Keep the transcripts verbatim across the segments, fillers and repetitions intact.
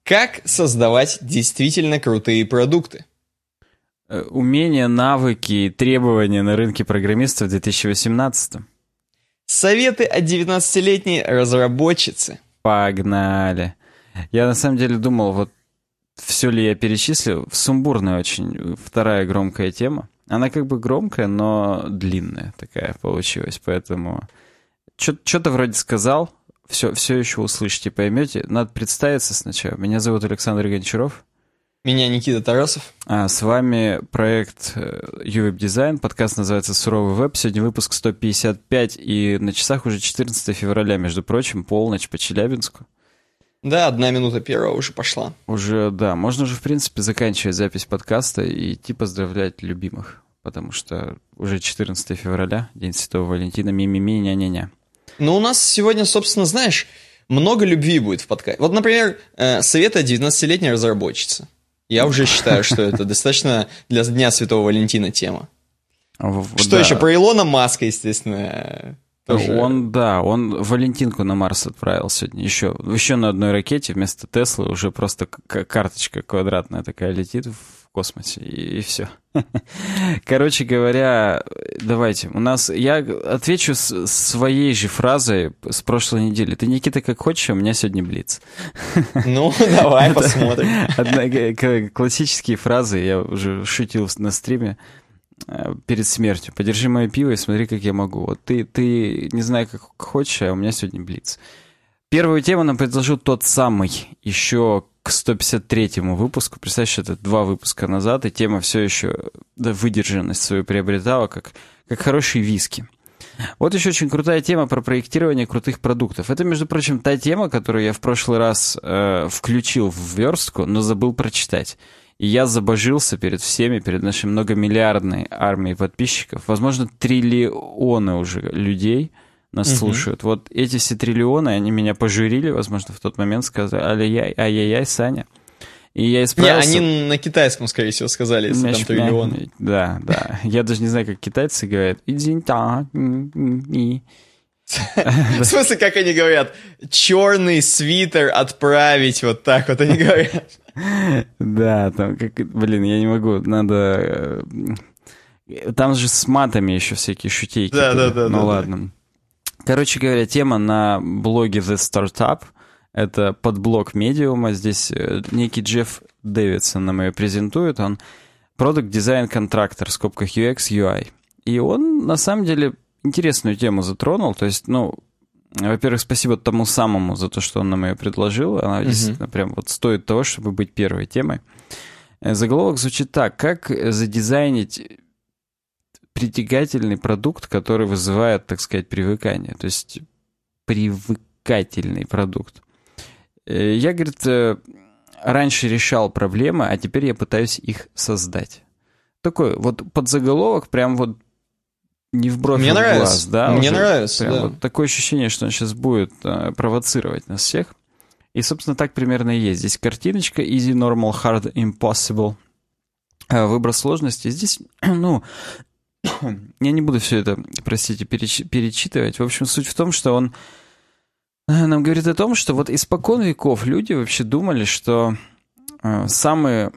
Как создавать действительно крутые продукты? Умения, навыки, требования на рынке программистов в две тысячи восемнадцатом. Советы от девятнадцатилетней разработчицы. Погнали. Я на самом деле думал, вот все ли я перечислил. Сумбурная очень вторая громкая тема. Она как бы громкая, но длинная такая получилась. Поэтому что-то вроде сказал. Все, все еще услышите, поймете. Надо представиться сначала. Меня зовут Александр Гончаров. Меня Никита Тарасов. А с вами проект YouWeb Design. Подкаст называется «Суровый веб». Сегодня выпуск сто пятьдесят пять, и на часах уже четырнадцатое февраля, между прочим, полночь по Челябинску. Да, одна минута первого уже пошла. Уже, да. Можно уже, в принципе, заканчивать запись подкаста и идти поздравлять любимых. Потому что уже четырнадцатое февраля, День Святого Валентина, ми-ми-ми, ня-ня-ня. Ну, у нас сегодня, собственно, знаешь, много любви будет в подкасте. Вот, например, советы от девятнадцатилетней разработчицы. Я уже считаю, что это достаточно для Дня Святого Валентина тема. Что да. еще? Про Илона Маска, естественно. Тоже. Он, да, он Валентинку на Марс отправил сегодня. Еще, еще на одной ракете вместо Теслы уже просто карточка квадратная такая летит в космосе, и, и все. Короче говоря, давайте. У нас, я отвечу с своей же фразой с прошлой недели. Ты, Никита, как хочешь, а у меня сегодня блиц. Ну, давай посмотрим. Одна, классические фразы, я уже шутил на стриме перед смертью. Подержи мое пиво и смотри, как я могу. Вот ты, ты не знаю, как хочешь, а у меня сегодня блиц. Первую тему нам предложил тот самый еще к сто пятьдесят третьему выпуску. Представляешь, это два выпуска назад, и тема все еще да, выдержанность свою приобретала, как, как хорошие виски. Вот еще очень крутая тема про проектирование крутых продуктов. Это, между прочим, та тема, которую я в прошлый раз э, включил в верстку, но забыл прочитать. И я забожился перед всеми, перед нашей многомиллиардной армией подписчиков. Возможно, триллионы уже людей нас угу. слушают. Вот эти все триллионы, они меня пожурили, возможно, в тот момент сказали: ай-яй-яй, ай-яй-яй, Саня. И я исправился. Не, они на китайском, скорее всего, сказали, если Мяч, там триллионы. Да, да. Я даже не знаю, как китайцы говорят. В смысле, как они говорят? Черный свитер отправить, вот так вот они говорят. Да, там, как, блин, я не могу, надо... Там же с матами еще всякие шутейки. Да, да, да. Ну да, ладно. Да. Короче говоря, тема на блоге The Startup. Это подблог Медиума. Здесь некий Джефф Дэвидсон нам ее презентует. Он Product Design Contractor, в скобках ю экс, ю ай. И он, на самом деле, интересную тему затронул. То есть, ну, во-первых, спасибо тому самому за то, что он нам ее предложил. Она uh-huh. действительно прям вот стоит того, чтобы быть первой темой. Заголовок звучит так. Как задизайнить притягательный продукт, который вызывает, так сказать, привыкание. То есть привыкательный продукт. Я, говорит, раньше решал проблемы, а теперь я пытаюсь их создать. Такой вот подзаголовок прям вот не в бровь, Мне а в нравится. глаз. Да, Мне уже нравится, прям да. Вот такое ощущение, что он сейчас будет а, провоцировать нас всех. И, собственно, так примерно и есть. Здесь картиночка easy, normal, hard, impossible. А, выбор сложности. Здесь, ну... Я не буду все это, простите, переч- перечитывать. В общем, суть в том, что он нам говорит о том, что вот испокон веков люди вообще думали, что э, самая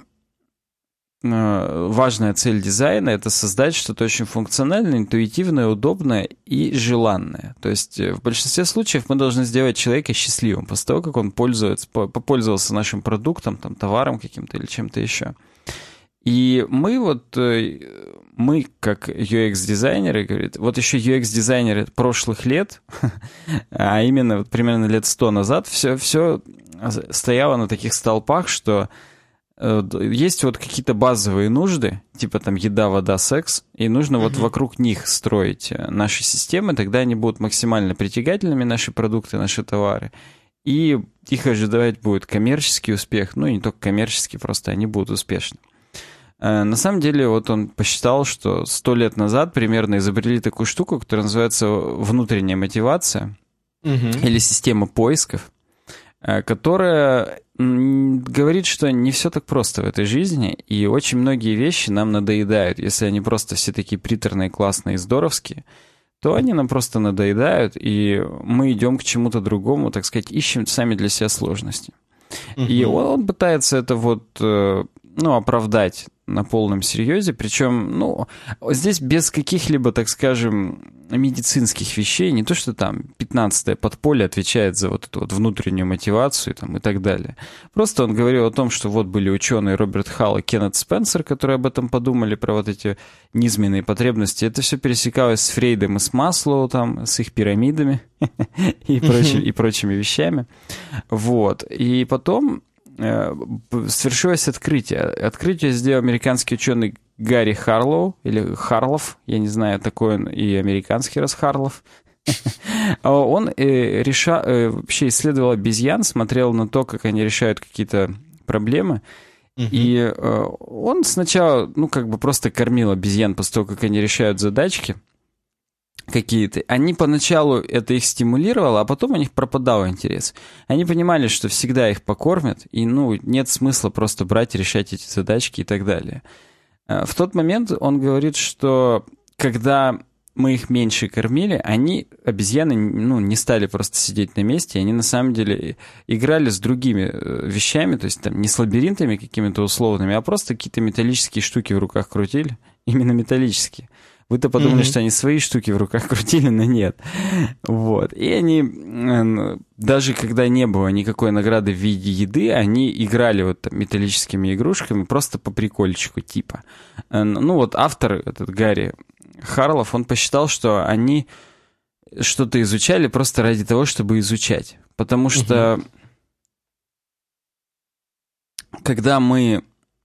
э, важная цель дизайна — это создать что-то очень функциональное, интуитивное, удобное и желанное. То есть в большинстве случаев мы должны сделать человека счастливым после того, как он пользуется, попользовался нашим продуктом, там, товаром каким-то или чем-то еще. И мы вот, мы как ю экс-дизайнеры, говорит, вот еще ю экс-дизайнеры прошлых лет, а именно вот примерно лет сто назад, все, все стояло на таких столпах, что есть вот какие-то базовые нужды, типа там еда, вода, секс, и нужно uh-huh. вот вокруг них строить наши системы, тогда они будут максимально притягательными, наши продукты, наши товары. И их ожидать будет коммерческий успех, ну и не только коммерческий, просто они будут успешны. На самом деле, вот он посчитал, что сто лет назад примерно изобрели такую штуку, которая называется внутренняя мотивация uh-huh. или система поисков, которая говорит, что не все так просто в этой жизни, и очень многие вещи нам надоедают. Если они просто все такие приторные, классные и здоровские, то они нам просто надоедают, и мы идем к чему-то другому, так сказать, ищем сами для себя сложности. Uh-huh. И он, он пытается это вот, ну, оправдать на полном серьезе, причем, ну, здесь без каких-либо, так скажем, медицинских вещей, не то, что там пятнадцатое подполье отвечает за вот эту вот внутреннюю мотивацию там, и так далее. Просто он говорил о том, что вот были ученые Роберт Халл и Кеннет Спенсер, которые об этом подумали, про вот эти низменные потребности. Это все пересекалось с Фрейдом и с Маслоу, там, с их пирамидами и прочими вещами. Вот. И потом свершилось открытие. Открытие сделал американский ученый Гарри Харлоу, или Харлов, я не знаю, такой он и американский раз Харлов. Он реша... вообще исследовал обезьян, смотрел на то, как они решают какие-то проблемы. И он сначала, ну, как бы просто кормил обезьян после того, как они решают задачки какие-то. Они поначалу это их стимулировало, а потом у них пропадал интерес. Они понимали, что всегда их покормят, и, ну, нет смысла просто брать и решать эти задачки и так далее. В тот момент он говорит, что когда мы их меньше кормили, они, обезьяны, ну, не стали просто сидеть на месте, они на самом деле играли с другими вещами, то есть там не с лабиринтами какими-то условными, а просто какие-то металлические штуки в руках крутили, именно металлические. Вы-то подумали, mm-hmm. что они свои штуки в руках крутили, но нет. Вот. И они, даже когда не было никакой награды в виде еды, они играли вот там металлическими игрушками просто по прикольчику типа. Ну вот автор, этот Гарри Харлов, он посчитал, что они что-то изучали просто ради того, чтобы изучать. Потому что mm-hmm. когда мы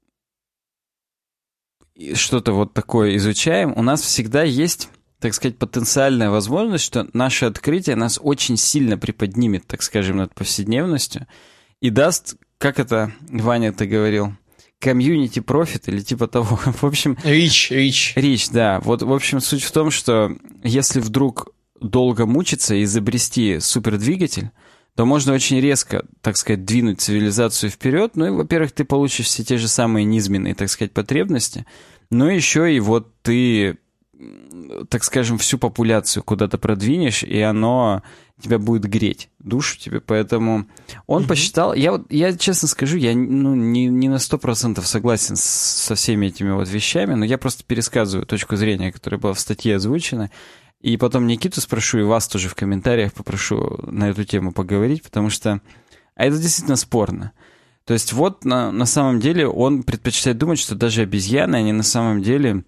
что-то вот такое изучаем, у нас всегда есть, так сказать, потенциальная возможность, что наше открытие нас очень сильно приподнимет, так скажем, над повседневностью и даст, как это, Ваня, ты говорил, комьюнити профит или типа того. В общем... Рич, рич. Рич, да. Вот, в общем, суть в том, что если вдруг долго мучиться и изобрести супердвигатель, то можно очень резко, так сказать, двинуть цивилизацию вперед. Ну и, во-первых, ты получишь все те же самые низменные, так сказать, потребности, но еще и вот ты, так скажем, всю популяцию куда-то продвинешь, и оно тебя будет греть, душу тебе. Поэтому он mm-hmm. посчитал... Я, вот, я честно скажу, я ну, не, не на сто процентов согласен с, со всеми этими вот вещами, но я просто пересказываю точку зрения, которая была в статье озвучена. И потом Никиту спрошу, и вас тоже в комментариях попрошу на эту тему поговорить, потому что а это действительно спорно. То есть вот на, на самом деле он предпочитает думать, что даже обезьяны, они на самом деле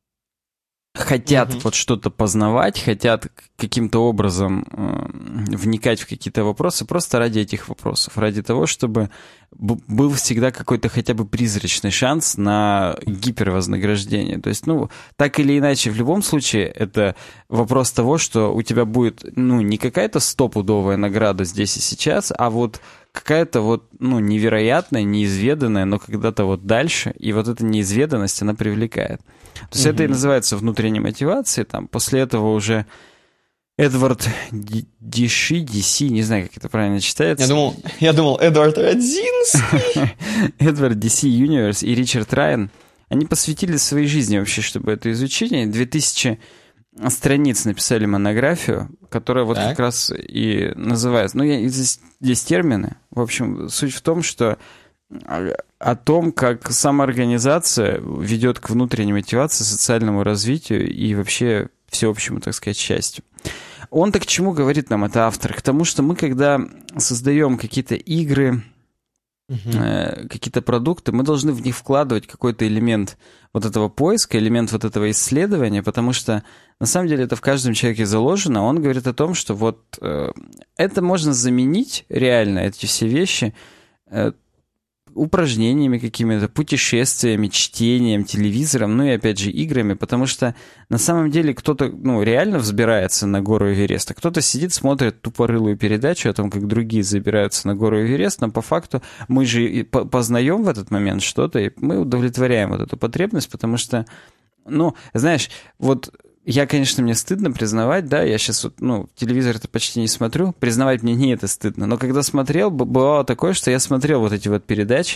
хотят mm-hmm. вот что-то познавать, хотят каким-то образом э, вникать в какие-то вопросы просто ради этих вопросов, ради того, чтобы б- был всегда какой-то хотя бы призрачный шанс на гипервознаграждение. То есть, ну, так или иначе, в любом случае, это вопрос того, что у тебя будет, ну, не какая-то стопудовая награда здесь и сейчас, а вот какая-то вот, ну, невероятная, неизведанная, но когда-то вот дальше, и вот эта неизведанность, она привлекает. То есть mm-hmm. это и называется внутренней мотивацией. Там, после этого уже Эдвард Диши, Диси, не знаю, как это правильно читается. Я думал, я думал Эдвард Родзинский. Эдвард Диси Юниверс и Ричард Райан, они посвятили своей жизни вообще, чтобы это изучение. Две тысячи страниц написали монографию, которая вот так. как раз и называется... Ну, я, здесь, здесь термины. В общем, суть в том, что о том, как самоорганизация ведет к внутренней мотивации, социальному развитию и вообще всеобщему, так сказать, счастью. Он-то к чему говорит нам, это автор? К тому, что мы, когда создаем какие-то игры, uh-huh. э, какие-то продукты, мы должны в них вкладывать какой-то элемент вот этого поиска, элемент вот этого исследования, потому что на самом деле это в каждом человеке заложено. Он говорит о том, что вот э, это можно заменить реально, эти все вещи, э, упражнениями какими-то, путешествиями, чтением, телевизором, ну и опять же играми, потому что на самом деле кто-то, ну, реально взбирается на гору Эверест, а кто-то сидит, смотрит тупорылую передачу о том, как другие забираются на гору Эверест, но по факту мы же познаем в этот момент что-то, и мы удовлетворяем вот эту потребность, потому что, ну, знаешь, вот... Я, конечно, мне стыдно признавать, да, я сейчас, вот, ну, телевизор-то почти не смотрю, признавать мне не это стыдно, но когда смотрел, бывало такое, что я смотрел вот эти вот передачи,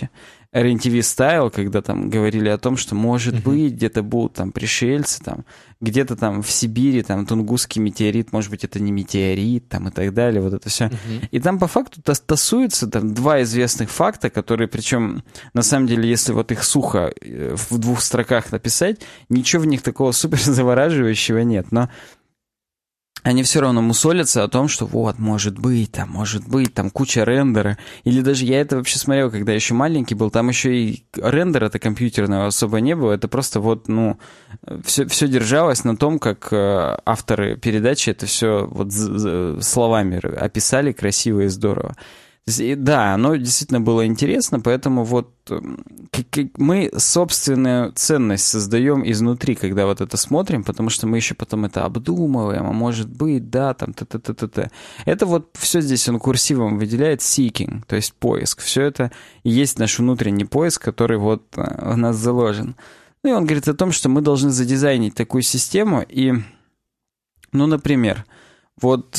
эр эн ти ви Style, когда там говорили о том, что, может uh-huh. быть, где-то будут там пришельцы, там, где-то там в Сибири, там, Тунгусский метеорит, может быть, это не метеорит, там, и так далее, вот это все. Uh-huh. И там по факту тас- тасуются там два известных факта, которые, причем, на самом деле, если вот их сухо в двух строках написать, ничего в них такого супер завораживающего нет, но они все равно мусолятся о том, что вот, может быть, там, может быть, там куча рендера. Или даже я это вообще смотрел, когда еще маленький был, там еще и рендера-то компьютерного особо не было. Это просто вот, ну, все, все держалось на том, как э, авторы передачи это все вот словами описали красиво и здорово. Да, оно действительно было интересно, поэтому вот мы собственную ценность создаем изнутри, когда вот это смотрим, потому что мы еще потом это обдумываем, а может быть, да, там, т-т-т-т-т. Это вот все здесь он курсивом выделяет seeking, то есть поиск. Все это и есть наш внутренний поиск, который вот у нас заложен. Ну и он говорит о том, что мы должны задизайнить такую систему и, ну, например, вот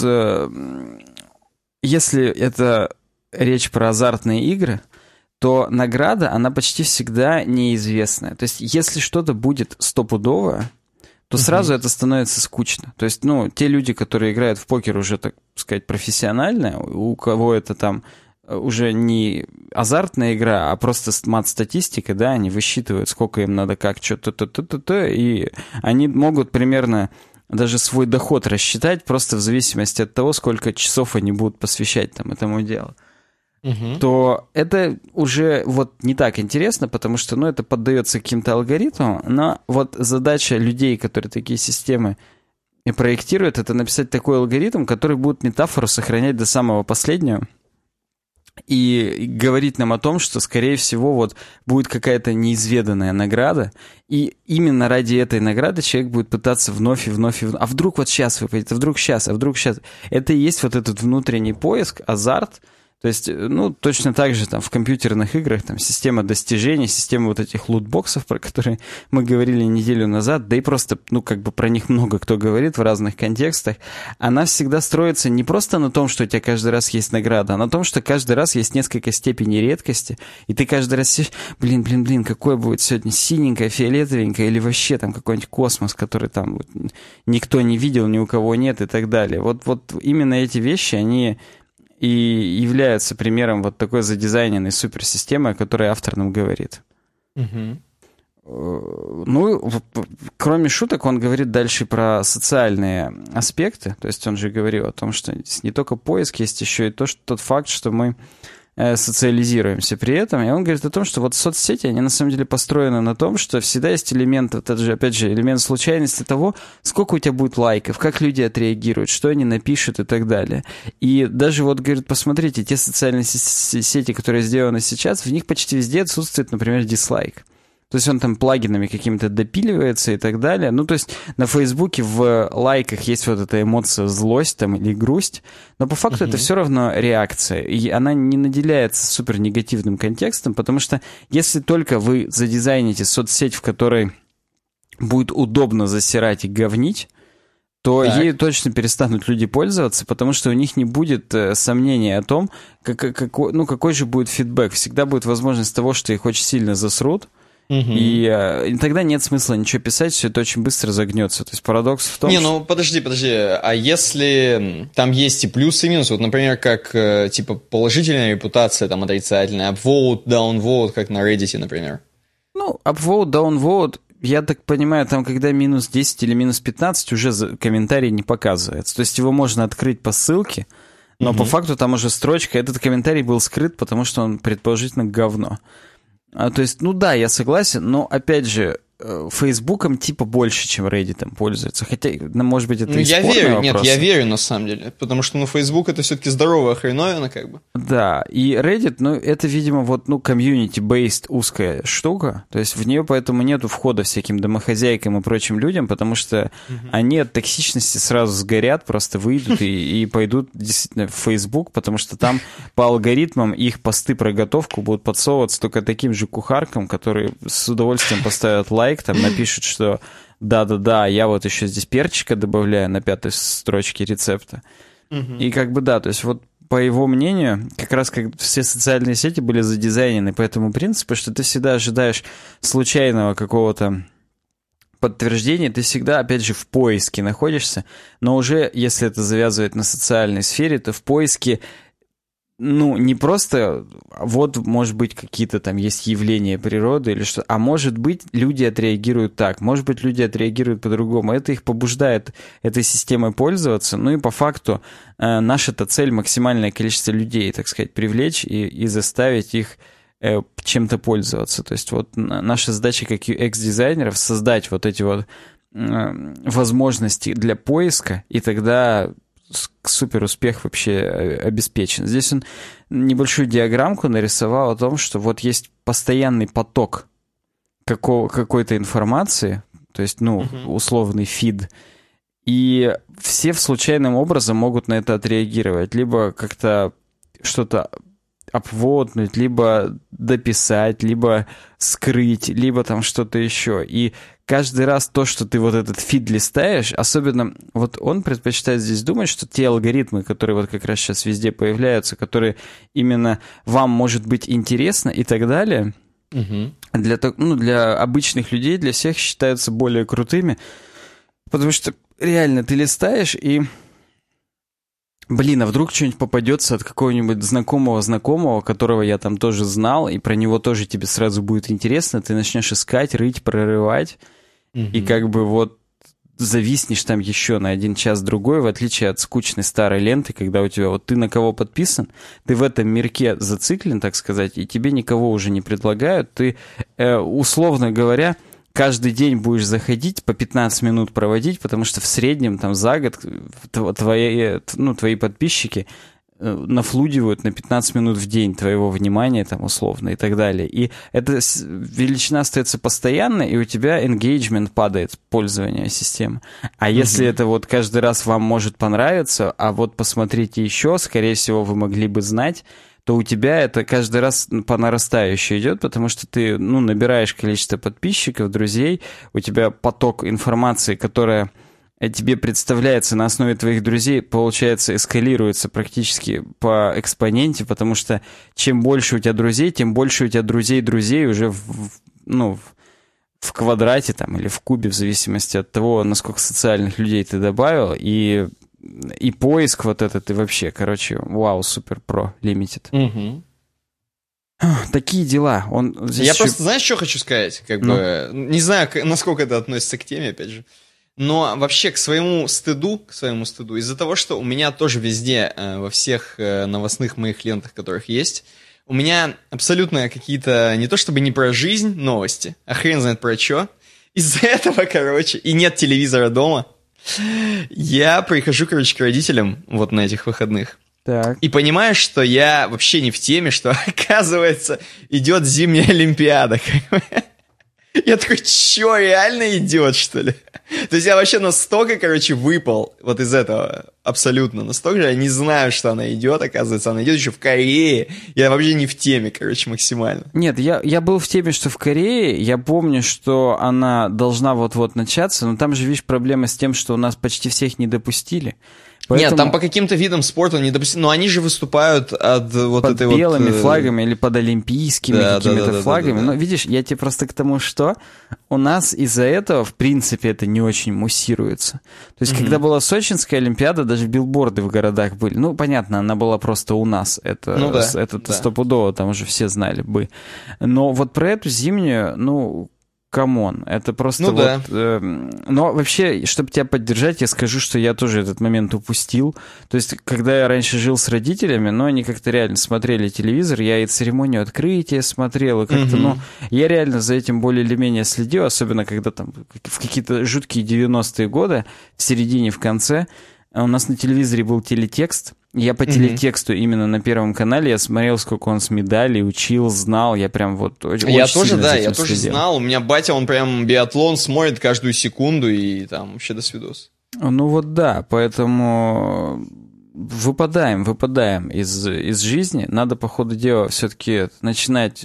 если это речь про азартные игры, то награда, она почти всегда неизвестная. То есть, если что-то будет стопудовое, то сразу uh-huh. это становится скучно. То есть, ну, те люди, которые играют в покер уже, так сказать, профессионально, у кого это там уже не азартная игра, а просто мат-статистика, да, они высчитывают, сколько им надо, как, что-то, то-то-то-то, и они могут примерно даже свой доход рассчитать просто в зависимости от того, сколько часов они будут посвящать там этому делу. Uh-huh. То это уже вот не так интересно, потому что, ну, это поддается каким-то алгоритмам, но вот задача людей, которые такие системы проектируют, это написать такой алгоритм, который будет метафору сохранять до самого последнего и говорить нам о том, что, скорее всего, вот будет какая-то неизведанная награда, и именно ради этой награды человек будет пытаться вновь и вновь и вновь. А вдруг вот сейчас выпадет, а вдруг сейчас, а вдруг сейчас. Это и есть вот этот внутренний поиск, азарт. То есть, ну, точно так же там в компьютерных играх там система достижений, система вот этих лутбоксов, про которые мы говорили неделю назад, да и просто, ну, как бы про них много кто говорит в разных контекстах, она всегда строится не просто на том, что у тебя каждый раз есть награда, а на том, что каждый раз есть несколько степеней редкости, и ты каждый раз сидишь, блин, блин, блин, какое будет сегодня синенькое, фиолетовенькое, или вообще там какой-нибудь космос, который там вот никто не видел, ни у кого нет и так далее. Вот, вот именно эти вещи, они и являются примером вот такой задизайненной суперсистемы, о которой автор нам говорит. Угу. Ну, кроме шуток, он говорит дальше про социальные аспекты. То есть он же говорил о том, что не только поиск, есть еще и то, что, тот факт, что мы социализируемся при этом. И он говорит о том, что вот соцсети, они на самом деле построены на том, что всегда есть элемент, это же, опять же, элемент случайности того, сколько у тебя будет лайков, как люди отреагируют, что они напишут и так далее. И даже вот, говорит, посмотрите, те социальные сети, которые сделаны сейчас, в них почти везде отсутствует, например, дизлайк. То есть он там плагинами какими-то допиливается и так далее. Ну, то есть на Фейсбуке в лайках есть вот эта эмоция злость там или грусть, но по факту uh-huh. это все равно реакция, и она не наделяется супер негативным контекстом, потому что если только вы задизайните соцсеть, в которой будет удобно засирать и говнить, то так. ею точно перестанут люди пользоваться, потому что у них не будет э, сомнения о том, как, какой, ну, какой же будет фидбэк. Всегда будет возможность того, что их очень сильно засрут, Угу. И, и тогда нет смысла ничего писать, все это очень быстро загнется. То есть парадокс в том, Не, что... ну подожди, подожди, а если там есть и плюсы, и минусы, вот, например, как, типа, положительная репутация, там, отрицательная, upvote, downvote, как на Reddit, например? Ну, upvote, downvote, я так понимаю, там, когда минус десять или минус пятнадцать, уже комментарий не показывается. То есть его можно открыть по ссылке, но угу. по факту там уже строчка, этот комментарий был скрыт, потому что он, предположительно, говно. А, то есть, ну да, я согласен, но, опять же, Фейсбуком типа больше, чем Reddit'ом пользуются. Хотя, ну, может быть, это ну, и я спорный верю, вопрос. Нет, я верю, на самом деле. Потому что, ну, Facebook это все-таки здоровая хреновина, как бы. Да, и Reddit, ну, это, видимо, вот, ну, community-based узкая штука. То есть в нее поэтому нету входа всяким домохозяйкам и прочим людям, потому что uh-huh. они от токсичности сразу сгорят, просто выйдут и, и пойдут действительно в Facebook, потому что там по алгоритмам их посты про готовку будут подсовываться только таким же кухаркам, которые с удовольствием поставят лайк, там напишут, что да-да-да, я вот еще здесь перчика добавляю на пятой строчке рецепта. Uh-huh. И как бы да, то есть вот по его мнению, как раз как все социальные сети были задизайнены по этому принципу, что ты всегда ожидаешь случайного какого-то подтверждения, ты всегда, опять же, в поиске находишься, но уже, если это завязывает на социальной сфере, то в поиске, ну, не просто вот, может быть, какие-то там есть явления природы или что, а может быть, люди отреагируют так, может быть, люди отреагируют по-другому. Это их побуждает этой системой пользоваться. Ну и по факту э, наша-то цель максимальное количество людей, так сказать, привлечь и, и заставить их э, чем-то пользоваться. То есть вот наша задача как ю экс-дизайнеров создать вот эти вот э, возможности для поиска, и тогда супер успех вообще обеспечен. Здесь он небольшую диаграммку нарисовал о том, что вот есть постоянный поток какого, какой-то информации, то есть, ну, uh-huh. условный фид, и все случайным образом могут на это отреагировать, либо как-то что-то обводнуть, либо дописать, либо скрыть, либо там что-то еще. И каждый раз то, что ты вот этот фид листаешь, особенно вот он предпочитает здесь думать, что те алгоритмы, которые вот как раз сейчас везде появляются, которые именно вам может быть интересно и так далее, угу. для, ну, для обычных людей, для всех считаются более крутыми, потому что реально ты листаешь и... Блин, а вдруг что-нибудь попадется от какого-нибудь знакомого-знакомого, которого я там тоже знал, и про него тоже тебе сразу будет интересно, ты начнешь искать, рыть, прорывать, mm-hmm. и как бы вот зависнешь там еще на один час-другой, в отличие от скучной старой ленты, когда у тебя вот ты на кого подписан, ты в этом мирке зациклен, так сказать, и тебе никого уже не предлагают, ты, э, условно говоря... каждый день будешь заходить, по пятнадцать минут проводить, потому что в среднем там за год твои, ну, твои подписчики нафлудивают на пятнадцать минут в день твоего внимания, там, условно, и так далее. И эта величина остается постоянной, и у тебя engagement падает, пользование системы. А mm-hmm. если это вот каждый раз вам может понравиться, а вот посмотрите еще, скорее всего, вы могли бы знать, то у тебя это каждый раз по нарастающей идет, потому что ты, ну, набираешь количество подписчиков, друзей, у тебя поток информации, которая тебе представляется на основе твоих друзей, получается, эскалируется практически по экспоненте, потому что чем больше у тебя друзей, тем больше у тебя друзей-друзей уже в, ну, в квадрате там, или в кубе, в зависимости от того, насколько социальных людей ты добавил, и... И поиск вот этот, и вообще, короче, вау, супер про, лимитед. Угу. Такие дела. Он здесь Я еще... просто, знаешь, что хочу сказать? Как ну? бы, не знаю, насколько это относится к теме, опять же. Но вообще к своему стыду, к своему стыду, из-за того, что у меня тоже везде, во всех новостных моих лентах, которых есть, у меня абсолютно какие-то, не то чтобы не про жизнь новости, а хрен знает про что. Из-за этого, короче, и нет телевизора дома, я прихожу, короче, к родителям вот на этих выходных. Так. И понимаю, что я вообще не в теме, что, оказывается, идет зимняя Олимпиада. Я такой, чё, реально идет, что ли? То есть я вообще настолько, короче, выпал вот из этого абсолютно. Настолько же я не знаю, что она идет, оказывается. Она идет еще в Корее. Я вообще не в теме, короче, максимально. Нет, я, я был в теме, что в Корее. Я помню, что она должна вот-вот начаться. Но там же, видишь, проблема с тем, что у нас почти всех не допустили. Поэтому... Нет, там по каким-то видам спорта не допустили. Но они же выступают от вот под этой вот... Под белыми флагами или под олимпийскими да, какими-то да, да, флагами. Да, да, да. Но видишь, я тебе просто к тому, что у нас из-за этого, в принципе, это не очень муссируется. То есть, mm-hmm. когда была Сочинская Олимпиада, даже билборды в городах были. Ну, понятно, она была просто у нас. Это, ну, да, это да. стопудово, там уже все знали бы. Но вот про эту зимнюю, ну... Камон, это просто ну, вот... Да. Э, но вообще, чтобы тебя поддержать, я скажу, что я тоже этот момент упустил. То есть, когда я раньше жил с родителями, ну, они как-то реально смотрели телевизор, я и церемонию открытия смотрел, и как-то, mm-hmm. ну, я реально за этим более или менее следил, особенно когда там в какие-то жуткие девяностые годы, в середине, в конце, у нас на телевизоре был телетекст. Я по телетексту mm-hmm. именно на Первом канале, я смотрел, сколько он с медалей, учил, знал, я прям вот очень Я очень тоже, да, я следил. тоже знал, у меня батя, он прям биатлон смотрит каждую секунду, и там вообще до свидос. Ну вот да, поэтому выпадаем, выпадаем из, из жизни, надо по ходу дела все-таки начинать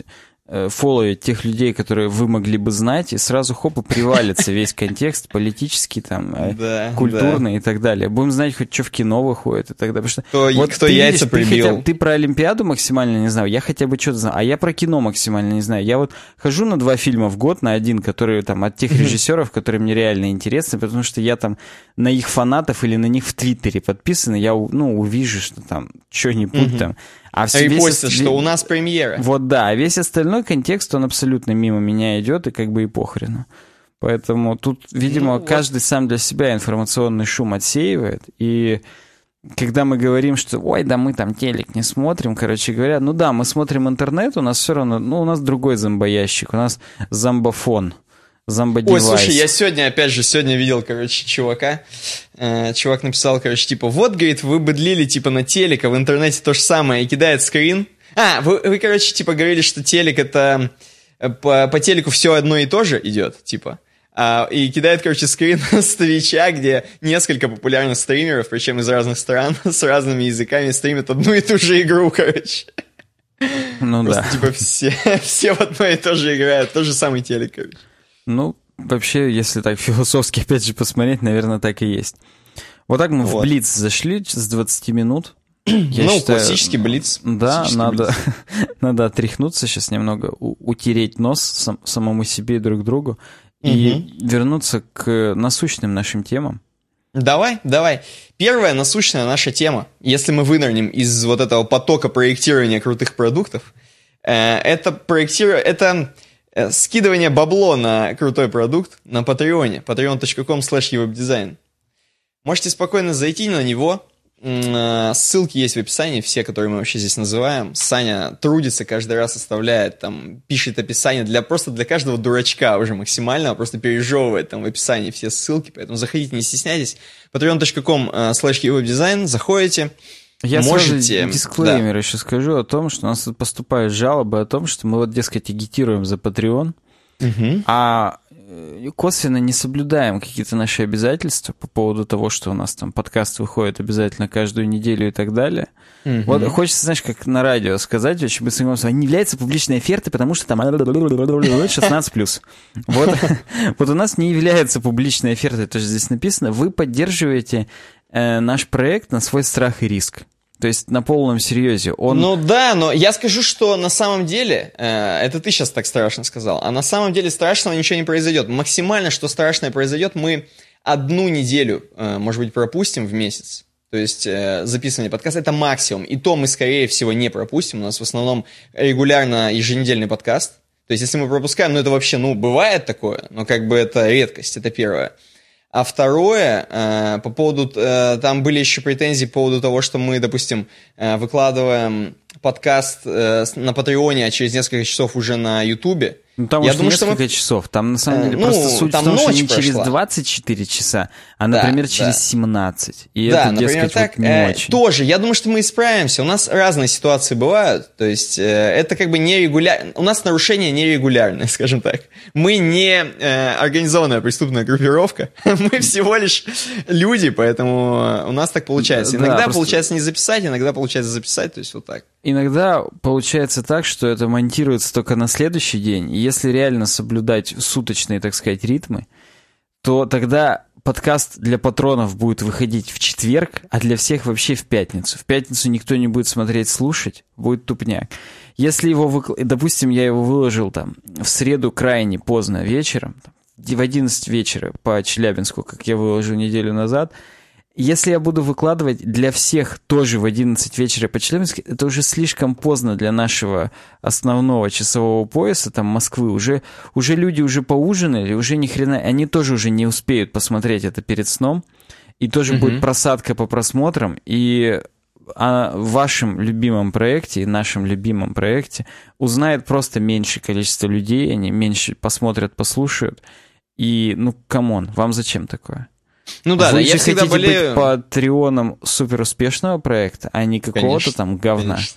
э, фолловить тех людей, которые вы могли бы знать, и сразу хоп, и привалится весь контекст политический, там, э, да, культурный да. и так далее. Будем знать хоть что в кино выходит и так далее. Потому что, кто вот кто ты яйца видишь, прибил. Ты, хотя, ты про Олимпиаду максимально не знаю, я хотя бы что-то знаю, а я про кино максимально не знаю. Я вот хожу на два фильма в год, на один, который там от тех режиссеров, которые мне реально интересны, потому что я там на их фанатов или на них в Твиттере подписан, я, ну, увижу, что там что-нибудь там. А все репостят, весь... что у нас премьера. Вот да, а весь остальной контекст, он абсолютно мимо меня идет, и как бы и похрену. Поэтому тут, видимо, ну, каждый вот. сам для себя информационный шум отсеивает, и когда мы говорим, что ой, да мы там телек не смотрим, короче говоря, ну да, мы смотрим интернет, у нас все равно, ну у нас другой зомбоящик, у нас зомбофон. Ой, слушай, я сегодня, опять же, сегодня видел, короче, чувака. Э, чувак написал, короче, типа, вот, говорит, вы бы длили, типа, на телек, а в интернете то же самое, и кидает скрин. А, вы, вы короче, типа, говорили, что телек это... По, по телеку все одно и то же идет, типа. А, и кидает, короче, скрин с Твича, где несколько популярных стримеров, причем из разных стран, с разными языками, стримят одну и ту же игру, короче. Ну Просто, да. типа, все, все в одно и то же играют, тот же самый телек, короче. Ну, вообще, если так философски, опять же, посмотреть, наверное, так и есть. Вот так мы вот. в Блиц зашли с двадцати минут. Я ну, считаю, классический Блиц. Да, классический надо, блиц. надо отряхнуться сейчас немного, у- утереть нос сам, самому себе и друг другу и угу. вернуться к насущным нашим темам. Давай, давай. Первая насущная наша тема, если мы вынырнем из вот этого потока проектирования крутых продуктов, э, это проектирование... Это... скидывание бабло на крутой продукт на Патреоне, patreon точка com slash ewebdesign. Можете спокойно зайти на него, ссылки есть в описании, все, которые мы вообще здесь называем. Саня трудится, каждый раз оставляет, там, пишет описание для, просто для каждого дурачка уже максимально, просто пережевывает там в описании все ссылки, поэтому заходите, не стесняйтесь. patreon точка com slash ewebdesign, заходите. Я можете... сразу дисклеймер да. еще скажу о том, что у нас тут поступают жалобы о том, что мы вот, дескать, агитируем за Patreon, угу. а косвенно не соблюдаем какие-то наши обязательства по поводу того, что у нас там подкаст выходит обязательно каждую неделю и так далее. Угу. Вот хочется, знаешь, как на радио сказать, очень быстро, не является публичной офертой, потому что там шестнадцать плюс. Вот, вот у нас не является публичной офертой, то, что здесь написано, вы поддерживаете э, наш проект на свой страх и риск. То есть на полном серьезе. Он... Ну да, но я скажу, что на самом деле, э, это ты сейчас так страшно сказал, а на самом деле страшного ничего не произойдет. Максимально, что страшное произойдет, мы одну неделю, э, может быть, пропустим в месяц. То есть э, записывание подкаста — это максимум. И то мы, скорее всего, не пропустим. У нас в основном регулярно еженедельный подкаст. То есть если мы пропускаем, ну это вообще, ну, бывает такое, но как бы это редкость, это первое. А второе, э, по поводу, э, там были еще претензии по поводу того, что мы, допустим, э, выкладываем подкаст э, на Патреоне, а через несколько часов уже на Ютубе. Ну, там я уж думаю, несколько что мы... часов. Там, на самом деле, ну, просто суть там в том, что не прошла. через двадцать четыре часа, а, например, да, через да. семнадцать. И да, это, например, дескать, так, вот не э, очень. Тоже, я думаю, что мы исправимся. У нас разные ситуации бывают. То есть э, это как бы нерегулярно. У нас нарушения нерегулярные, скажем так. Мы не э, организованная преступная группировка. Мы всего лишь люди, поэтому у нас так получается. Иногда да, просто... получается не записать, иногда получается записать, то есть вот так. Иногда получается так, что это монтируется только на следующий день, и если реально соблюдать суточные, так сказать, ритмы, то тогда подкаст для патронов будет выходить в четверг, а для всех вообще в пятницу. В пятницу никто не будет смотреть, слушать, будет тупняк. Если его, выкл... допустим, я его выложил там в среду крайне поздно вечером, в одиннадцать вечера по Челябинску, как я выложил неделю назад, если я буду выкладывать для всех тоже в одиннадцать вечера по Челябинску, это уже слишком поздно для нашего основного часового пояса, там, Москвы. Уже, уже люди уже поужинали, уже ни хрена, они тоже уже не успеют посмотреть это перед сном. И тоже mm-hmm. будет просадка по просмотрам. И о вашем любимом проекте, нашем любимом проекте узнает просто меньшее количество людей, они меньше посмотрят, послушают. И, ну, камон, вам зачем такое? Ну да, Вы да, же я всегда хотите болею... быть патреоном суперуспешного проекта, а не какого-то конечно, там говна. Конечно.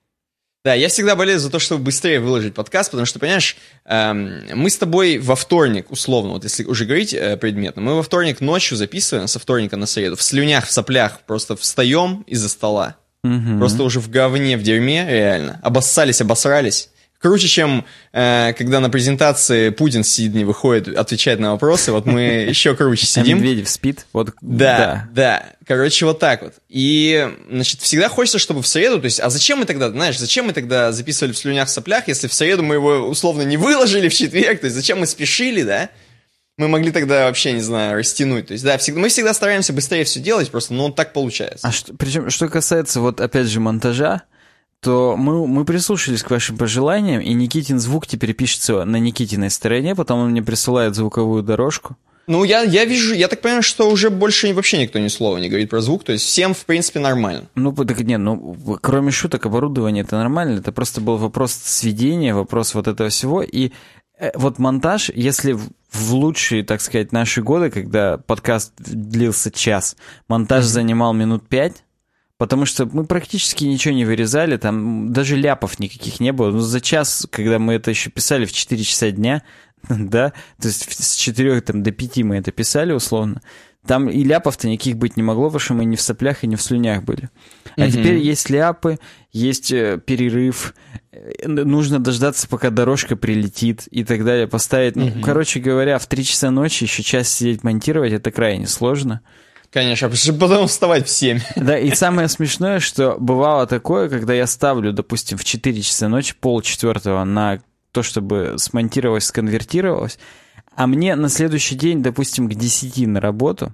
Да, я всегда болею за то, чтобы быстрее выложить подкаст, потому что, понимаешь, эм, мы с тобой во вторник, условно, вот если уже говорить э, предметно, мы во вторник ночью записываем, со вторника на среду, в слюнях, в соплях, просто встаем из-за стола. Угу. Просто уже в говне, в дерьме, реально. Обоссались, обосрались. Круче, чем э, когда на презентации Путин сидит, не выходит, отвечает на вопросы. Вот мы еще круче сидим. А Медведев спит. Вот, да, да, да. Короче, вот так вот. И, значит, всегда хочется, чтобы в среду... То есть, а зачем мы тогда, знаешь, зачем мы тогда записывали в слюнях в соплях, если в среду мы его условно не выложили в четверг? То есть, зачем мы спешили, да? Мы могли тогда вообще, не знаю, растянуть. То есть, да, всегда, мы всегда стараемся быстрее все делать, просто, ну, так получается. А что, причем, что касается, вот, опять же, монтажа, то мы, мы прислушались к вашим пожеланиям, и Никитин звук теперь пишется на Никитиной стороне, потом он мне присылает звуковую дорожку. Ну, я, я вижу, я так понимаю, что уже больше вообще никто ни слова не говорит про звук, то есть всем, в принципе, нормально. Ну, так нет, ну, кроме шуток, оборудование это нормально, это просто был вопрос сведения, вопрос вот этого всего, и вот монтаж, если в лучшие, так сказать, наши годы, когда подкаст длился час, монтаж mm-hmm. занимал минут пять, потому что мы практически ничего не вырезали, там даже ляпов никаких не было. Ну, за час, когда мы это еще писали в четыре часа дня, да, то есть с четырёх там, до пяти мы это писали условно, там и ляпов-то никаких быть не могло, потому что мы не в соплях и не в слюнях были. А mm-hmm. теперь есть ляпы, есть э, перерыв, нужно дождаться, пока дорожка прилетит и так далее, поставить. Mm-hmm. Ну, короче говоря, в три часа ночи еще час сидеть монтировать, это крайне сложно. Конечно, потому что потом вставать в семь. Да, и самое смешное, что бывало такое, когда я ставлю, допустим, в четыре часа ночи, полчетвертого на то, чтобы смонтировалось, сконвертировалось, а мне на следующий день, допустим, к десяти на работу,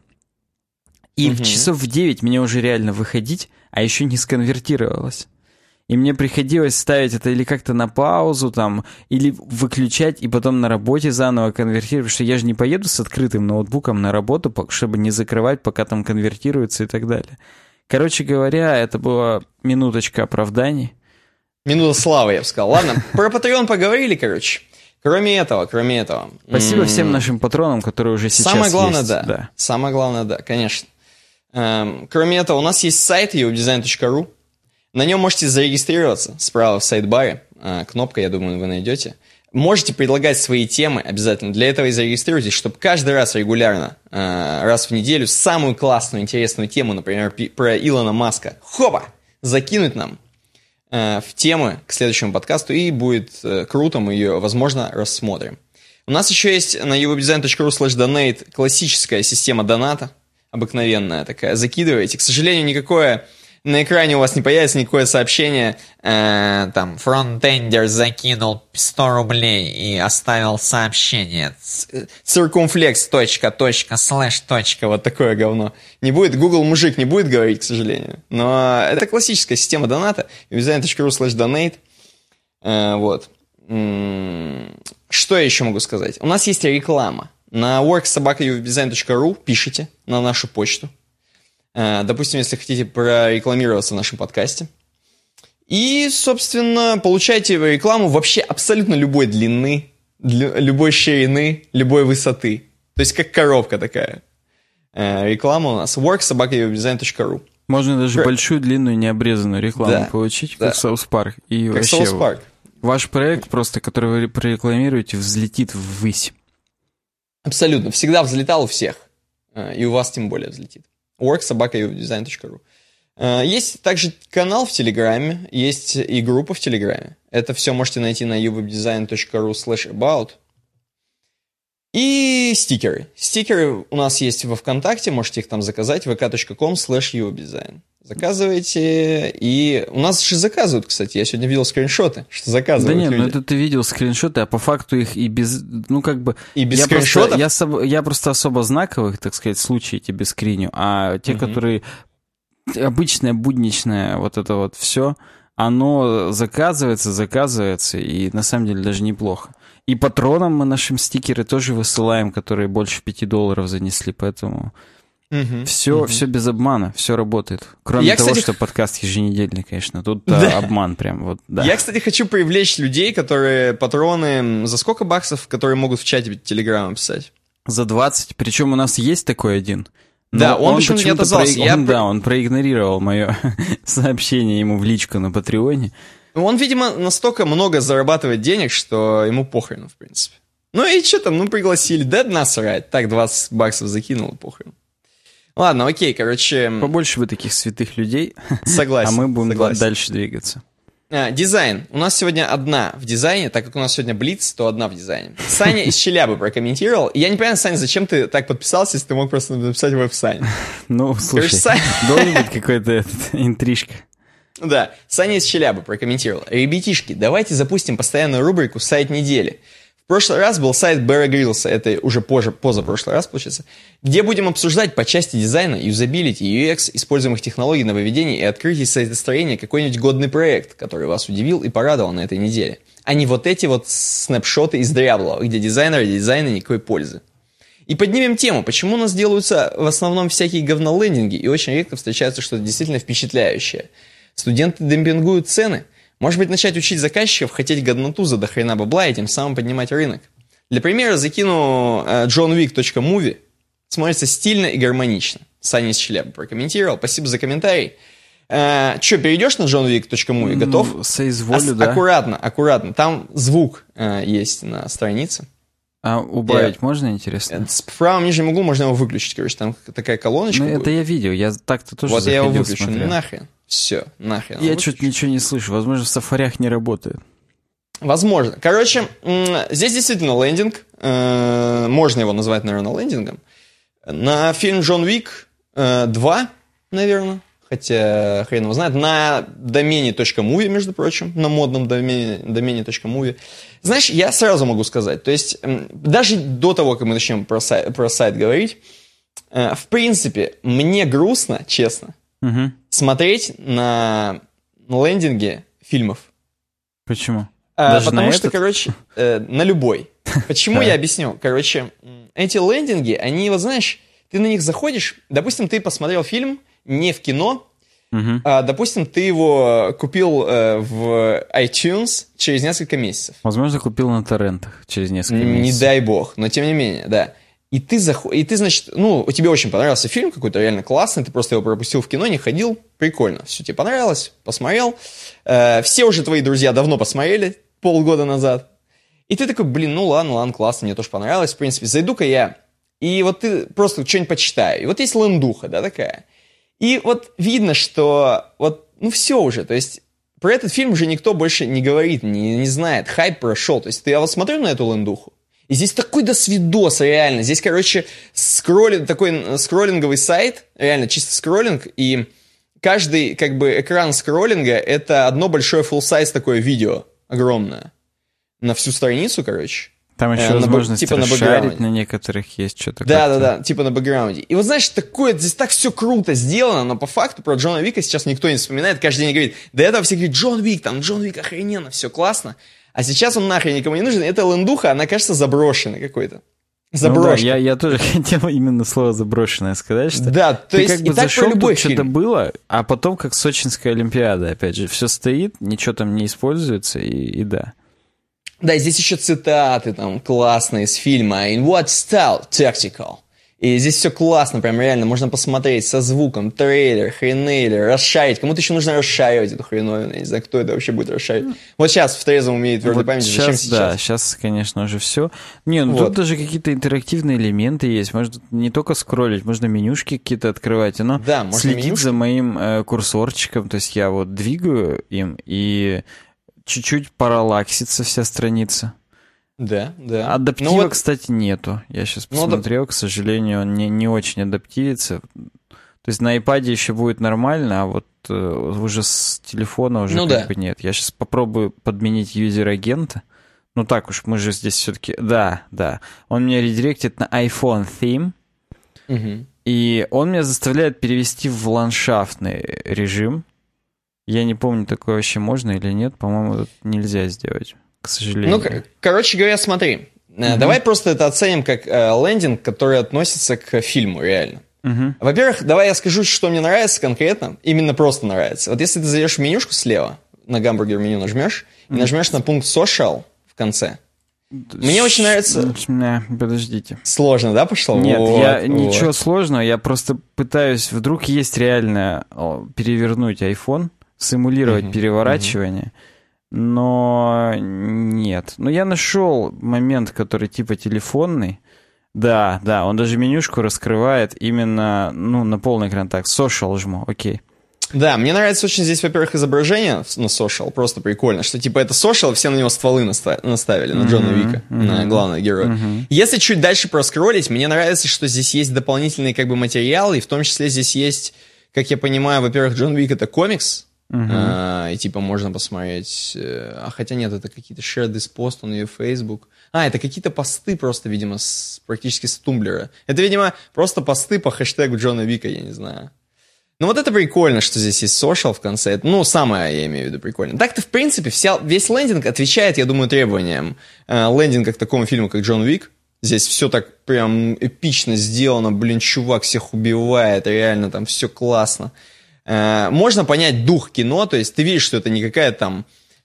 и угу. в часов в девять мне уже реально выходить, а еще не сконвертировалось. И мне приходилось ставить это или как-то на паузу, там, или выключать, и потом на работе заново конвертировать, потому что я же не поеду с открытым ноутбуком на работу, чтобы не закрывать, пока там конвертируется и так далее. Короче говоря, это была минуточка оправданий. Минута славы, я бы сказал. Ладно, про Patreon поговорили, короче. Кроме этого, кроме этого. Спасибо м-м- всем нашим патронам, которые уже сейчас Самое главное, есть. да. да. Самое главное, да, конечно. Эм, кроме этого, у нас есть сайт ю веб дизайн точка ру. На нем можете зарегистрироваться. Справа в сайт-баре. Э, кнопка, я думаю, вы найдете. Можете предлагать свои темы обязательно. Для этого и зарегистрируйтесь, чтобы каждый раз регулярно, э, раз в неделю, самую классную, интересную тему, например, пи- про Илона Маска, хопа, закинуть нам в темы к следующему подкасту, и будет э, круто, мы ее, возможно, рассмотрим. У нас еще есть на ю веб дизайн точка ру слэш донейт классическая система доната, обыкновенная такая, закидываете. К сожалению, никакое на экране у вас не появится никакое сообщение, э, там, фронтендер закинул сто рублей и оставил сообщение, циркумфлекс точка точка слэш точка, вот такое говно. Не будет, Google мужик не будет говорить, к сожалению. Но это классическая система доната, ю веб дизайн точка ру слэш донейт. Э, вот. Что я еще могу сказать? У нас есть реклама. На work собака ю веб дизайн точка ру пишите на нашу почту. Допустим, если хотите прорекламироваться в нашем подкасте. И, собственно, получайте рекламу вообще абсолютно любой длины, любой ширины, любой высоты. То есть как коробка такая. Реклама у нас work собака ю веб дизайн точка ру. Можно даже Про... большую, длинную, необрезанную рекламу да, получить, да. как South Park. И как вообще South Park. Ваш проект, просто, который вы прорекламируете, взлетит ввысь. Абсолютно. Всегда взлетал у всех. И у вас тем более взлетит. work собака ю веб дизайн точка ру. Есть также канал в Телеграме, есть и группа в Телеграме. Это все можете найти на ю веб дизайн точка ру слэш абаут. И стикеры. Стикеры у нас есть во ВКонтакте, можете их там заказать, ви ка точка ком слэш ю веб дизайн. Заказывайте, и у нас же заказывают, кстати, я сегодня видел скриншоты, что заказывают Да нет, люди. ну это ты видел скриншоты, а по факту их и без, ну как бы... И без я скриншотов? Просто, я, я просто особо знаковых, так сказать, случаи тебе скриню, а те, угу. которые обычное, будничное, вот это вот все, оно заказывается, заказывается, и на самом деле даже неплохо. И патронам мы нашим стикеры тоже высылаем, которые больше пяти долларов занесли, поэтому... Угу, все, угу. все без обмана, все работает. Кроме я, того, кстати, что подкаст еженедельный, конечно. Тут да. обман прям. Вот, да. Я, кстати, хочу привлечь людей, которые патроны... За сколько баксов, которые могут в чате Телеграма писать? За двадцать. Причем у нас есть такой один. Да, он, он почему-то не отозвался. Про... Я... Он, да, он проигнорировал мое сообщение ему в личку на Патреоне. Он, видимо, настолько много зарабатывает денег, что ему похрен, в принципе. Ну и что там, ну пригласили, да насрать. Так, двадцать баксов закинул, похрен. Ладно, окей, короче... Побольше бы таких святых людей. Согласен. А мы будем согласен. дальше двигаться. А, дизайн. У нас сегодня одна в дизайне, так как у нас сегодня Блиц, то одна в дизайне. Саня из Челябы прокомментировал. Я не понимаю, Саня, зачем ты так подписался, если ты мог просто написать веб-сайт? Ну, слушай, Саня... должен быть какой-то интрижка. Да, Саня из Челябы прокомментировал. Ребятишки, давайте запустим постоянную рубрику «Сайт недели». В прошлый раз был сайт Бэра Гриллса, это уже позже, позапрошлый раз, получается, где будем обсуждать по части дизайна, юзабилити, ю экс, используемых технологий нововведений и открытий сайтостроения какой-нибудь годный проект, который вас удивил и порадовал на этой неделе. А не вот эти вот снапшоты из дряблого, где дизайнеры и дизайна никакой пользы. И поднимем тему, почему у нас делаются в основном всякие говнолендинги и очень редко встречается что-то действительно впечатляющее. Студенты демпингуют цены. Может быть, начать учить заказчиков хотеть годноту за дохрена бабла и тем самым поднимать рынок. Для примера закину э, джон уик точка муви. Смотрится стильно и гармонично. Саня из Челябы прокомментировал. Спасибо за комментарий. Э, Че, перейдешь на джон уик точка муви? Готов? Ну, соизволю, да. Аккуратно, аккуратно. Там звук э, есть на странице. А убавить я... можно, интересно? В правом нижнем углу можно его выключить, короче. Там такая колоночка Ну, будет. это я видел. Я так-то тоже Вот заходил, я его выключу. смотрел. Нахрен. Все, нахрен. Я что-то ничего не слышу. Возможно, в сафарях не работает. Возможно. Короче, здесь действительно лендинг. Можно его назвать, наверное, лендингом. На фильм «Джон Уик» два, наверное. Хотя, хрен его знает. На домене точка муви, между прочим. На модном домене, домене точка муви. Знаешь, я сразу могу сказать. То есть, даже до того, как мы начнем про сайт, про сайт говорить, в принципе, мне грустно, честно, Угу. смотреть на лендинге фильмов. Почему? А, Даже потому на что, этот? короче, э, на любой. Почему я объясню? Короче, эти лендинги, они, вот знаешь, ты на них заходишь, допустим, ты посмотрел фильм не в кино, Угу. а, допустим, ты его купил э, в iTunes через несколько месяцев. Возможно, купил на торрентах через несколько Не месяцев. дай бог, но тем не менее, да. И ты, заход... и ты, значит, ну, тебе очень понравился фильм какой-то, реально классный, ты просто его пропустил в кино, не ходил, прикольно, все тебе понравилось, посмотрел. Э, все уже твои друзья давно посмотрели, полгода назад. И ты такой, блин, ну ладно, ладно, классно, мне тоже понравилось, в принципе, зайду-ка я. И вот ты просто что-нибудь почитаю. И вот есть лендуха, да, такая. И вот видно, что вот, ну все уже, то есть про этот фильм уже никто больше не говорит, не, не знает, хайп прошел. То есть ты, я вот смотрю на эту лендуху, и здесь такой досвидос, реально. Здесь, короче, скроллинг, такой скроллинговый сайт, реально чисто скроллинг, и каждый, как бы, экран скроллинга — это одно большое full-size такое видео, огромное, на всю страницу, короче. Там еще э, возможность типа расшарить на, на некоторых есть что-то. Да-да-да, типа на бэкграунде. И вот знаешь, такое, здесь так все круто сделано, но по факту про Джона Уика сейчас никто не вспоминает, каждый день говорит, до этого все говорят, Джон Уик, там, Джон Уик охрененно, все классно. А сейчас он нахрен никому не нужен. Эта лендуха, она кажется заброшенной какой-то. Заброшенной. Ну да, я, я тоже хотел именно слово «заброшенное» сказать, что да, то ты есть как бы и так зашел, про любой тут фильм. что-то было, а потом как Сочинская Олимпиада, опять же, все стоит, ничего там не используется, и, и да. Да, и здесь еще цитаты там классные из фильма «In what style? Tactical». И здесь все классно, прям реально, можно посмотреть со звуком, трейлер, хренейлер, расшарить. Кому-то еще нужно расшаривать эту хреновину, я не знаю, кто это вообще будет расшаривать. Вот сейчас в трезвом умеет твердой вот памяти, сейчас, зачем сейчас? Да, сейчас, конечно, уже все. Не, ну вот. Тут даже какие-то интерактивные элементы есть. Можно не только скроллить, можно менюшки какие-то открывать. Оно да, можно следит менюшки. за моим э, курсорчиком, то есть я вот двигаю им, и чуть-чуть параллаксится вся страница. Да, да. Адаптива, ну, вот... кстати, нету. Я сейчас ну, посмотрел, да... к сожалению, он не, не очень адаптивится. То есть на iPad еще будет нормально, а вот э, уже с телефона уже ну, как да. бы нет. Я сейчас попробую подменить юзер-агента. Ну так уж, мы же здесь все-таки... Да, да. Он меня редиректит на iPhone Theme, угу. и он меня заставляет перевести в ландшафтный режим. Я не помню, такое вообще можно или нет. По-моему, это нельзя сделать. К сожалению. Ну, короче говоря, смотри. Mm-hmm. Давай просто это оценим как э, лендинг, который относится к фильму, реально. Mm-hmm. Во-первых, давай я скажу, что мне нравится конкретно. Именно просто нравится. Вот если ты зайдешь в менюшку слева, на гамбургер меню нажмешь, mm-hmm. и нажмешь на пункт social в конце. Мне очень нравится... Подождите. Сложно, да, пошло? Нет, вот, я, вот. ничего сложного. Я просто пытаюсь... Вдруг есть реально перевернуть iPhone, симулировать mm-hmm. переворачивание... Mm-hmm. Но нет. Но я нашел момент, который типа телефонный. Да, да, он даже менюшку раскрывает именно, ну, на полный экран. Так, social жму, окей. Да, мне нравится очень здесь, во-первых, изображение на social, просто прикольно, что типа это social, все на него стволы наста- наставили, на Джона Mm-hmm. Уика, Mm-hmm. на главного героя. Mm-hmm. Если чуть дальше проскроллить, мне нравится, что здесь есть дополнительные как бы материалы, и в том числе здесь есть, как я понимаю, во-первых, Джон Уик это комикс, Mm-hmm. а, и типа можно посмотреть, а хотя нет, это какие-то share this post on your Facebook. А, это какие-то посты просто, видимо, с, практически с тумблера. Это, видимо, просто посты по хэштегу Джона Уика, я не знаю. Ну вот это прикольно, что здесь есть social в конце. Это, ну, самое, я имею в виду, прикольно. Так-то, в принципе, вся, весь лендинг отвечает, я думаю, требованиям э, лендинга к такому фильму, как Джон Уик. Здесь все так прям эпично сделано. Блин, чувак всех убивает, реально там все классно. Э, можно понять дух кино, то есть ты видишь, что это не какая-то там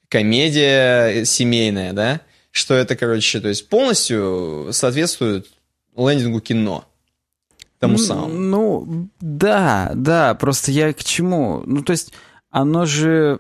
комедия семейная, да? Что это, короче, то есть полностью соответствует лендингу кино. Тому самому. Ну, да, да, просто я к чему? Ну, то есть, оно же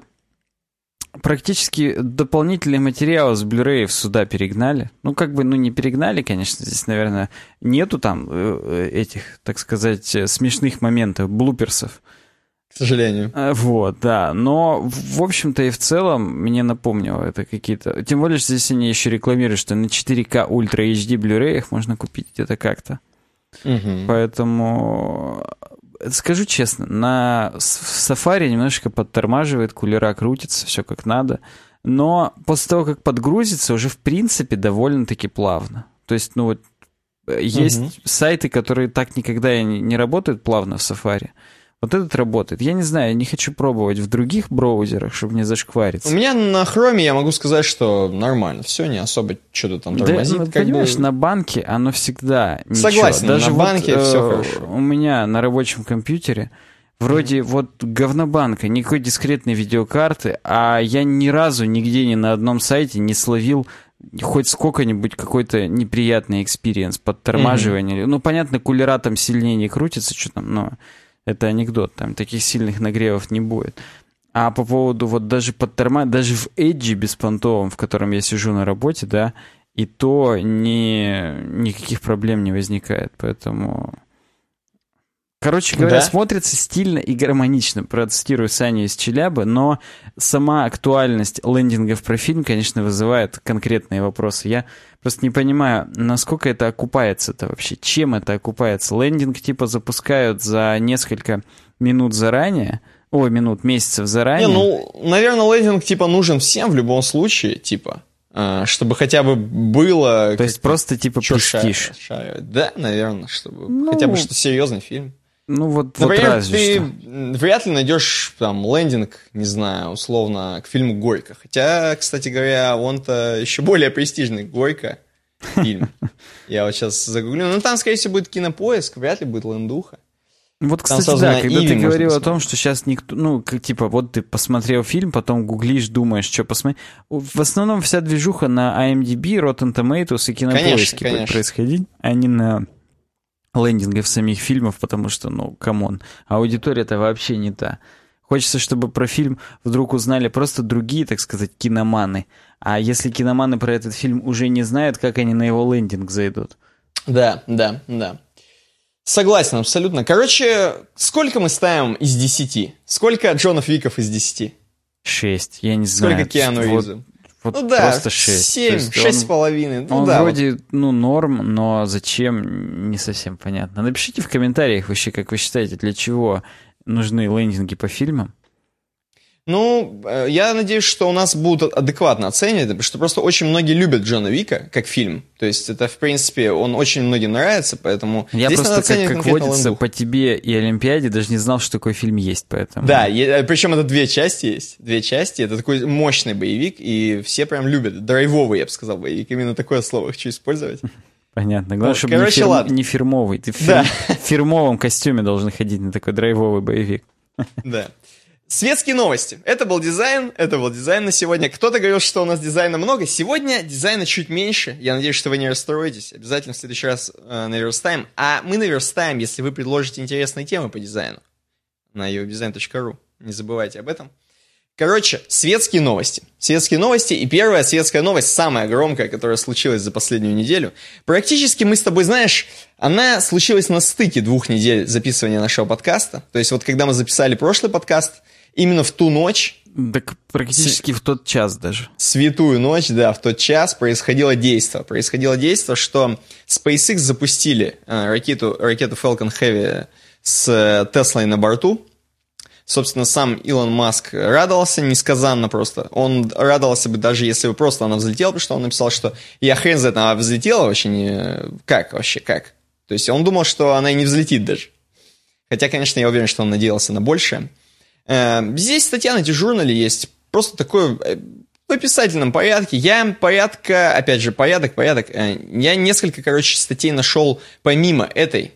практически дополнительные материалы с Blu-ray сюда перегнали. Ну, как бы, ну, не перегнали, конечно, здесь, наверное, нету там этих, так сказать, смешных моментов, блуперсов. К сожалению. Вот, да, но, в общем-то, и в целом, мне напомнило это какие-то... Тем более, что здесь они еще рекламируют, что на четыре ка Ultra эйч ди Blu-ray можно купить где-то как-то. Угу. Поэтому, скажу честно, на в Safari немножечко подтормаживает, кулера крутится, все как надо. Но после того, как подгрузится, уже в принципе довольно-таки плавно. То есть, ну вот, есть угу. сайты, которые так никогда и не работают плавно в Safari. Вот этот работает. Я не знаю, я не хочу пробовать в других браузерах, чтобы не зашквариться. У меня на Chrome я могу сказать, что нормально. Все, не особо что-то там тормозит. Да, ну, как понимаешь, бы... на банке оно всегда ничего. Согласен, даже на вот, банке э, все хорошо. У меня на рабочем компьютере вроде mm-hmm. вот говнобанка, никакой дискретной видеокарты, а я ни разу нигде ни на одном сайте не словил хоть сколько-нибудь какой-то неприятный экспириенс, подтормаживание. Mm-hmm. Ну, понятно, кулера там сильнее не крутится, что там, но... Это анекдот, там таких сильных нагревов не будет. А по поводу вот даже подторма, даже в Edge беспонтовом, в котором я сижу на работе, да, и то не, никаких проблем не возникает, поэтому... Короче говоря, да? Смотрится стильно и гармонично, процитирую Саню из Челябы, но сама актуальность лендингов про фильм, конечно, вызывает конкретные вопросы. Я просто не понимаю, насколько это окупается-то вообще, чем это окупается. Лендинг типа запускают за несколько минут заранее, ой, минут, месяцев заранее. Не, ну, наверное, лендинг типа нужен всем в любом случае, типа, чтобы хотя бы было... То есть просто типа престиж. Да, наверное, чтобы ну... хотя бы что серьезный фильм. Ну вот, Например, вот разве ты что. вряд ли найдешь там лендинг, не знаю, условно, к фильму «Горько». Хотя, кстати говоря, он-то еще более престижный «Горько» фильм. Я вот сейчас загуглю. Ну, там, скорее всего, будет Кинопоиск, вряд ли будет лендуха. Вот, кстати, там, да, когда ты говорил о том, что сейчас никто, ну, как, типа, вот ты посмотрел фильм, потом гуглишь, думаешь, что посмотреть. В основном вся движуха на ай эм ди би, Rotten Tomatoes и Кинопоиске будет происходить, а не на... лендингов самих фильмов, потому что, ну, камон, аудитория-то вообще не та. Хочется, чтобы про фильм вдруг узнали просто другие, так сказать, киноманы. А если киноманы про этот фильм уже не знают, как они на его лендинг зайдут? Да, да, да. Согласен, абсолютно. Короче, сколько мы ставим из десяти? Сколько Джонов Виков из десяти? Шесть, я не знаю. Сколько Киану Ривза? Вот... Вот ну да, просто шесть. семь, шесть с половиной. Ну, он да, вроде, вот. ну, норм, но зачем, не совсем понятно. Напишите в комментариях вообще, как вы считаете, для чего нужны лендинги по фильмам. Ну, я надеюсь, что у нас будут адекватно оценивать, потому что просто очень многие любят Джона Вика как фильм. То есть это, в принципе, он очень многим нравится, поэтому... Я здесь просто, надо как, как водится, лендух. По тебе и Олимпиаде даже не знал, что такой фильм есть, поэтому... Да, я, причем это две части есть. Две части. Это такой мощный боевик, и все прям любят. Драйвовый, я бы сказал, боевик. Именно такое слово хочу использовать. Понятно. Главное, ну, чтобы короче, не, фирм... не фирмовый. Ты в да. фирм... фирмовом костюме должен ходить на такой драйвовый боевик. Да. Светские новости. Это был дизайн, это был дизайн на сегодня. Кто-то говорил, что у нас дизайна много. Сегодня дизайна чуть меньше. Я надеюсь, что вы не расстроитесь. Обязательно в следующий раз э, наверстаем. А мы наверстаем, если вы предложите интересные темы по дизайну на ю ай дизайн точка ру. Не забывайте об этом. Короче, светские новости. Светские новости, и первая светская новость, самая громкая, которая случилась за последнюю неделю. Практически мы с тобой, знаешь, она случилась на стыке двух недель записывания нашего подкаста. То есть вот когда мы записали прошлый подкаст, именно в ту ночь... Так практически с... в тот час даже. Святую ночь, да, в тот час происходило действо. Происходило действо, что SpaceX запустили э, ракету, ракету Falcon Heavy с э, Теслой на борту. Собственно, сам Илон Маск радовался несказанно просто. Он радовался бы даже, если бы просто она взлетела, потому что он написал, что я хрен знает, она взлетела вообще не... Как вообще, как? То есть он думал, что она и не взлетит даже. Хотя, конечно, я уверен, что он надеялся на большее. Здесь статья на T-журнале есть. Просто такое в описательном порядке. Я порядка, опять же, порядок, порядок. Я несколько, короче, статей нашел помимо этой...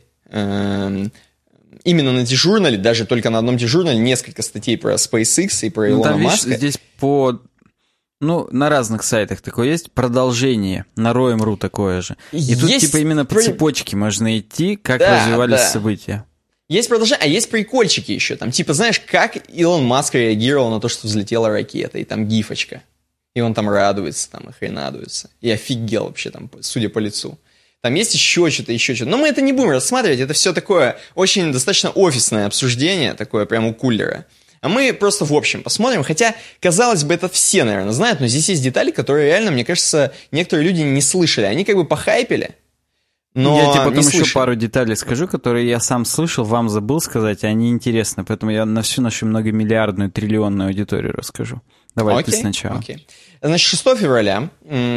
Именно на T-журнале, даже только на одном T-журнале, несколько статей про SpaceX и про Илона ну, там, Маска. Видишь, здесь по... Ну, на разных сайтах такое есть. Продолжение. На Роем точка ру такое же. И есть... тут типа именно по цепочке можно идти, как да, развивались да. события. Есть продолжение, а есть прикольчики еще. Там типа, знаешь, как Илон Маск реагировал на то, что взлетела ракета, и там гифочка. И он там радуется, там, и хренадуется. И офигел вообще там, судя по лицу. Там есть еще что-то, еще что-то. Но мы это не будем рассматривать. Это все такое очень достаточно офисное обсуждение, такое прям у кулера. А мы просто в общем посмотрим. Хотя, казалось бы, это все, наверное, знают, но здесь есть детали, которые реально, мне кажется, некоторые люди не слышали. Они как бы похайпели, но я тебе потом не еще слышали. Пару деталей скажу, которые я сам слышал, вам забыл сказать, и они интересны. Поэтому я на всю нашу многомиллиардную, триллионную аудиторию расскажу. Давай окей, ты сначала. Окей. Значит, шестого февраля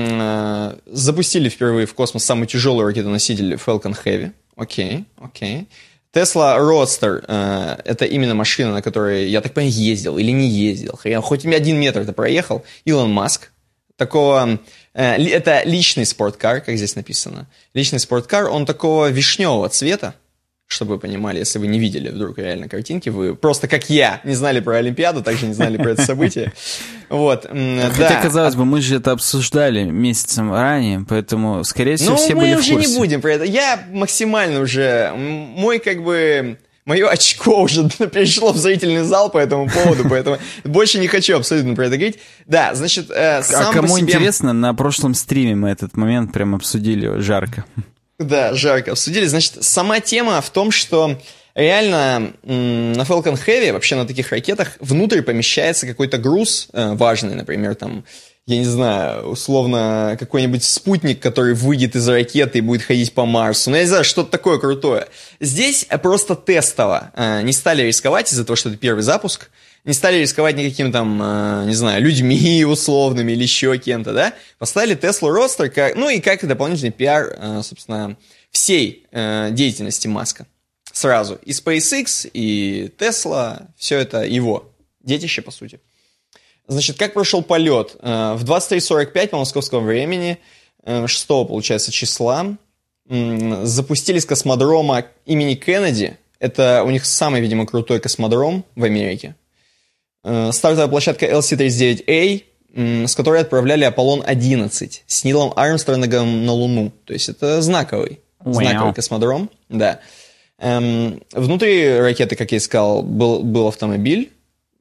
м- запустили впервые в космос самый тяжелый ракетоноситель Falcon Heavy. Окей, окей. Tesla Roadster э, — это именно машина, на которой, я так понимаю, ездил или не ездил. Я хоть один метр это проехал. Илон Маск. Такого... Э, ли, это личный спорткар, как здесь написано. Личный спорткар, он такого вишневого цвета. Чтобы вы понимали, если вы не видели вдруг реально картинки, вы просто как я не знали про Олимпиаду, также не знали про это событие. Вот, хотя, да. казалось бы, мы же это обсуждали месяцем ранее, поэтому, скорее всего, ну, все были в курсе. Ну, мы уже не будем про это. Я максимально уже... Мой, как бы... Мое очко уже перешло в зрительный зал по этому поводу, поэтому больше не хочу абсолютно про это говорить. Да, значит, э, сам А кому по себе... интересно, на прошлом стриме мы этот момент прям обсудили жарко. Да, жарко обсудили. Значит, сама тема в том, что реально м- на Falcon Heavy, вообще на таких ракетах, внутрь помещается какой-то груз э, важный, например, там, я не знаю, условно, какой-нибудь спутник, который выйдет из ракеты и будет ходить по Марсу. Ну, я не знаю, что-то такое крутое. Здесь просто тестово э, не стали рисковать из-за того, что это первый запуск. Не стали рисковать никаким там, э, не знаю, людьми условными или еще кем-то, да? Поставили Tesla Roadster, как, ну и как дополнительный пиар, э, собственно, всей э, деятельности Маска. Сразу. И SpaceX, и Tesla, все это его детище, по сути. Значит, как прошел полет? Э, в двадцать три сорок пять по московскому времени, э, шестого, получается, числа, э, запустили с космодрома имени Кеннеди. Это у них самый, видимо, крутой космодром в Америке. Стартовая площадка эл си тридцать девять эй, с которой отправляли Аполлон одиннадцать с Нилом Армстронгом на Луну. То есть это знаковый, wow. знаковый космодром. Да. Эм, внутри ракеты, как я и сказал, был, был автомобиль.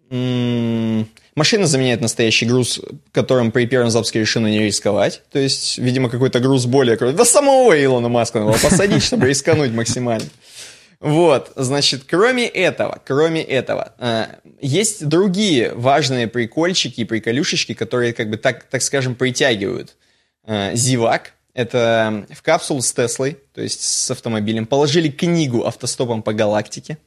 М-м, машина заменяет настоящий груз, которым при первом запуске решено не рисковать. То есть, видимо, какой-то груз более крутой. Да самого Илона Маска надо посадить, чтобы рискануть максимально. Вот, значит, кроме этого, кроме этого, э, есть другие важные прикольчики и приколюшечки, которые, как бы, так, так скажем, притягивают э, зевак. Это в капсулу с Теслой, то есть с автомобилем, положили книгу «Автостопом по галактике»,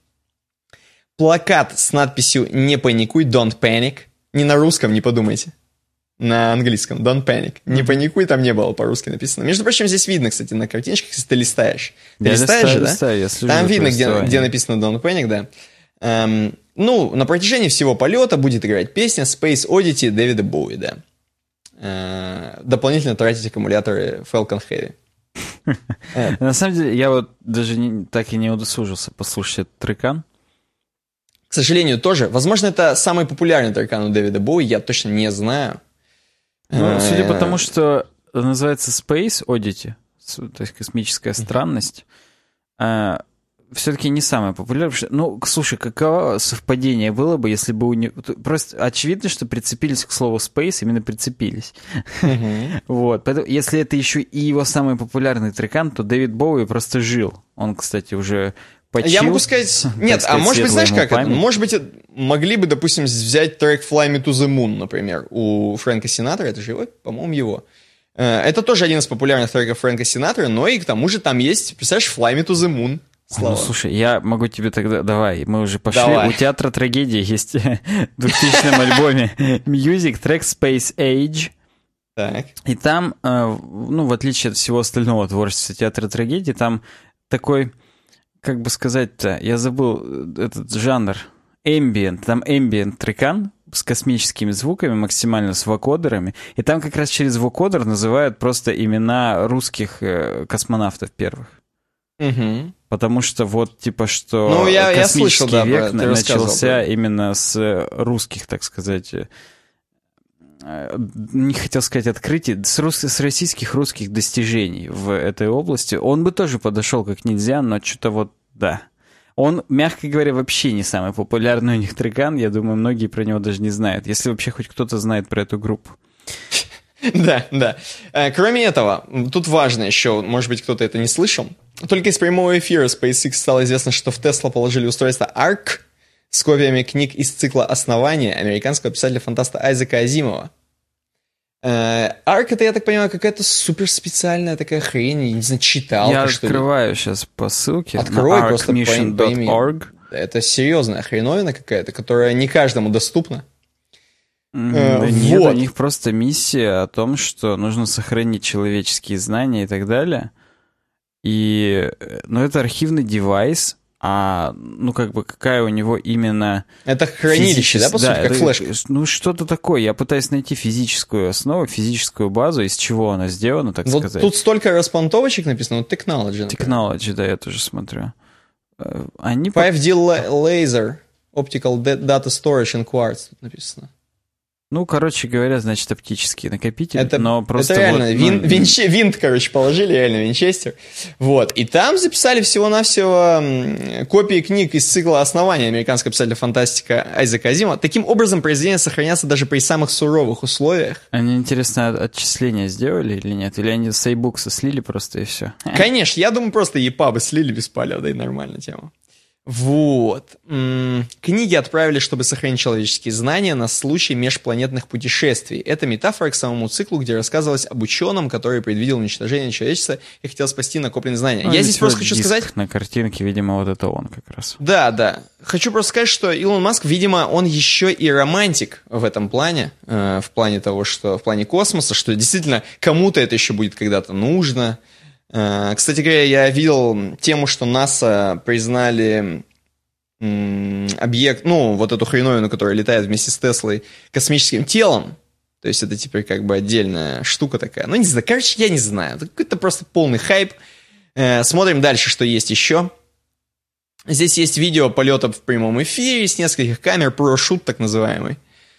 плакат с надписью «Не паникуй, don't panic», не на русском, не подумайте. На английском, don't panic. Не паникуй, там не было по-русски написано. Между прочим, здесь видно, кстати, на картиночках, если ты листаешь. Ты я листаешь листаю, же, да? Листаю, я слежу там видно, где, где написано don't panic, да. Эм, ну, на протяжении всего полета будет играть песня Space Oddity Дэвида Боуи, да. Э, дополнительно тратить аккумуляторы Falcon Heavy. На самом деле, я вот даже так и не удосужился послушать этот трекан. К сожалению, тоже. Возможно, это самый популярный трекан у Дэвида Боуи, я точно не знаю. Ну, судя по тому, что называется Space Oddity, то есть космическая странность, все-таки не самое популярное. Ну, слушай, каково совпадение было бы, если бы у него... Просто очевидно, что прицепились к слову Space, именно прицепились. Mm-hmm. Вот. Поэтому, если это еще и его самый популярный трекан, то Дэвид Боуи просто жил. Он, кстати, уже почил. Я могу сказать... Нет, сказать, а может быть, знаешь как память. Это? Может быть, могли бы, допустим, взять трек Fly Me to the Moon, например, у Фрэнка Синатра. Это же его, по-моему, его. Это тоже один из популярных треков Фрэнка Синатра, но и к тому же там есть, представляешь, Fly Me to the Moon. Слава. Ну, слушай, я могу тебе тогда... Давай, мы уже пошли. Давай. У Театра трагедии есть в двухтысячном альбоме Music, трек Space Age. Так. И там, ну, в отличие от всего остального творчества Театра трагедии, там такой, как бы сказать-то, я забыл этот жанр, ambient, там ambient трекан с космическими звуками, максимально с вокодерами. И там как раз через вокодер называют просто имена русских космонавтов первых. Угу. Потому что вот, типа, что ну, я, космический я слышал, да, век про, начался да. именно с русских, так сказать, не хотел сказать открытий, с, рус... с российских русских достижений в этой области. Он бы тоже подошел как нельзя, но что-то вот, да. Он, мягко говоря, вообще не самый популярный у них трекан. Я думаю, многие про него даже не знают. Если вообще хоть кто-то знает про эту группу. Да, да. Кроме этого, тут важно еще, может быть, кто-то это не слышал. Только из прямого эфира SpaceX стало известно, что в Tesla положили устройство Арк с копиями книг из цикла «Основание» американского писателя-фантаста Айзека Азимова. Арк, это, я так понимаю, какая-то суперспециальная такая хрень, я не знаю, читалка, я что ли. Я открываю сейчас по ссылке Открой, на просто arcmission точка org. Это серьезная хреновина какая-то, которая не каждому доступна. Mm, э, да нет, вот. У них просто миссия о том, что нужно сохранить человеческие знания и так далее. И, ну, это архивный девайс, а, ну, как бы, какая у него именно... Это хранилище, да, по сути, да, как это, флешка? Ну, что-то такое. Я пытаюсь найти физическую основу, физическую базу, из чего она сделана, так вот сказать. Тут столько распонтовочек написано, вот Technology. Например. Technology, да, я тоже смотрю. Они... файв ди Laser, Optical Data Storage in Quartz тут написано. Ну, короче говоря, значит, оптический накопитель, это, но просто... Это реально, вот, вин, ну... винче, винт, короче, положили, реально, винчестер. Вот, и там записали всего-навсего копии книг из цикла «Основание» американского писателя-фантастика Айзека Азимова. Таким образом, произведения сохранятся даже при самых суровых условиях. Они, интересно, отчисления сделали или нет? Или они с iBooks слили просто и все? Конечно, я думаю, просто епабы слили без палева, да и нормальная тема. Вот. М-м, книги отправили, чтобы сохранить человеческие знания на случай межпланетных путешествий. Это метафора к самому циклу, где рассказывалось об ученом, который предвидел уничтожение человечества и хотел спасти накопленные знания. Ну, Я здесь просто хочу сказать... На картинке, видимо, вот это он как раз. Да, да. Хочу просто сказать, что Илон Маск, видимо, он еще и романтик в этом плане, э, в плане того, что в плане космоса, что действительно кому-то это еще будет когда-то нужно. Кстати говоря, я видел тему, что НАСА признали м, объект, ну, вот эту хреновину, которая летает вместе с Теслой, космическим телом. То есть это теперь как бы отдельная штука такая. Ну, не знаю, короче, я не знаю. Это какой-то просто полный хайп. Смотрим дальше, что есть еще. Здесь есть видео полетов в прямом эфире с нескольких камер, про-шут так называемый.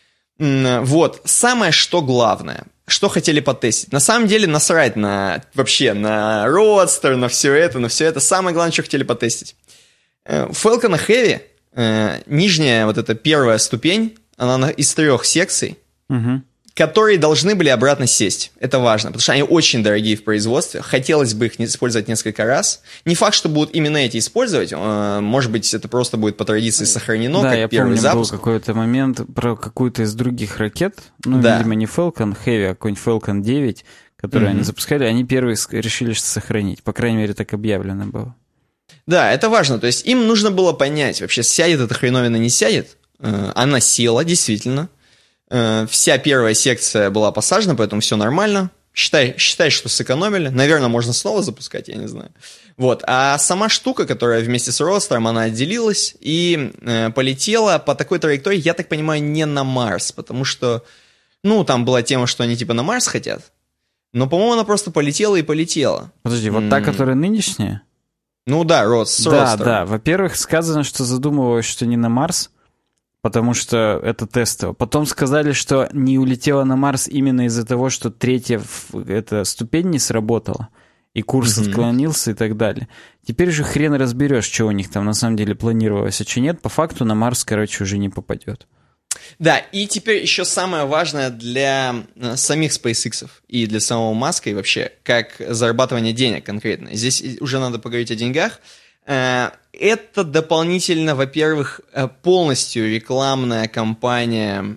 Вот, самое что главное, что хотели потестить. На самом деле насрать на вообще на Roadster, на все это, на все это. Самое главное, что хотели потестить. В Falcon Heavy нижняя вот эта первая ступень, она из трех секций, угу. которые должны были обратно сесть. Это важно, потому что они очень дорогие в производстве. Хотелось бы их использовать несколько раз. Не факт, что будут именно эти использовать. Может быть, это просто будет по традиции сохранено, да, как я первый помню, запуск. Был какой-то момент про какую-то из других ракет. Ну, да. видимо, не Falcon Heavy, а какой-нибудь Falcon девять, который mm-hmm. они запускали. Они первые решили сохранить. По крайней мере, так объявлено было. Да, это важно. То есть им нужно было понять, вообще сядет эта хреновина, не сядет. Она села, действительно. Вся первая секция была посажена, поэтому все нормально. Считай, считай, что сэкономили. Наверное, можно снова запускать, я не знаю. Вот. А сама штука, которая вместе с Родстером, она отделилась и э, полетела по такой траектории, я так понимаю, не на Марс, потому что, ну, там была тема, что они типа на Марс хотят. Но, по-моему, она просто полетела и полетела. Подожди, вот та, которая нынешняя? Ну да, Родс, Да, Родстер. да. Во-первых, сказано, что задумывалось, что не на Марс, потому что это тестово. Потом сказали, что не улетела на Марс именно из-за того, что третья эта ступень не сработала. и курс mm-hmm. отклонился и так далее. Теперь же хрен разберешь, что у них там на самом деле планировалось, а что нет. По факту на Марс, короче, уже не попадет. Да, и теперь еще самое важное для самих SpaceX и для самого Маска, и вообще, как зарабатывание денег конкретно. Здесь уже надо поговорить о деньгах. Это дополнительно, во-первых, полностью рекламная кампания,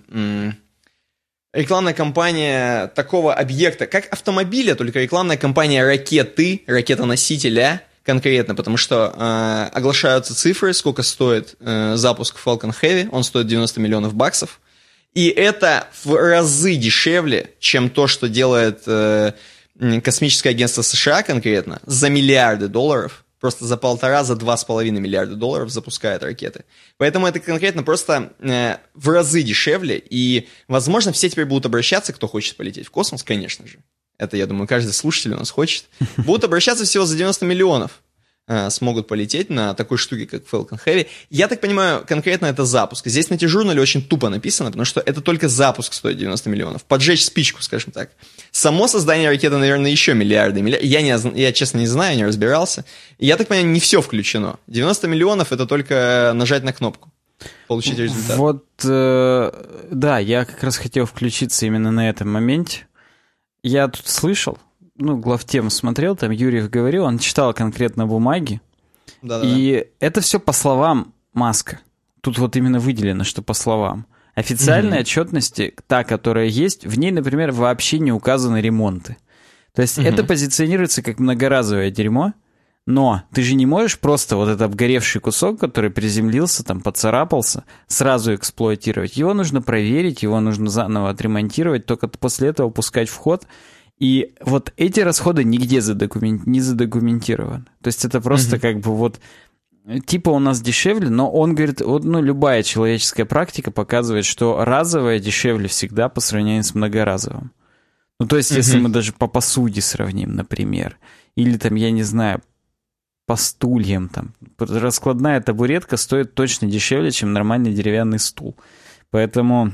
рекламная кампания такого объекта, как автомобиля, только рекламная кампания ракеты, ракетоносителя конкретно, потому что э, оглашаются цифры, сколько стоит э, запуск Falcon Heavy, он стоит девяносто миллионов баксов, и это в разы дешевле, чем то, что делает э, космическое агентство США конкретно, за миллиарды долларов, просто за полтора, за два с половиной миллиарда долларов запускает ракеты. Поэтому это конкретно просто э, в разы дешевле, и, возможно, все теперь будут обращаться, кто хочет полететь в космос, конечно же. Это, я думаю, каждый слушатель у нас хочет. Будут обращаться всего за девяносто миллионов. Э, смогут полететь на такой штуке, как Falcon Heavy. Я так понимаю, конкретно это запуск. Здесь на T-журнале очень тупо написано, потому что это только запуск стоит девяносто миллионов. Поджечь спичку, скажем так. Само создание ракеты, наверное, еще миллиарды. миллиарды. Я, не, я, честно, не знаю, не разбирался. И я так понимаю, не все включено. девяносто миллионов — это только нажать на кнопку. Получить результат. Вот, э, да, я как раз хотел включиться именно на этом моменте. Я тут слышал, ну, главтем смотрел, там Юрьев говорил, он читал конкретно бумаги. Да-да-да. И это все по словам Маска. Тут вот именно выделено, что по словам. Официальной mm-hmm. отчетности, та, которая есть, в ней, например, вообще не указаны ремонты. То есть mm-hmm. это позиционируется как многоразовое дерьмо, но ты же не можешь просто вот этот обгоревший кусок, который приземлился, там, поцарапался, сразу эксплуатировать. Его нужно проверить, его нужно заново отремонтировать, только после этого пускать в ход. И вот эти расходы нигде задокумент... не задокументированы. То есть это просто mm-hmm. как бы вот... Типа у нас дешевле, но он говорит, вот, ну, любая человеческая практика показывает, что разовое дешевле всегда по сравнению с многоразовым. Ну, то есть, mm-hmm. если мы даже по посуде сравним, например, или там, я не знаю, по стульям, там, раскладная табуретка стоит точно дешевле, чем нормальный деревянный стул. Поэтому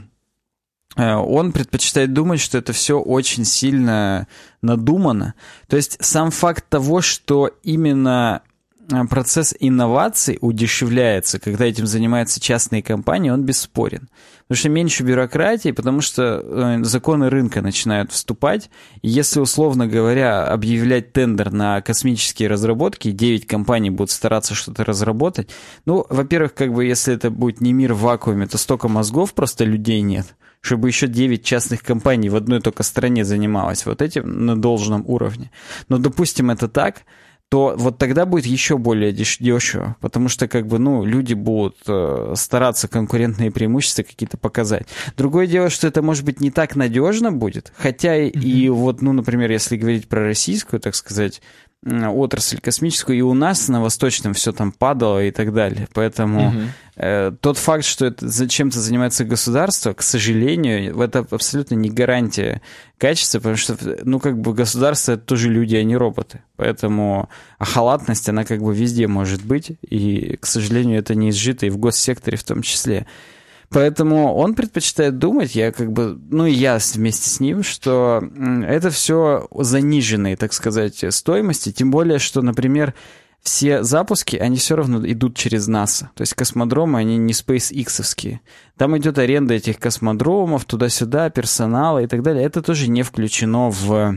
э, он предпочитает думать, что это все очень сильно надумано. То есть, сам факт того, что именно процесс инноваций удешевляется, когда этим занимаются частные компании, он бесспорен. Потому что меньше бюрократии, потому что законы рынка начинают вступать. И если, условно говоря, объявлять тендер на космические разработки, девять компаний будут стараться что-то разработать, ну, во-первых, как бы, если это будет не мир в вакууме, то столько мозгов просто людей нет, чтобы еще девять частных компаний в одной только стране занималось вот этим на должном уровне. Но, допустим, это так, то вот тогда будет еще более дешево, потому что, как бы, ну, люди будут э, стараться конкурентные преимущества какие-то показать. Другое дело, что это, может быть, не так надежно будет, хотя mm-hmm. и вот, ну, например, если говорить про российскую, так сказать, отрасль космическую, и у нас на Восточном все там падало и так далее. Поэтому mm-hmm. э, тот факт, что это зачем-то занимается государство, к сожалению, это абсолютно не гарантия качества, потому что, ну, как бы государство — это тоже люди, а не роботы. Поэтому а халатность, она как бы везде может быть, и, к сожалению, это не изжито и в госсекторе в том числе. Поэтому он предпочитает думать, я как бы, ну и я вместе с ним, что это все заниженные, так сказать, стоимости, тем более, что, например, все запуски, они все равно идут через НАСА. То есть космодромы, они не SpaceX-овские. Там идет аренда этих космодромов, туда-сюда, персонала и так далее. Это тоже не включено в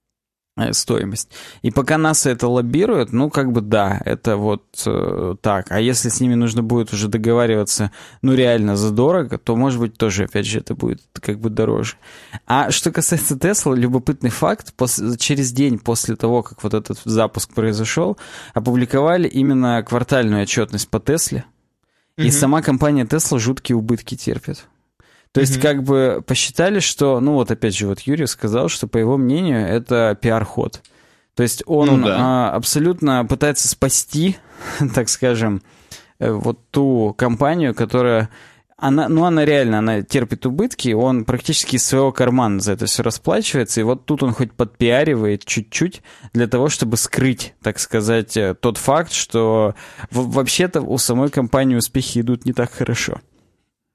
стоимость. И пока НАСА это лоббирует, ну, как бы да, это вот э, так. А если с ними нужно будет уже договариваться, ну, реально задорого, то, может быть, тоже, опять же, это будет как бы дороже. А что касается Tesla, любопытный факт, после, через день после того, как вот этот запуск произошел, опубликовали именно квартальную отчетность по Тесле, mm-hmm. и сама компания Tesla жуткие убытки терпит. То есть, mm-hmm. как бы посчитали, что, ну вот опять же, вот Юрий сказал, что, по его мнению, это пиар-ход. То есть он ну, да. а, абсолютно пытается спасти, так скажем, вот ту компанию, которая, она, ну она реально, она терпит убытки, он практически из своего кармана за это все расплачивается, и вот тут он хоть подпиаривает чуть-чуть для того, чтобы скрыть, так сказать, тот факт, что в- вообще-то у самой компании успехи идут не так хорошо.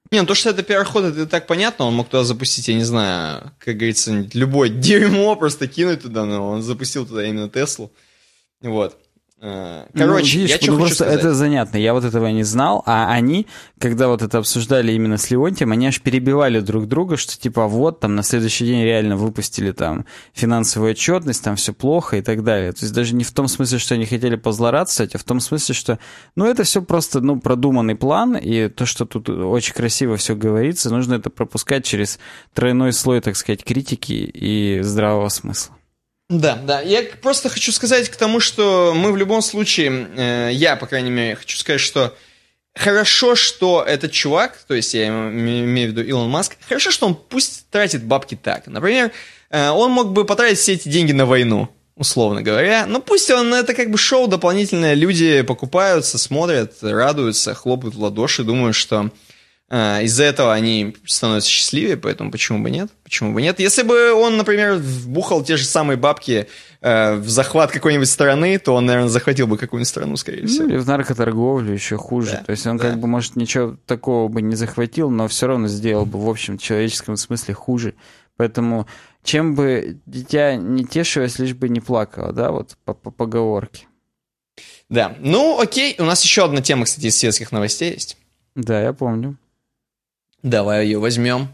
Не, ну то, что это пиар-ход, это так понятно, он мог туда запустить, я не знаю, как говорится, любое дерьмо просто кинуть туда, но он запустил туда именно Теслу. Вот. Короче, ну, видишь, я что ну, хочу просто сказать. Это занятно, я вот этого не знал, а они, когда вот это обсуждали именно с Леонтием, они аж перебивали друг друга, что типа вот там на следующий день реально выпустили там финансовую отчетность, там все плохо и так далее. То есть даже не в том смысле, что они хотели позлорадствовать, а в том смысле, что ну это все просто ну продуманный план, и то, что тут очень красиво все говорится, нужно это пропускать через тройной слой, так сказать, критики и здравого смысла. Да, да. Я просто хочу сказать к тому, что мы в любом случае, э, я, по крайней мере, хочу сказать, что хорошо, что этот чувак, то есть я имею в виду Илон Маск, хорошо, что он пусть тратит бабки так. Например, э, он мог бы потратить все эти деньги на войну, условно говоря, но пусть он, это как бы шоу дополнительное, люди покупаются, смотрят, радуются, хлопают в ладоши, думают, что Uh, из-за этого они становятся счастливее, поэтому почему бы нет? Почему бы нет? Если бы он, например, вбухал те же самые бабки uh, в захват какой-нибудь страны, то он, наверное, захватил бы какую-нибудь страну, скорее всего. Ну, или в наркоторговлю еще хуже. Да, то есть он да. как бы, может, ничего такого бы не захватил, но все равно сделал бы, в общем, в человеческом смысле хуже. Поэтому чем бы дитя не тешилось, лишь бы не плакало, да, вот по, по поговорке. Да, ну окей, у нас еще одна тема, кстати, из светских новостей есть. Да, я помню. Давай ее возьмем.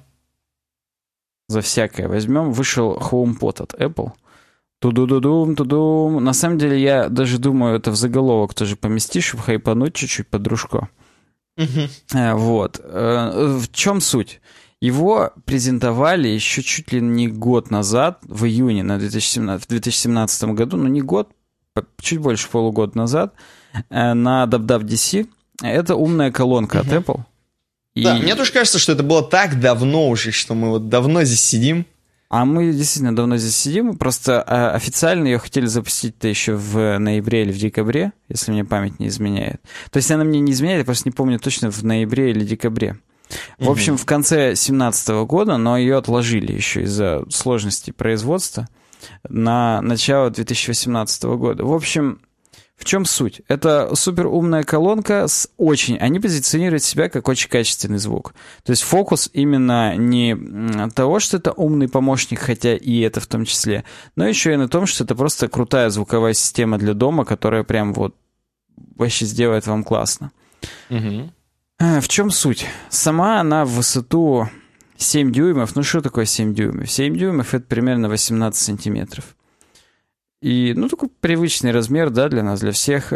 За всякое возьмем. Вышел HomePod от Apple. Ту-ду-ду-дум, ту-дум. На самом деле, я даже думаю, это в заголовок тоже поместишь, чтобы хайпануть чуть-чуть под дружко. Uh-huh. Вот. В чем суть? Его презентовали еще чуть ли не год назад, в июне на две тысячи семнадцатом году, ну не год, чуть больше полугода назад, на дабл ю дабл ю ди си. Это умная колонка uh-huh. от Apple. И... Да, мне тоже кажется, что это было так давно уже, что мы вот давно здесь сидим. А мы действительно давно здесь сидим, просто официально ее хотели запустить-то еще в ноябре или в декабре, если мне память не изменяет. То есть она мне не изменяет, я просто не помню точно, в ноябре или декабре. В общем, в конце две тысячи семнадцатого года, но ее отложили еще из-за сложностей производства на начало две тысячи восемнадцатого года. В общем... В чем суть? Это суперумная колонка с очень... Они позиционируют себя как очень качественный звук. То есть фокус именно не того, что это умный помощник, хотя и это в том числе, но еще и на том, что это просто крутая звуковая система для дома, которая прям вот вообще сделает вам классно. Угу. В чем суть? Сама она в высоту семь дюймов. Ну что такое семь дюймов? семь дюймов — это примерно восемнадцать сантиметров. И, ну, такой привычный размер, да, для нас, для всех.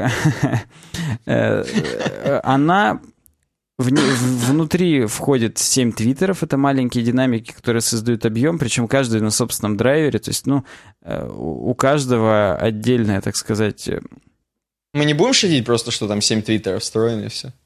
Она... Внутри входит семь твиттеров, это маленькие динамики, которые создают объем, причем каждый на собственном драйвере, то есть, ну, у каждого отдельное, так сказать... Мы не будем шутить просто, что там семь твиттеров встроены и все?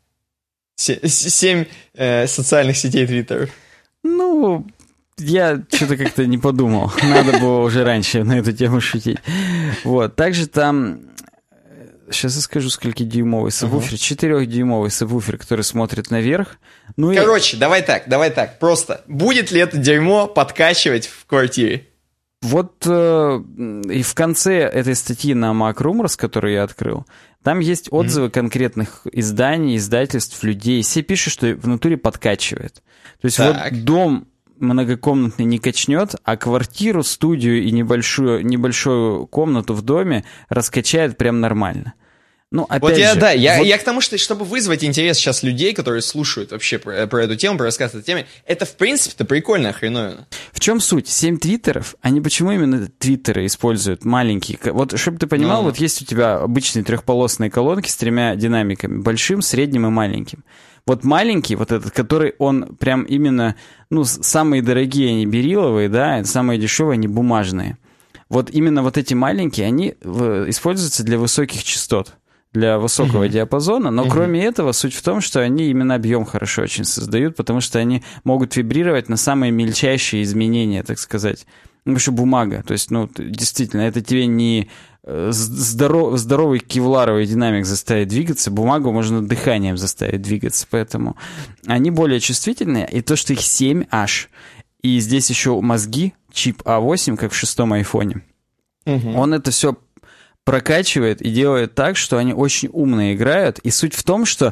семь э, социальных сетей твиттеров. Ну... Я что-то как-то не подумал. Надо было уже раньше на эту тему шутить. Вот. Также там... Сейчас я скажу, скольки дюймовый сабвуфер. Четырехдюймовый сабвуфер, который смотрит наверх. Ну Короче, и... давай так, давай так. Просто. Будет ли это дерьмо подкачивать в квартире? Вот э, и в конце этой статьи на Mac Rumors, которую я открыл, там есть отзывы mm-hmm. конкретных изданий, издательств, людей. Все пишут, что в натуре подкачивает. То есть так. Вот дом... многокомнатный не качнет, а квартиру, студию и небольшую, небольшую комнату в доме раскачает прям нормально. Ну, опять вот я, же, да, я, вот... я к тому, что чтобы вызвать интерес сейчас людей, которые слушают вообще про, про эту тему, про рассказ о этой теме, это, в принципе-то, прикольно, хреновина. В чем суть? Семь твиттеров, они почему именно твиттеры используют маленькие? Вот, чтобы ты понимал, mm. вот есть у тебя обычные трехполосные колонки с тремя динамиками, большим, средним и маленьким. Вот маленький, вот этот, который он прям именно, ну, самые дорогие, они бериловые, да, самые дешевые, они бумажные. Вот именно вот эти маленькие, они в, используются для высоких частот, для высокого uh-huh. диапазона, но uh-huh. кроме этого, суть в том, что они именно объем хорошо очень создают, потому что они могут вибрировать на самые мельчайшие изменения, так сказать. Ну, потому что бумага, то есть, ну, действительно, это тебе не... Здоров, здоровый кевларовый динамик заставит двигаться, бумагу можно дыханием заставить двигаться, поэтому они более чувствительные, и то, что их семь аж, и здесь еще мозги, чип а восемь, как в шестом айфоне, угу. он это все прокачивает и делает так, что они очень умно играют, и суть в том, что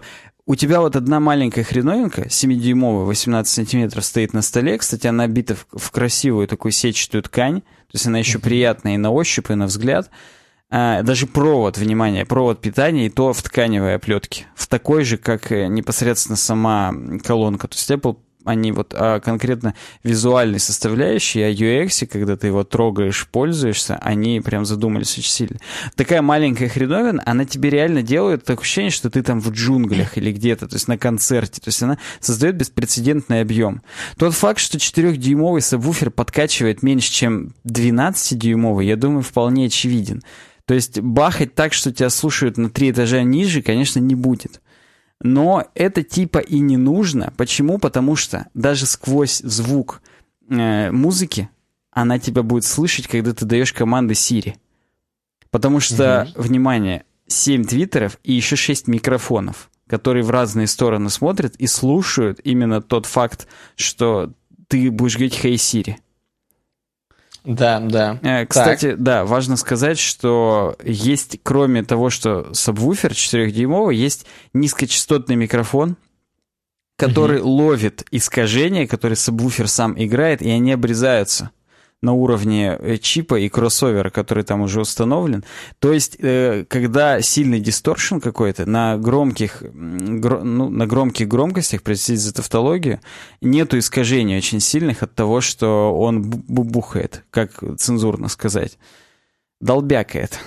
у тебя вот одна маленькая хреновинка, семидюймовая, восемнадцать сантиметров, стоит на столе. Кстати, она обита в, в красивую такую сетчатую ткань. То есть она еще mm-hmm. приятная и на ощупь, и на взгляд. А, даже провод, внимание, провод питания, и то в тканевой оплетке. В такой же, как непосредственно сама колонка. То есть Apple, они вот а конкретно визуальной составляющей, о ю экс, когда ты его трогаешь, пользуешься, они прям задумались очень сильно. Такая маленькая хреновина, она тебе реально делает такое ощущение, что ты там в джунглях или где-то, то есть на концерте. То есть она создает беспрецедентный объем. Тот факт, что четырёхдюймовый сабвуфер подкачивает меньше, чем двенадцатидюймовый, я думаю, вполне очевиден. То есть бахать так, что тебя слушают на три этажа ниже, конечно, не будет. Но это типа и не нужно. Почему? Потому что даже сквозь звук э, музыки она тебя будет слышать, когда ты даешь команды Siri. Потому что, угу. внимание, семь твиттеров и еще шесть микрофонов, которые в разные стороны смотрят и слушают именно тот факт, что ты будешь говорить «Hey, Siri». Да, да. Кстати, так. да, важно сказать, что есть, кроме того, что сабвуфер четырёхдюймовый, есть низкочастотный микрофон, который угу. ловит искажения, которые сабвуфер сам играет, и они обрезаются на уровне чипа и кроссовера, который там уже установлен. То есть, э, когда сильный дисторшн какой-то на громких, гро, ну, на громких громкостях, простите за тавтологию, нету искажений очень сильных от того, что он бубухает, как цензурно сказать. Долбякает.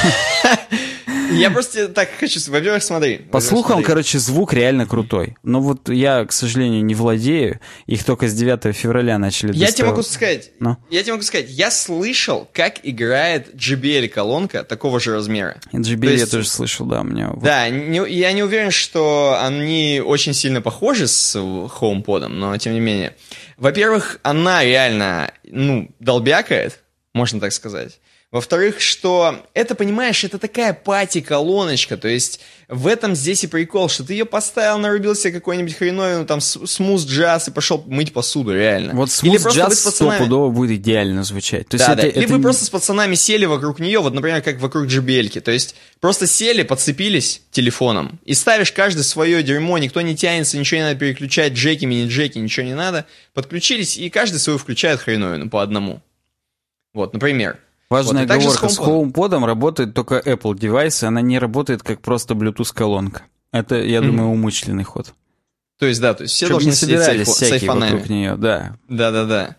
Я просто так хочу... Во-первых, смотри. По слухам, короче, звук реально крутой. Но вот я, к сожалению, не владею. Их только с девятого февраля начали доставать. Я тебе могу сказать, Но? я тебе могу сказать, я слышал, как играет джей би эл-колонка такого же размера. джей би эл то есть, я тоже слышал, да, у меня. Вот. Да, не, я не уверен, что они очень сильно похожи с HomePod, но тем не менее. Во-первых, она реально, ну, долбякает, можно так сказать. Во-вторых, что это, понимаешь, это такая пати-колоночка, то есть в этом здесь и прикол, что ты ее поставил, нарубил себе какой-нибудь хреновину, там, смуз-джаз и пошел мыть посуду, реально. Вот смуз-джаз стопудово будет идеально звучать. То да, есть да. Это, Или это... вы просто с пацанами сели вокруг нее, вот, например, как вокруг джей би эл-ки, то есть просто сели, подцепились телефоном и ставишь каждый свое дерьмо, никто не тянется, ничего не надо переключать, джеки, мини-джеки, ничего не надо, подключились, и каждый свою включает хреновину по одному. Вот, например. Важная вот, оговорка, с HomePod работает только Apple девайсы, она не работает как просто Bluetooth-колонка. Это, я mm-hmm. думаю, умышленный ход. То есть, да, то есть все Чтобы должны не собирались с всякие вокруг нее, да. Да-да-да.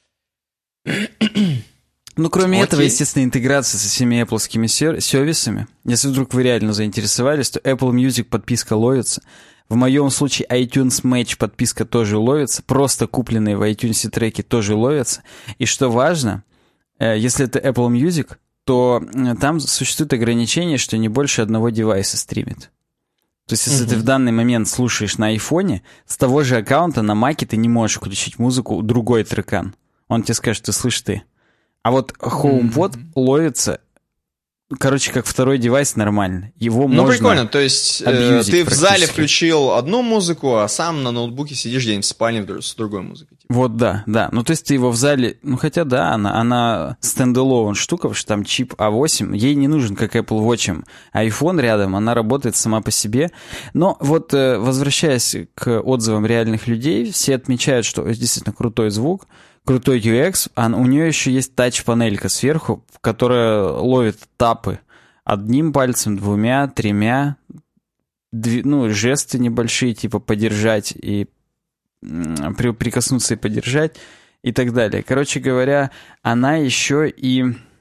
Ну, кроме Окей. этого, естественно, интеграция со всеми Apple'скими сер- сервисами. Если вдруг вы реально заинтересовались, то Apple Music подписка ловится. В моем случае iTunes Match подписка тоже ловится. Просто купленные в iTunes треки тоже ловятся. И что важно... Если это Apple Music, то там существует ограничение, что не больше одного девайса стримит. То есть, если uh-huh. ты в данный момент слушаешь на айфоне, с того же аккаунта на Маке ты не можешь включить музыку другой трекан. Он тебе скажет, ты слышишь ты. А вот HomePod uh-huh. ловится, короче, как второй девайс нормально. Его ну, можно прикольно, то есть э, ты в зале включил одну музыку, а сам на ноутбуке сидишь где-нибудь в спальне с другой музыкой. Типа. Вот, да, да. Ну, то есть ты его в зале... Ну, хотя, да, она, она стендалон штука, потому что там чип а восемь. Ей не нужен, как Apple Watch, iPhone рядом, она работает сама по себе. Но вот, э, возвращаясь к отзывам реальных людей, все отмечают, что действительно крутой звук, крутой ю экс, а у нее еще есть тач-панелька сверху, которая ловит тапы одним пальцем, двумя, тремя, дви, ну, жесты небольшие, типа подержать и при, прикоснуться и подержать и так далее. Короче говоря, она еще и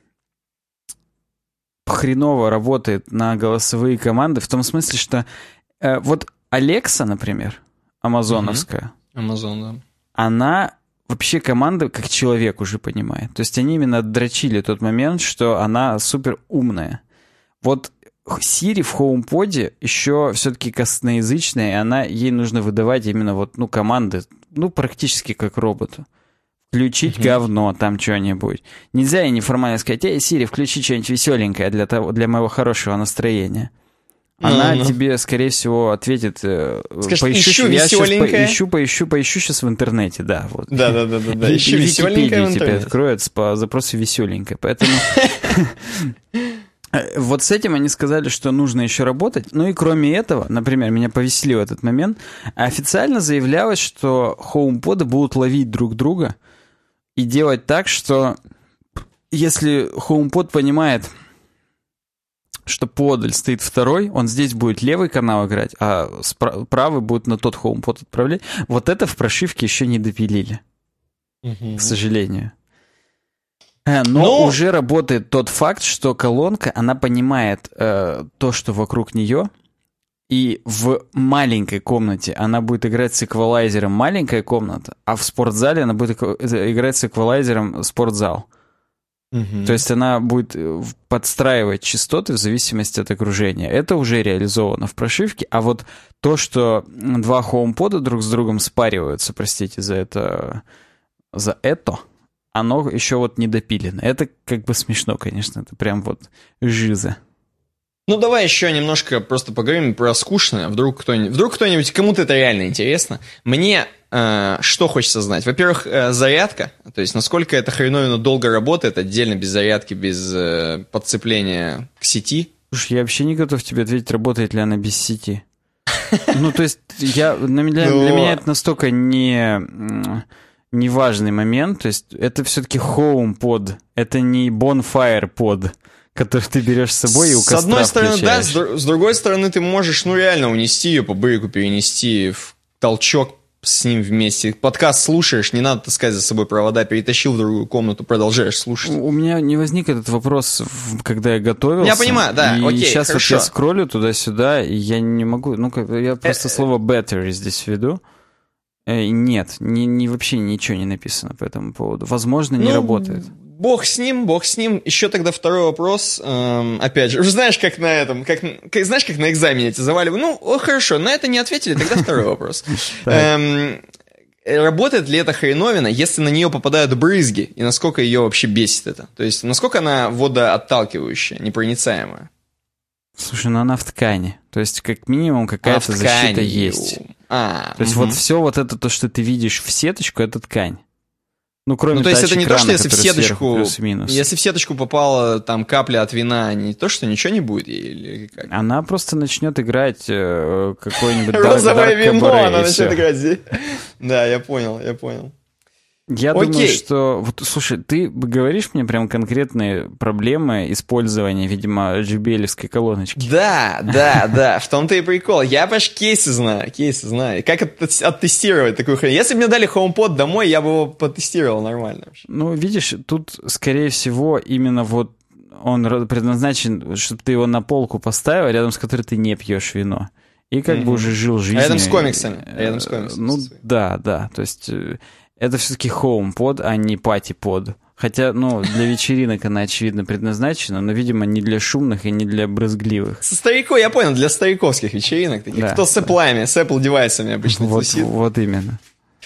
хреново работает на голосовые команды, в том смысле, что э, вот Alexa, например, амазоновская, Amazon, да. она... Вообще команда как человек уже понимает. То есть они именно отдрочили тот момент, что она супер умная. Вот Siri в HomePod еще все-таки косноязычная, и она, ей нужно выдавать именно вот, ну, команды, ну, практически как роботу. Включить uh-huh. говно, там что-нибудь. Нельзя ей неформально сказать, эй, Siri, включи что-нибудь веселенькое для, того, для моего хорошего настроения. Она ну, тебе, скорее всего, ответит... Скажет, поищу, ищу веселенькое. Поищу, поищу, поищу сейчас в интернете, да. Вот. Да, да, да, да, да. Ищу веселенькое в интернете. Тебе откроют по запросу веселенькое. Поэтому Вот с этим они сказали, что нужно еще работать. Ну и кроме этого, например, меня повеселил этот момент, официально заявлялось, что HomePod будут ловить друг друга и делать так, что если HomePod понимает, что подаль стоит второй, он здесь будет левый канал играть, а правый будет на тот HomePod отправлять. Вот это в прошивке еще не допилили, угу. к сожалению. Но, Но уже работает тот факт, что колонка, она понимает э, то, что вокруг нее, и в маленькой комнате она будет играть с эквалайзером маленькая комната, а в спортзале она будет играть с эквалайзером спортзал. Угу. То есть она будет подстраивать частоты в зависимости от окружения. Это уже реализовано в прошивке, а вот то, что два HomePod друг с другом спариваются, простите за это, за это... оно еще вот не допилено. Это как бы смешно, конечно. Это прям вот жиза. Ну, давай еще немножко просто поговорим про скучное. Вдруг кто-нибудь, вдруг кто-нибудь, кому-то это реально интересно. Мне э, что хочется знать? Во-первых, э, зарядка. То есть, насколько эта хреновина долго работает, отдельно без зарядки, без э, подцепления к сети. Слушай, я вообще не готов тебе ответить, работает ли она без сети. Ну, то есть, я, для, для меня это настолько не... неважный момент, то есть это все-таки HomePod, это не Bonfire Pod, который ты берешь с собой и у костра С одной стороны, включаешь. да, с, с другой стороны, ты можешь, ну, реально унести ее по брику, перенести в толчок с ним вместе. Подкаст слушаешь, не надо таскать за собой провода, перетащил в другую комнату, продолжаешь слушать. У меня не возник этот вопрос, когда я готовился. Я понимаю, да, и окей, сейчас хорошо. Вот я скроллю туда-сюда, и я не могу, ну, я просто слово battery здесь введу. Нет, ни, ни, вообще ничего не написано по этому поводу. Возможно, не ну, работает. Бог с ним, бог с ним. Еще тогда второй вопрос. Эм, опять же, уже знаешь, как на этом, как, как, знаешь, как на экзамене эти заваливают. Ну, о, хорошо, на это не ответили, тогда второй вопрос. Работает ли эта хреновина, если на нее попадают брызги, и насколько ее вообще бесит это? То есть, насколько она водоотталкивающая, непроницаемая? Слушай, ну она в ткани. То есть, как минимум, какая-то а, защита есть. А, то есть, угу. вот все вот это, то, что ты видишь в сеточку, это ткань. Ну, кроме ну, то есть, это не то, что если в сеточку, плюс-минус. Если в сеточку попала там капля от вина, не то, что ничего не будет? Или как? Она просто начнет играть э, какое-нибудь розовое вино, она начнет играть здесь. Да, я понял, я понял. Я Окей. думаю, что... Вот, слушай, ты говоришь мне прям конкретные проблемы использования, видимо, джи би эл-евской колоночки. Да, да, да, в том-то и прикол. Я аж кейсы знаю, кейсы знаю. Как оттестировать такую хрень? Если бы мне дали HomePod домой, я бы его потестировал нормально вообще. Ну, видишь, тут, скорее всего, именно вот он предназначен, чтобы ты его на полку поставил, рядом с которой ты не пьешь вино. И как mm-hmm. бы уже жил жизнью. Рядом с комиксами. Рядом с комиксами. Ну, да, да, то есть... Это все-таки HomePod, а не PartyPod. Хотя, ну, для вечеринок она, очевидно, предназначена, но, видимо, не для шумных и не для брызгливых. Со стариков, я понял, для стариковских вечеринок, таких, да, кто с Apple'ами, да. с Apple девайсами обычно вот, тусит. Вот именно.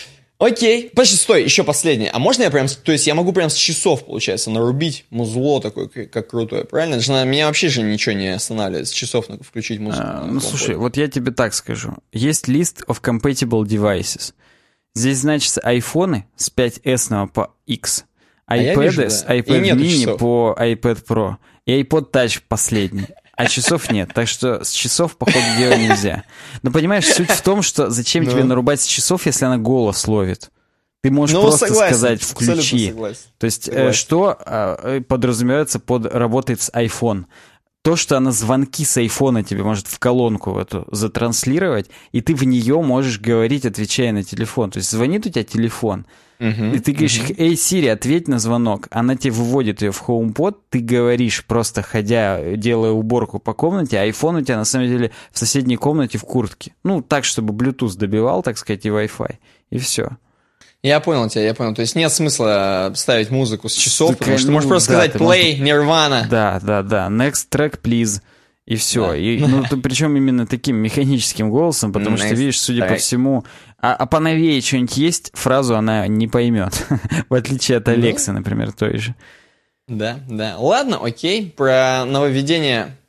Окей. Подожди, стой, еще последнее. А можно я прям, то есть я могу прям с часов, получается, нарубить музло такое, как крутое, правильно? Это же на, меня вообще же ничего не останавливает, с часов надо включить музыку. А, ну, слушай, вот я тебе так скажу. Есть лист of compatible devices. Здесь значится айфоны с пять эс по X, iPad а с да. iPad mini часов. По iPad Pro и iPod Touch последний. А часов нет, так что с часов, походу, дела нельзя. Но понимаешь, суть в том, что зачем ну. тебе нарубать с часов, если она голос ловит? Ты можешь ну, просто согласен, сказать «включи». То есть э, что э, подразумевается под «работает с iPhone»? То, что она звонки с айфона тебе может в колонку в эту затранслировать, и ты в нее можешь говорить, отвечая на телефон. То есть звонит у тебя телефон, uh-huh, и ты говоришь, uh-huh. «Эй, Сири, ответь на звонок». Она тебе выводит ее в HomePod, ты говоришь, просто ходя, делая уборку по комнате, а айфон у тебя на самом деле в соседней комнате в куртке. Ну, так, чтобы Bluetooth добивал, так сказать, и Wi-Fi. И все. Я понял тебя, я понял. То есть нет смысла ставить музыку с часов, так, потому что ну, можешь просто да, сказать play, можешь... Nirvana. Да, да, да. Next track, please. И все. Да. И, ну, причем именно таким механическим голосом, потому Next что, видишь, судя track. По всему... А, а поновее что-нибудь есть, фразу она не поймет. В отличие от Алексы, например, той же. Да, да. Ладно, окей. Про нововведение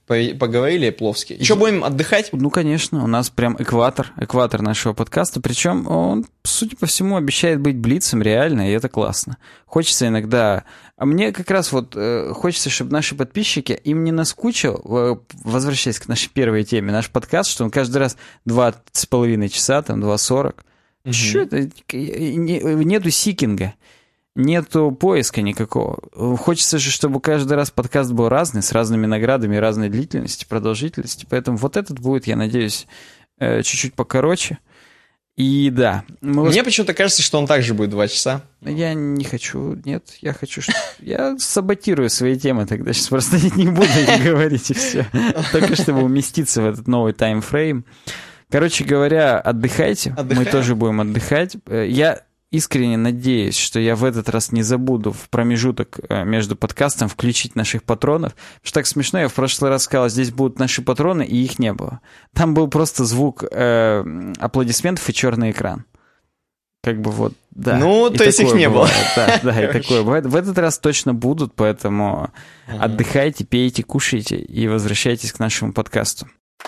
поговорили пловски. Что, будем отдыхать? Ну, конечно, у нас прям экватор, экватор нашего подкаста, причем он, судя по всему, обещает быть блицем реально, и это классно. Хочется иногда... А мне как раз вот э, хочется, чтобы наши подписчики, им не наскучил, э, возвращаясь к нашей первой теме, наш подкаст, что он каждый раз два с половиной часа, там, два сорок. Угу. Что это? Нету сикинга. Нету поиска никакого. Хочется же, чтобы каждый раз подкаст был разный, с разными наградами, разной длительности, продолжительности. Поэтому вот этот будет, я надеюсь, чуть-чуть покороче. И да. Мне восп... почему-то кажется, что он также будет два часа. Я не хочу, нет, я хочу, что... Я саботирую свои темы тогда, сейчас просто не буду их говорить, и все. Только чтобы уместиться в этот новый таймфрейм. Короче говоря, отдыхайте. Отдыхаем. Мы тоже будем отдыхать. Я... искренне надеюсь, что я в этот раз не забуду в промежуток между подкастом включить наших патронов. Потому что так смешно, я в прошлый раз сказал, здесь будут наши патроны, и их не было. Там был просто звук э, аплодисментов и черный экран. Как бы вот, да. Ну, то есть их не бывает. было. Да, да, и такое бывает. В этот раз точно будут, поэтому ага. Отдыхайте, пейте, кушайте и возвращайтесь к нашему подкасту.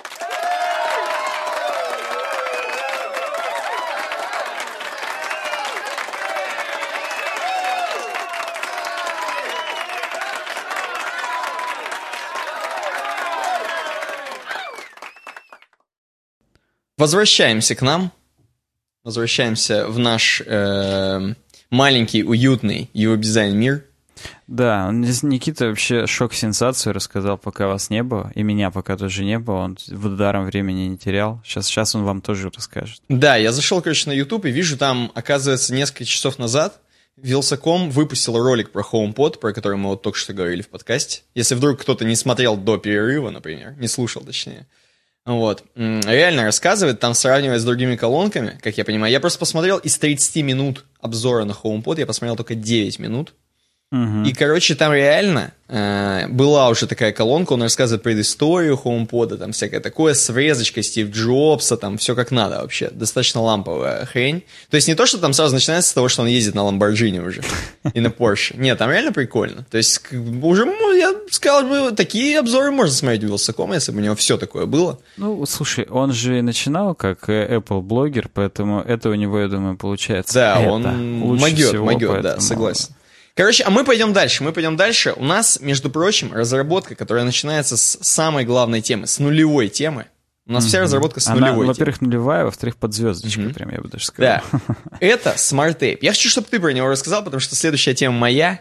Возвращаемся к нам, возвращаемся в наш э, маленький, уютный ю ай-дизайн мир. Да, Никита вообще шок-сенсацию рассказал, пока вас не было, и меня пока тоже не было, он в даром времени не терял. Сейчас, сейчас он вам тоже расскажет. Да, я зашел, короче, на YouTube и вижу там, оказывается, несколько часов назад Вилсаком выпустил ролик про HomePod, про который мы вот только что говорили в подкасте. Если вдруг кто-то не смотрел до перерыва, например, не слушал, точнее. Вот. Реально рассказывает, там сравнивает с другими колонками, как я понимаю. Я просто посмотрел из тридцати минут обзора на HomePod, я посмотрел только девять минут. Угу. И, короче, там реально э, была уже такая колонка, он рассказывает предысторию HomePod, там всякое такое, с врезочкой Стив Джобса, там все как надо вообще, достаточно ламповая хрень. То есть не то, что там сразу начинается с того, что он ездит на Lamborghini уже и на Porsche. Нет, там реально прикольно. То есть уже, я сказал бы, такие обзоры можно смотреть у Вилсакома, если бы у него все такое было. Ну, слушай, он же начинал как Apple-блогер, поэтому это у него, я думаю, получается. Да, это он могет, могет, да, согласен. Короче, а мы пойдем дальше, мы пойдем дальше. У нас, между прочим, разработка, которая начинается с самой главной темы, с нулевой темы. У нас mm-hmm. вся разработка с Она, нулевой во-первых, темы. нулевая, во-вторых, под звездочкой, mm-hmm. прям, я бы даже сказал. Да, это Smart Tape. Я хочу, чтобы ты про него рассказал, потому что следующая тема моя,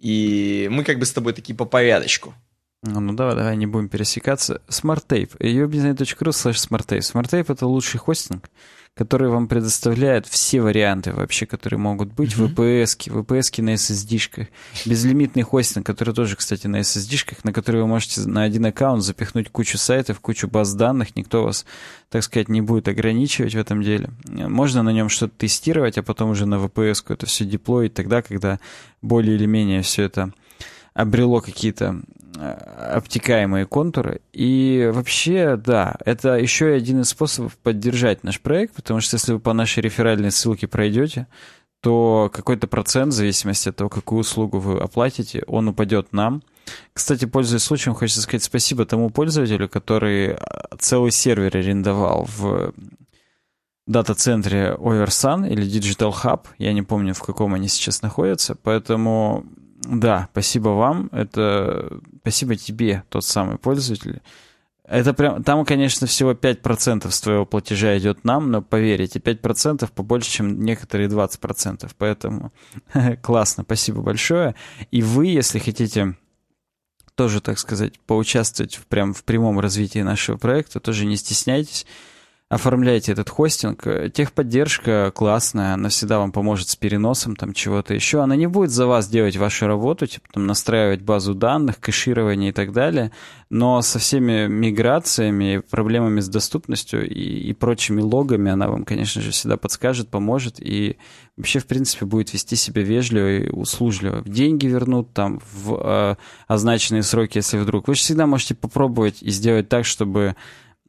и мы как бы с тобой такие по порядочку. Ну, ну давай, давай, не будем пересекаться. Smart Tape. ю ай дизайн точка ру слэш Smart Tape. Smart Tape — это лучший хостинг, который вам предоставляет все варианты вообще, которые могут быть. Mm-hmm. ви пи эс-ки, ви пи эс-ки на эс эс ди-шках, безлимитный хостинг, который тоже, кстати, на эс эс ди-шках, на который вы можете на один аккаунт запихнуть кучу сайтов, кучу баз данных, никто вас, так сказать, не будет ограничивать в этом деле. Можно на нем что-то тестировать, а потом уже на ви пи эс-ку это все деплоить тогда, когда более или менее все это обрело какие-то обтекаемые контуры. И вообще, да, это еще один из способов поддержать наш проект, потому что если вы по нашей реферальной ссылке пройдете, то какой-то процент, в зависимости от того, какую услугу вы оплатите, он упадет нам. Кстати, пользуясь случаем, хочется сказать спасибо тому пользователю, который целый сервер арендовал в дата-центре Оверсан или Digital Hub. Я не помню, в каком они сейчас находятся, поэтому... Да, спасибо вам. Это спасибо тебе, тот самый пользователь. Это прям, там, конечно, всего пять процентов с твоего платежа идет нам, но поверьте, пять процентов побольше, чем некоторые двадцать процентов. Поэтому классно, спасибо большое. И вы, если хотите тоже, так сказать, поучаствовать в, прям в прямом развитии нашего проекта, тоже не стесняйтесь. Оформляйте этот хостинг. Техподдержка классная, она всегда вам поможет с переносом там чего-то еще. Она не будет за вас делать вашу работу, типа там настраивать базу данных, кэширование и так далее, но со всеми миграциями, проблемами с доступностью и, и прочими логами она вам, конечно же, всегда подскажет, поможет и вообще, в принципе, будет вести себя вежливо и услужливо. Деньги вернут там в э, означенные сроки, если вдруг. Вы же всегда можете попробовать и сделать так, чтобы...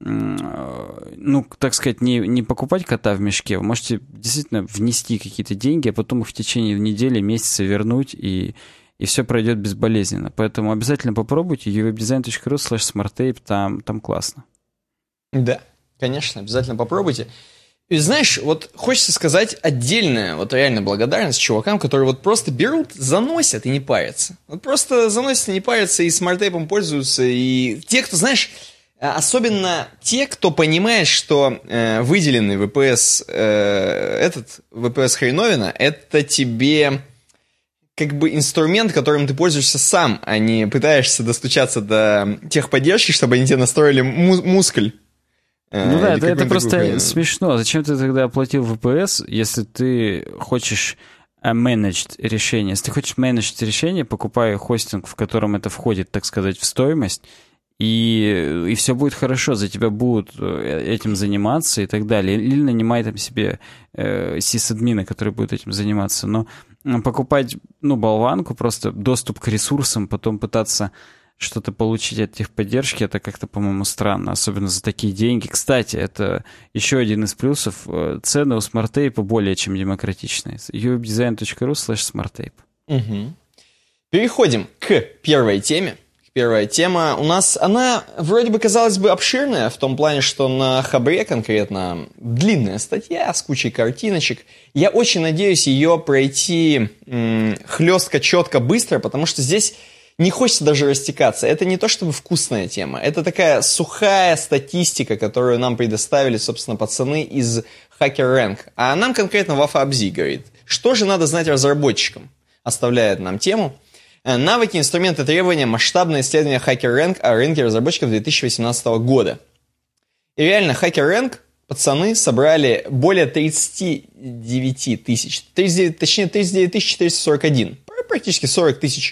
ну, так сказать, не, не покупать кота в мешке, вы можете действительно внести какие-то деньги, а потом их в течение недели, месяца вернуть и, и все пройдет безболезненно. Поэтому обязательно попробуйте uwebdesign точка ру слэш smarttape, там, там классно. Да, конечно, обязательно попробуйте. И знаешь, вот хочется сказать отдельная, вот реально благодарность чувакам, которые вот просто берут, заносят и не парятся. Вот просто заносят и не парятся, и смарт-тейпом пользуются, и те, кто, знаешь, особенно те, кто понимает, что э, выделенный ви пи эс, э, этот ви пи эс хреновина, это тебе как бы инструмент, которым ты пользуешься сам, а не пытаешься достучаться до техподдержки, чтобы они тебе настроили му- мускуль. Ну да, это, это просто такой... смешно. Зачем ты тогда оплатил ви пи эс, если ты хочешь managed решение? Если ты хочешь managed решение, покупай хостинг, в котором это входит, так сказать, в стоимость, и, и все будет хорошо, за тебя будут этим заниматься и так далее. Или нанимай там себе э, сисадмина, который будет этим заниматься. Но покупать, ну, болванку, просто доступ к ресурсам, потом пытаться что-то получить от техподдержки, это как-то, по-моему, странно, особенно за такие деньги. Кстати, это еще один из плюсов. Цены у смарт-тейпа более чем демократичные. uwebdesign точка ру слэш smarttape. Угу. Переходим к первой теме. Первая тема у нас, она вроде бы казалась бы обширная, в том плане, что на Хабре конкретно длинная статья с кучей картиночек. Я очень надеюсь ее пройти м- хлестко, четко, быстро, потому что здесь не хочется даже растекаться. Это не то чтобы вкусная тема. Это такая сухая статистика, которую нам предоставили, собственно, пацаны из HackerRank. А нам конкретно Вафа Абзи говорит, что же надо знать разработчикам? Оставляет нам тему. Навыки, инструменты, требования, масштабное исследование HackerRank о рынке разработчиков две тысячи восемнадцатого года. И реально, HackerRank, пацаны, собрали более тридцать девять тысяч, тридцать девять, точнее, тридцать девять тысяч четыреста сорок один, практически сорок тысяч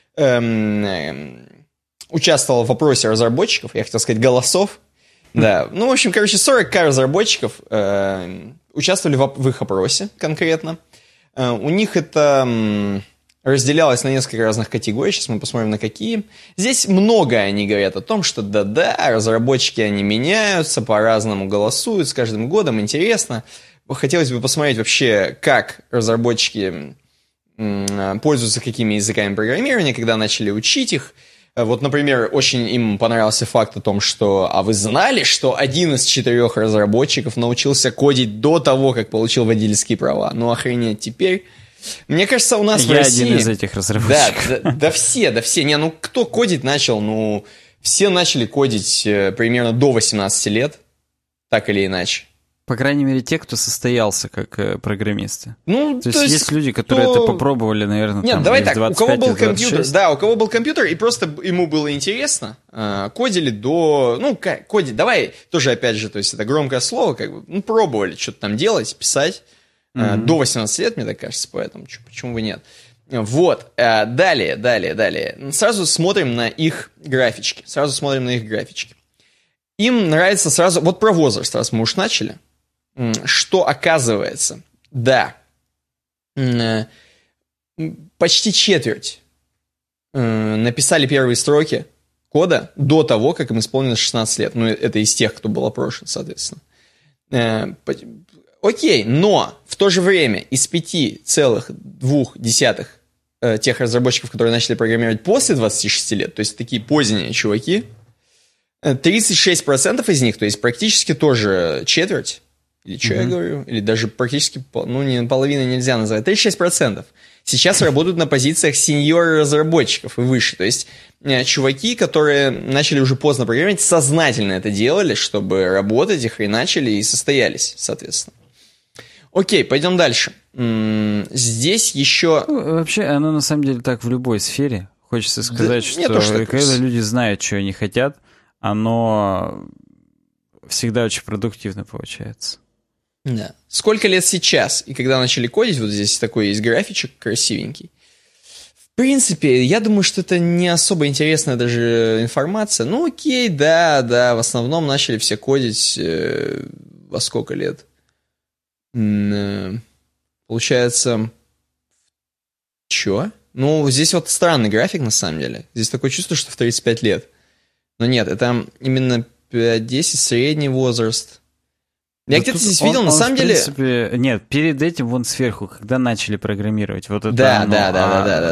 Эм, эм, участвовал в опросе разработчиков, я хотел сказать голосов, да, ну, в общем, короче, сорок тысяч разработчиков э, участвовали в, в их опросе конкретно, э, у них это э, разделялось на несколько разных категорий, сейчас мы посмотрим на какие. Здесь много они говорят о том, что да-да, разработчики, они меняются, по-разному голосуют, с каждым годом интересно, хотелось бы посмотреть вообще, как разработчики пользуются какими языками программирования, когда начали учить их. Вот, например, очень им понравился факт о том, что... А вы знали, что один из четырех разработчиков научился кодить до того, как получил водительские права? Ну, охренеть, теперь... Мне кажется, у нас Я в России... один из этих разработчиков. Да, да, да все, да все. Не, ну, кто кодить начал? Ну, все начали кодить примерно до восемнадцати лет, так или иначе. По крайней мере, те, кто состоялся как э, программисты. Ну, то, то есть, есть люди, которые кто... это попробовали, наверное, Нет, там, давай в так, двадцать у кого пять, был двадцать шесть. компьютер, да, у кого был компьютер, и просто ему было интересно, э, кодили до, ну, как, кодить, давай, тоже, опять же, то есть, это громкое слово, как бы, ну, пробовали что-то там делать, писать, э, mm-hmm. до восемнадцати лет, мне так кажется, поэтому, почему бы нет. Вот, э, далее, далее, далее, сразу смотрим на их графички, сразу смотрим на их графички. Им нравится сразу, вот про возраст, раз мы уж начали, что оказывается, да, почти четверть написали первые строки кода до того, как им исполнилось шестнадцать лет. Ну, это из тех, кто был опрошен, соответственно. Окей, но в то же время из пяти целых двух десятых тех разработчиков, которые начали программировать после двадцати шести лет, то есть такие поздние чуваки, тридцать шесть процентов из них, то есть практически тоже четверть, или что mm-hmm. я говорю, или даже практически, ну, не половина нельзя назвать, тридцать шесть процентов сейчас работают на позициях сеньор-разработчиков и выше. То есть чуваки, которые начали уже поздно программировать, сознательно это делали, чтобы работать, их и начали, и состоялись, соответственно. Окей, пойдем дальше. Здесь еще... Ну, вообще, оно на самом деле так в любой сфере. Хочется сказать, да, что, что когда люди знают, что они хотят, оно всегда очень продуктивно получается. Да. Сколько лет сейчас? И когда начали кодить, вот здесь такой есть графичек красивенький. В принципе, я думаю, что это не особо интересная даже информация. Ну, окей, да, да, в основном начали все кодить э, во сколько лет? Э, получается... Чё? Ну, здесь вот странный график, на самом деле. Здесь такое чувство, что в тридцать пять лет. Но нет, это именно пять-десять, средний возраст. Я где-то здесь видел, он, на он, самом в деле... Принципе, нет, перед этим вон сверху, когда начали программировать. Вот это да, оно, да, да, а... да, да, да, да.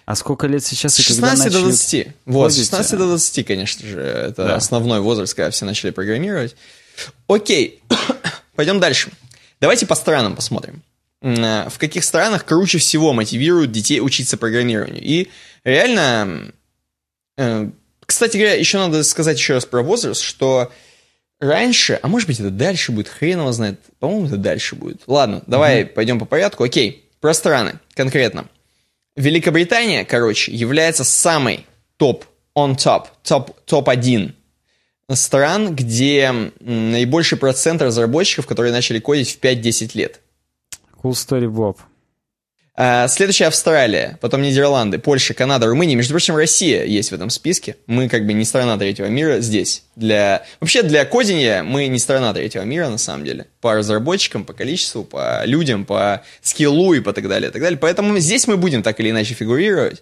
А сколько лет сейчас? С шестнадцати до двадцати. Вот, с шестнадцати до двадцати, конечно же. Это да. Основной возраст, когда все начали программировать. Окей, пойдем дальше. Давайте по странам посмотрим. В каких странах круче всего мотивируют детей учиться программированию. И реально... Кстати говоря, еще надо сказать еще раз про возраст, что раньше, а может быть это дальше будет, хрен его знает, по-моему это дальше будет. Ладно, давай mm-hmm. пойдем по порядку. Окей, про страны конкретно. Великобритания, короче, является самой топ, on top, топ, топ-один стран, где наибольший процент разработчиков, которые начали кодить в пять-десять лет. Cool story, Bob. Следующая Австралия, потом Нидерланды, Польша, Канада, Румыния. Между прочим, Россия есть в этом списке. Мы как бы не страна третьего мира здесь. Для... Вообще для кодинга мы не страна третьего мира на самом деле. По разработчикам, по количеству, по людям, по скиллу и по так далее, так далее. Поэтому здесь мы будем так или иначе фигурировать.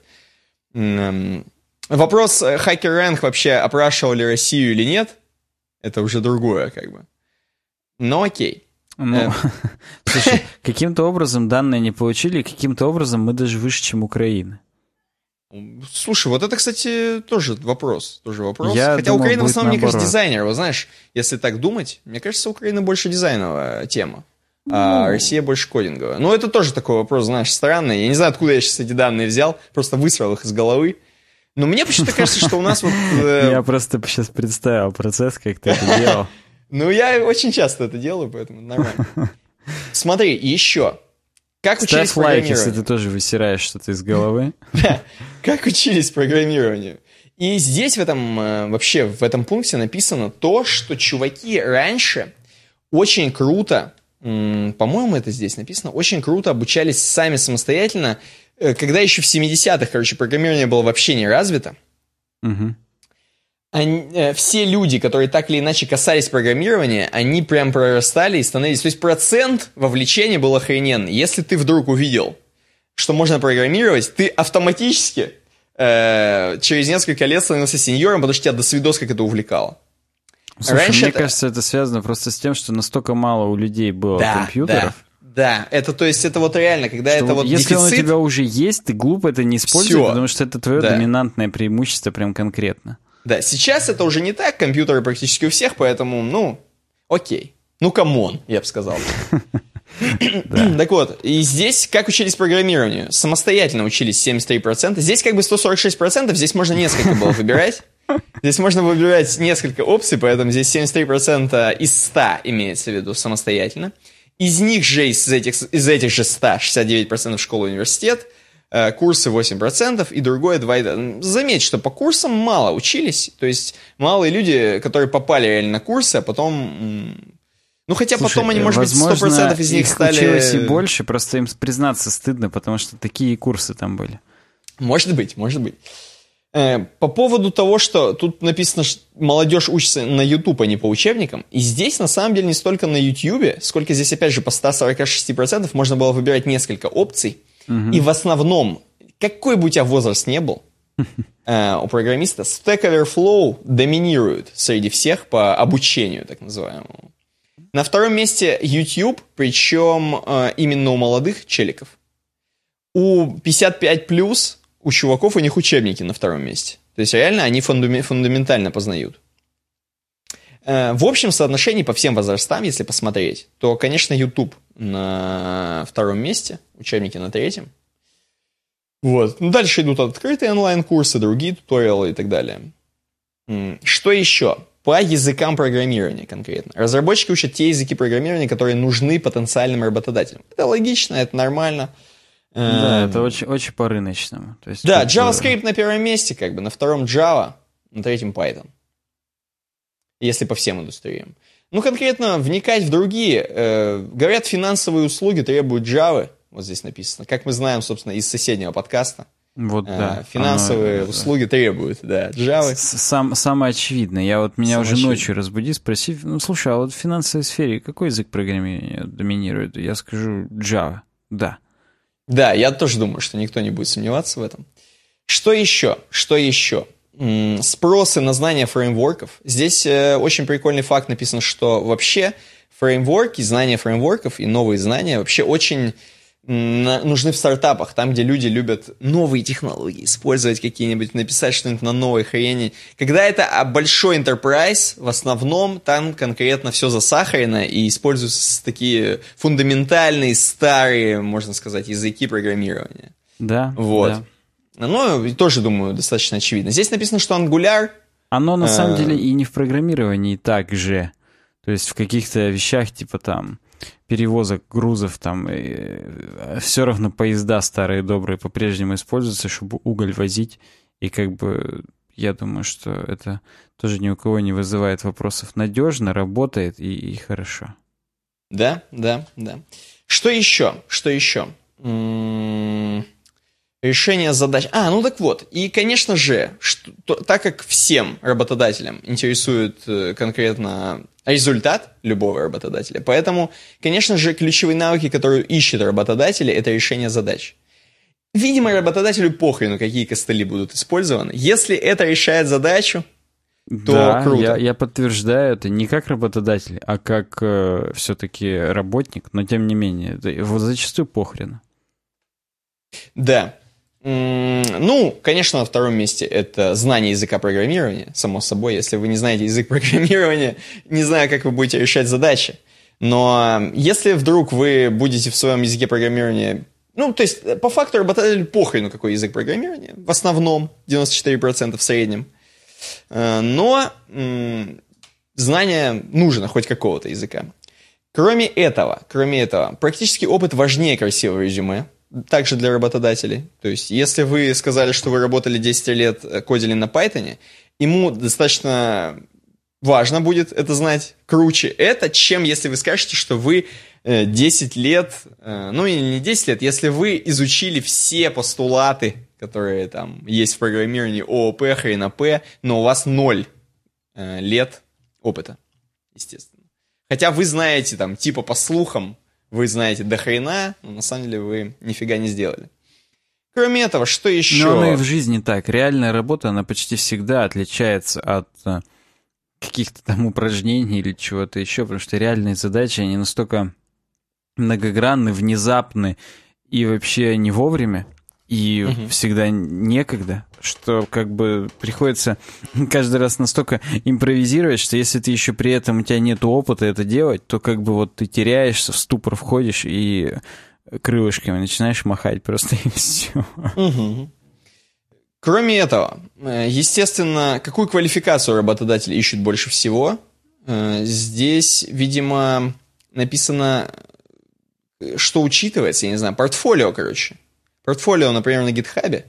Вопрос, HackerRank вообще опрашивал ли Россию или нет, это уже другое как бы. Но окей. Ну, слушай, каким-то образом данные не получили, каким-то образом мы даже выше, чем Украина. Слушай, вот это, кстати, тоже вопрос. Тоже вопрос. Я Хотя думал, Украина в основном, мне кажется, наоборот. дизайнер. Вот знаешь, если так думать, мне кажется, Украина больше дизайновая тема, а ну... Россия больше кодинговая. Ну, это тоже такой вопрос, знаешь, странный. Я не знаю, откуда я сейчас эти данные взял, просто высрал их из головы. Но мне почему-то кажется, что у нас вот... Я просто сейчас представил процесс, как ты это делал. Ну, я очень часто это делаю, поэтому нормально. Смотри, еще. Как учились Ставь лайк, программированию? если ты тоже высираешь что-то из головы. Да, как учились программированию. И здесь в этом, вообще, в этом пункте написано то, что чуваки раньше очень круто, по-моему, это здесь написано, очень круто обучались сами самостоятельно, когда еще в семидесятых, короче, программирование было вообще не развито. Угу. Они, все люди, которые так или иначе касались программирования, они прям прорастали и становились... То есть процент вовлечения был охрененный. Если ты вдруг увидел, что можно программировать, ты автоматически э, через несколько лет становился сеньором, потому что тебя до свидос как это увлекало. Слушай, Раньше мне это... кажется, это связано просто с тем, что настолько мало у людей было да, компьютеров. Да, да, это то есть это вот реально, когда что это вот если дефицит... он у тебя уже есть, ты глупо это не используешь, Всё. Потому что это твое да. доминантное преимущество прям конкретно. Да, сейчас это уже не так, компьютеры практически у всех, поэтому, ну, окей. Ну, камон, я бы сказал. Так вот, и здесь как учились программированию? Самостоятельно учились семьдесят три процента. Здесь как бы сто сорок шесть процентов, здесь можно несколько было выбирать. Здесь можно выбирать несколько опций, поэтому здесь семьдесят три процента из ста имеется в виду самостоятельно. Из них же, из этих, из этих же ста, шестьдесят девять процентов школа и университет, курсы восемь процентов и другое два процента. Заметь, что по курсам мало учились, то есть малые люди, которые попали реально на курсы, а потом... Ну, хотя Слушай, потом они, может возможно, быть, сто процентов из них стали... училось и больше, просто им признаться стыдно, потому что такие курсы там были. Может быть, может быть. По поводу того, что тут написано, что молодежь учится на YouTube, а не по учебникам, и здесь, на самом деле, не столько на YouTube, сколько здесь, опять же, по ста сорока шести процентам можно было выбирать несколько опций, угу. И в основном, какой бы у тебя возраст не был, у программиста, Stack Overflow доминирует среди всех по обучению, так называемому. На втором месте YouTube, причем э, именно у молодых челиков. У пятьдесят пять плюс, у чуваков, у них учебники на втором месте. То есть реально они фундам- фундаментально познают. Э, в общем соотношении по всем возрастам, если посмотреть, то, конечно, YouTube на втором месте, учебники на третьем. Вот. Ну, дальше идут открытые онлайн-курсы, другие туториалы и так далее. Что еще? По языкам программирования конкретно. Разработчики учат те языки программирования, которые нужны потенциальным работодателям. Это логично, это нормально. Да, это очень, очень по-рыночному. То есть, да, JavaScript бы... на первом месте, как бы, на втором Java, на третьем Python. Если по всем индустриям. Ну, конкретно вникать в другие. Э, говорят, финансовые услуги требуют Java. Вот здесь написано. Как мы знаем, собственно, из соседнего подкаста. Вот, да. Финансовые оно, услуги да. требуют, да, Java. Сам, самое очевидное. Я вот меня Самое уже очевидно. Ночью разбуди, спроси, ну, слушай, а вот в финансовой сфере какой язык программирования доминирует? Я скажу Java, да. Да, я тоже думаю, что никто не будет сомневаться в этом. Что еще? Что еще? М-м, спросы на знания фреймворков. Здесь э, очень прикольный факт написан, что вообще фреймворки, знания фреймворков и новые знания вообще очень... нужны в стартапах, там, где люди любят новые технологии, использовать какие-нибудь, написать что-нибудь на новой хрени. Когда это большой enterprise, в основном там конкретно все засахарено и используются такие фундаментальные, старые, можно сказать, языки программирования. Да, вот. Да. Ну, тоже, думаю, достаточно очевидно. Здесь написано, что Angular... Оно, на самом деле, и не в программировании также. То есть в каких-то вещах, типа там... перевозок грузов, там, и все равно поезда старые добрые по-прежнему используются, чтобы уголь возить, и как бы я думаю, что это тоже ни у кого не вызывает вопросов. Надежно, работает и, и хорошо. Да, да, да. Что еще? Что еще? М-м- решение задач. А, ну так вот. И, конечно же, что, то, так как всем работодателям интересует э, конкретно результат любого работодателя, поэтому, конечно же, ключевые навыки, которые ищут работодатели, это решение задач. Видимо, работодателю похрену, какие костыли будут использованы. Если это решает задачу, то да, круто. Я, я подтверждаю это не как работодатель, а как э, все-таки работник, но тем не менее, вот зачастую похрен. Да. Ну, конечно, на втором месте это знание языка программирования, само собой. Если вы не знаете язык программирования, не знаю, как вы будете решать задачи. Но если вдруг вы будете в своем языке программирования... Ну, то есть, по факту работодателю похрену, какой язык программирования. В основном, девяносто четыре процента в среднем. Но знание нужно хоть какого-то языка. Кроме этого, кроме этого, практический опыт важнее красивого резюме. Также для работодателей. То есть, если вы сказали, что вы работали десять лет, кодили на Python, ему достаточно важно будет это знать, круче это, чем если вы скажете, что вы десять лет, ну или не десять лет, если вы изучили все постулаты, которые там есть в программировании ООП, ХНОП, но у вас ноль лет опыта, естественно. Хотя вы знаете там, типа по слухам, вы знаете до хрена, но на самом деле вы нифига не сделали. Кроме этого, что еще? Но оно и в жизни так. Реальная работа, она почти всегда отличается от а, каких-то там упражнений или чего-то еще, потому что реальные задачи, они настолько многогранны, внезапны и вообще не вовремя, и угу. всегда некогда, что как бы приходится каждый раз настолько импровизировать, что если ты еще при этом у тебя нет опыта это делать, то как бы вот ты теряешься, в ступор входишь и крылышками начинаешь махать просто и все. Угу. Кроме этого, естественно, какую квалификацию работодатели ищут больше всего? Здесь, видимо, написано, что учитывается, я не знаю, портфолио, короче. Портфолио, например, на GitHub,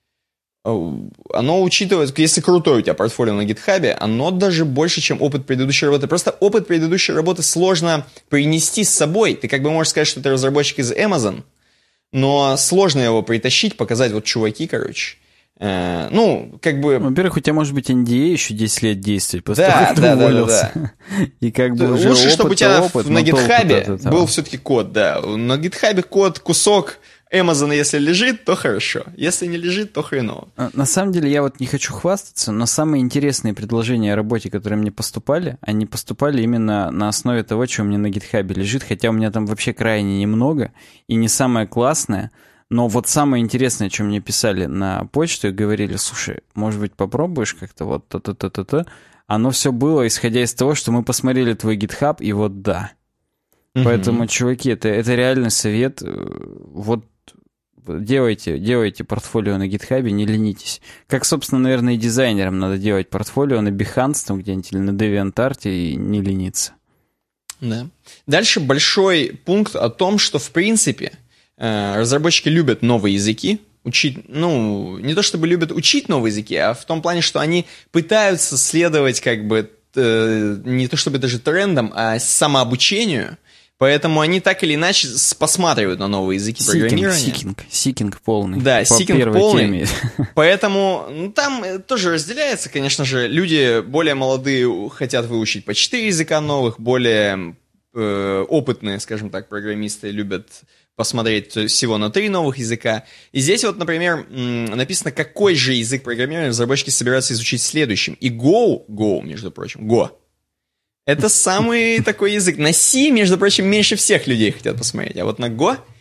оно учитывает, если крутое у тебя портфолио на GitHub, оно даже больше, чем опыт предыдущей работы. Просто опыт предыдущей работы сложно принести с собой. Ты как бы можешь сказать, что ты разработчик из Amazon, но сложно его притащить, показать, вот чуваки, короче. Э, ну, как бы... Во-первых, у тебя может быть эн ди эй еще десять лет действовать, после да, того, как ты да, уволился. Да, да, да. И как бы уже лучше, опыт, чтобы у тебя опыт, на GitHub был от все-таки код, да. На GitHub код, кусок Amazon, если лежит, то хорошо. Если не лежит, то хреново. На самом деле, я вот не хочу хвастаться, но самые интересные предложения о работе, которые мне поступали, они поступали именно на основе того, что у меня на GitHub лежит, хотя у меня там вообще крайне немного, и не самое классное, но вот самое интересное, что мне писали на почту и говорили, слушай, может быть, попробуешь как-то вот то-то-то-то-то, оно все было, исходя из того, что мы посмотрели твой GitHub, и вот да. Mm-hmm. Поэтому, чуваки, это, это реальный совет, вот Делайте, делайте портфолио на GitHub, не ленитесь. Как, собственно, наверное, и дизайнерам надо делать портфолио на Behance там где-нибудь или на DeviantArt и не лениться. Да. Дальше большой пункт о том, что, в принципе, разработчики любят новые языки, учить, ну, не то чтобы любят учить новые языки, а в том плане, что они пытаются следовать как бы не то чтобы даже трендам, а самообучению. Поэтому они так или иначе посматривают на новые языки сикинг, программирования. Сикинг, сикинг полный. Да, по сикинг полный. Теме. Поэтому ну, там тоже разделяется, конечно же. Люди более молодые хотят выучить по четыре языка новых, более э, опытные, скажем так, программисты любят посмотреть всего на три новых языка. И здесь вот, например, написано, какой же язык программирования разработчики собираются изучить следующим. И Go, Go, между прочим, Go. Это самый такой язык. На C, между прочим, меньше всех людей хотят посмотреть. А вот на Go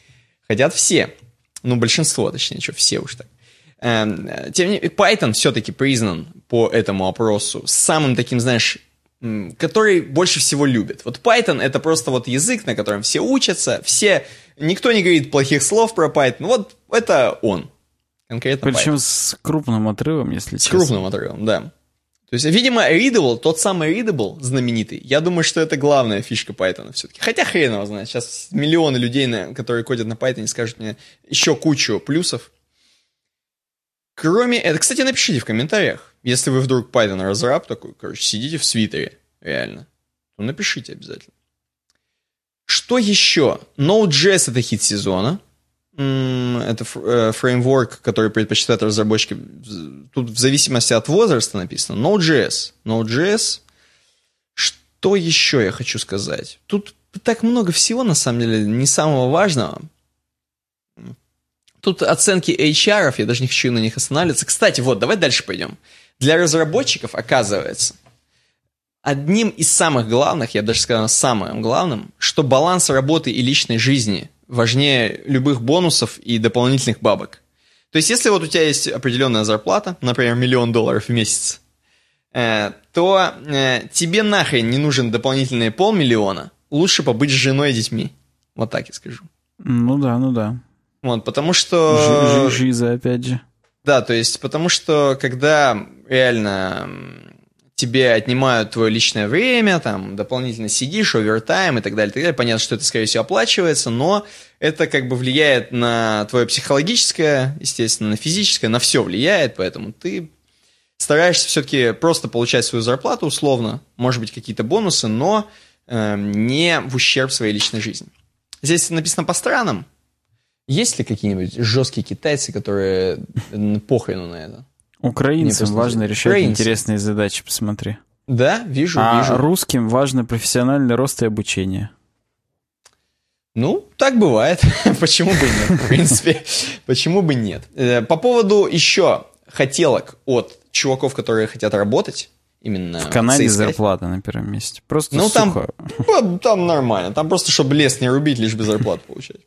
Хотят все. Ну, большинство, точнее, что все уж так. Тем не менее, Python все-таки признан по этому опросу самым таким, знаешь, который больше всего любят. Вот Python — это просто вот язык, на котором все учатся, все, никто не говорит плохих слов про Python. Вот это он. Конкретно Причем Python. с крупным отрывом, если С честно. крупным отрывом, да. То есть, видимо, Readable, тот самый Readable знаменитый, я думаю, что это главная фишка Python все-таки. Хотя хрен его знает. Сейчас миллионы людей, которые кодят на Python, скажут мне еще кучу плюсов. Кроме этого, кстати, напишите в комментариях, если вы вдруг Python разраб такой, короче, сидите в свитере, реально, то напишите обязательно. Что еще? Node.js — это хит сезона. Это фреймворк, который предпочитают разработчики. Тут в зависимости от возраста написано. Node.js. Node.js. Что еще я хочу сказать? Тут так много всего, на самом деле, не самого важного. Тут оценки эйч ар, я даже не хочу на них останавливаться. Кстати, вот, давай дальше пойдем. Для разработчиков, оказывается, одним из самых главных, я даже сказал самым главным, что баланс работы и личной жизни важнее любых бонусов и дополнительных бабок. То есть, если вот у тебя есть определенная зарплата, например, миллион долларов в месяц, э, то э, тебе нахрен не нужен дополнительные полмиллиона, лучше побыть с женой и детьми. Вот так я скажу. Ну да, ну да. Вот, потому что... Жиза, опять же. Да, то есть, потому что, когда реально тебе отнимают твое личное время, там, дополнительно сидишь, овертайм и так далее, и так далее, понятно, что это, скорее всего, оплачивается, но это как бы влияет на твое психологическое, естественно, на физическое, на все влияет, поэтому ты стараешься все-таки просто получать свою зарплату условно, может быть, какие-то бонусы, но э, не в ущерб своей личной жизни. Здесь написано по странам. Есть ли какие-нибудь жесткие китайцы, которые похрену на это? Украинцам важно решать Украинцы. Интересные задачи, посмотри. Да, вижу, а вижу. А русским важно профессиональный рост и обучение. Ну, так бывает. Почему бы нет? В принципе, почему бы нет? По поводу еще хотелок от чуваков, которые хотят работать, именно в Канаде зарплата на первом месте. Просто ну, сухо. Там, там нормально. Там просто, чтобы лес не рубить, лишь бы зарплату получать.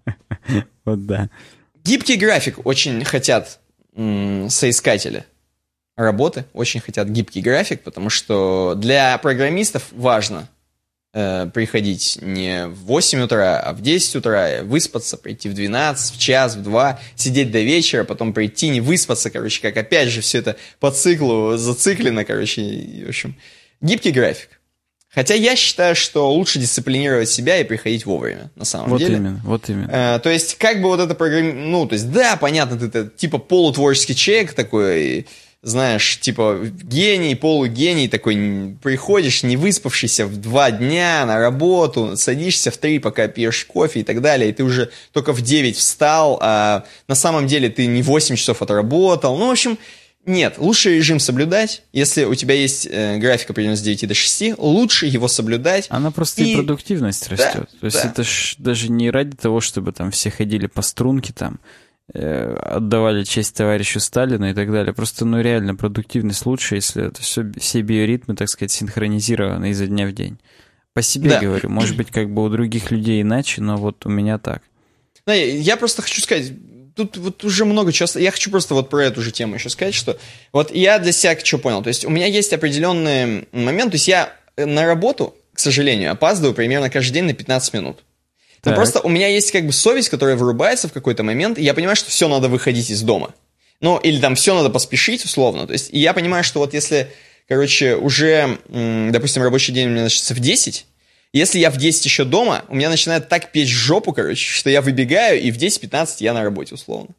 Вот да. Гибкий график очень хотят м- соискатели работы, очень хотят гибкий график, потому что для программистов важно э, приходить не в восемь утра, а в десять утра, выспаться, прийти в двенадцать, в час, в два, сидеть до вечера, потом прийти, не выспаться, короче, как опять же все это по циклу зациклено, короче, и, в общем, гибкий график. Хотя я считаю, что лучше дисциплинировать себя и приходить вовремя, на самом вот деле. Вот именно, вот именно. Э, то есть, как бы вот это программ... Ну, то есть, да, понятно, ты, ты типа полутворческий человек такой, знаешь, типа гений, полугений такой, приходишь не выспавшийся в два дня на работу, садишься в три, пока пьешь кофе и так далее, и ты уже только в девять встал, а на самом деле ты не восемь часов отработал. Ну, в общем... Нет, лучше режим соблюдать. Если у тебя есть э, график определенный с девяти до шести, лучше его соблюдать. Она просто и, и продуктивность растет. Да, То есть да. это ж даже не ради того, чтобы там все ходили по струнке, там, э, отдавали честь товарищу Сталину и так далее. Просто, ну, реально, продуктивность лучше, если это все, все биоритмы, так сказать, синхронизированы изо дня в день. По себе да. говорю. Может быть, как бы у других людей иначе, но вот у меня так. Да, я просто хочу сказать... Тут вот уже много чего... Я хочу просто вот про эту же тему еще сказать, что вот я для себя что понял. То есть у меня есть определенный момент, то есть я на работу, к сожалению, опаздываю примерно каждый день на пятнадцать минут. Но просто у меня есть как бы совесть, которая вырубается в какой-то момент, и я понимаю, что все, надо выходить из дома. Ну, или там все надо поспешить, условно. То есть и я понимаю, что вот если, короче, уже, допустим, рабочий день у меня начнется в десять, если я в десять еще дома, у меня начинает так печь жопу, короче, что я выбегаю, и в десять-пятнадцать я на работе, условно.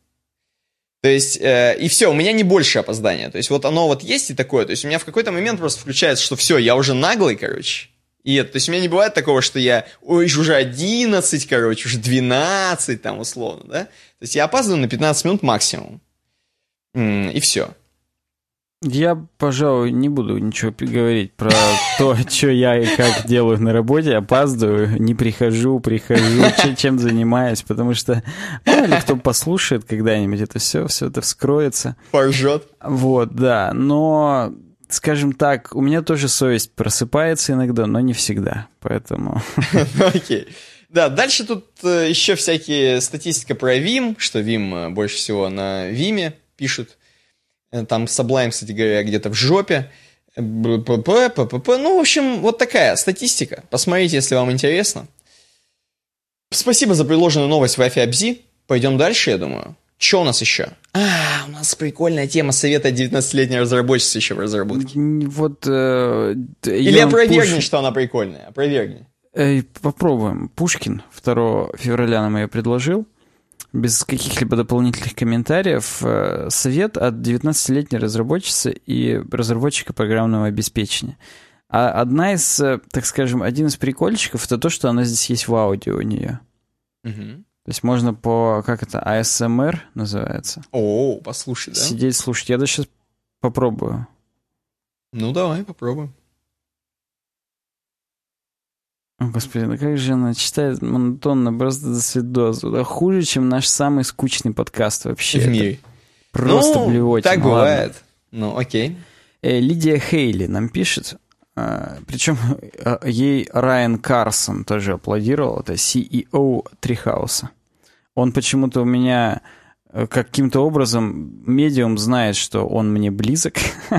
То есть, э, и все, у меня не больше опоздания. То есть, вот оно вот есть и такое. То есть, у меня в какой-то момент просто включается, что все, я уже наглый, короче. И это, то есть, у меня не бывает такого, что я, ой, уже одиннадцать, короче, уже двенадцать, там, условно, да. То есть, я опаздываю на пятнадцать минут максимум. И все. Я, пожалуй, не буду ничего говорить про то, что я и как делаю на работе. Опаздываю, не прихожу, прихожу, чем занимаюсь, потому что мало ли кто послушает когда-нибудь это все, все это вскроется. Поржет. Вот, да, но, скажем так, у меня тоже совесть просыпается иногда, но не всегда, поэтому... Окей. Да, дальше тут э, еще всякие статистика про Vim, что Vim э, больше всего на Vim пишут. Э, там Sublime, кстати говоря, где-то в жопе. ПП, ПП. Ну, в общем, вот такая статистика. Посмотрите, если вам интересно. Спасибо за предложенную новость в Wi-Fi Abzi. Пойдем дальше, я думаю. Что у нас еще? А, у нас прикольная тема совета девятнадцатилетней разработчицы еще в разработке. Вот... Э, Или опровергни, Пуш... что она прикольная. Опровергни. Эй, попробуем. Пушкин второго февраля нам ее предложил. Без каких-либо дополнительных комментариев. Совет от девятнадцатилетней разработчицы и разработчика программного обеспечения. А одна из, так скажем, один из прикольчиков — это то, что она здесь есть в аудио у нее. Угу. То есть можно по, как это, эй эс эм ар называется. О, послушай, да? Сидеть, слушать. Я даже сейчас попробую. Ну, давай, попробуем. О, господи, ну как же она читает монотонно, просто до свидос. Да хуже, чем наш самый скучный подкаст вообще. В мире. Просто ну, блевотина. Так бывает. Ну, окей. Э, Лидия Хейли нам пишет. Причем ей Райан Карсон тоже аплодировал. Это си и о Трихауса. Он почему-то у меня каким-то образом медиум знает, что он мне близок.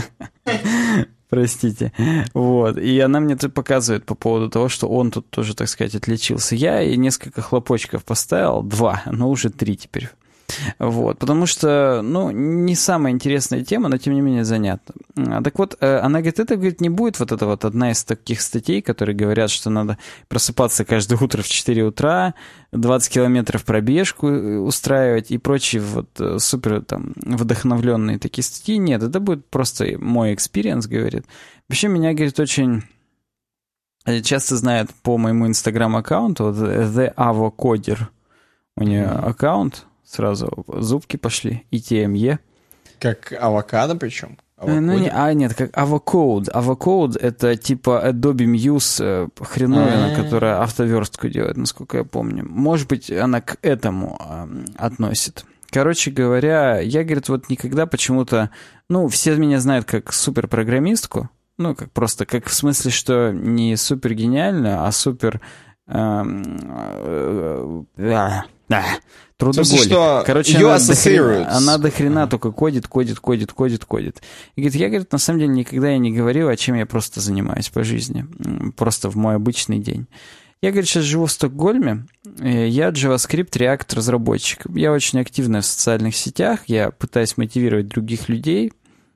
Простите. Вот. И она мне тут показывает по поводу того, что он тут тоже, так сказать, отличился. Я и несколько хлопочков поставил. Два, но уже три теперь. Вот. Потому что, ну, не самая интересная тема, но тем не менее занятна. Так вот, она говорит, это, говорит, не будет вот это вот одна из таких статей, которые говорят, что надо просыпаться каждое утро в четыре утра, двадцать километров пробежку устраивать и прочие вот супер там вдохновленные такие статьи. Нет, это будет просто мой экспириенс, говорит. Вообще меня, говорит, очень часто знают по моему инстаграм-аккаунту, вот The Avocoder, у нее mm-hmm. аккаунт, сразу зубки пошли, и ти эм и. Как авокадо причем? Ну, не, а нет, как Avocode. Avocode — это типа Adobe Muse хреновина, А-а-а. которая автоверстку делает, насколько я помню. Может быть, она к этому э, относит. Короче говоря, я, говорит, вот никогда почему-то... Ну, все меня знают как суперпрограммистку. Ну, как просто, как в смысле, что не супер гениально, а супер... Э, э, э, э, трудоголик. В смысле, что короче, она до, хрена, она до хрена uh-huh. только кодит, кодит, кодит, кодит, кодит. И говорит, я, говорит, на самом деле никогда я не говорил, о чем я просто занимаюсь по жизни. Просто в мой обычный день. Я, говорит, сейчас живу в Стокгольме. Я JavaScript, React разработчик. Я очень активный в социальных сетях. Я пытаюсь мотивировать других людей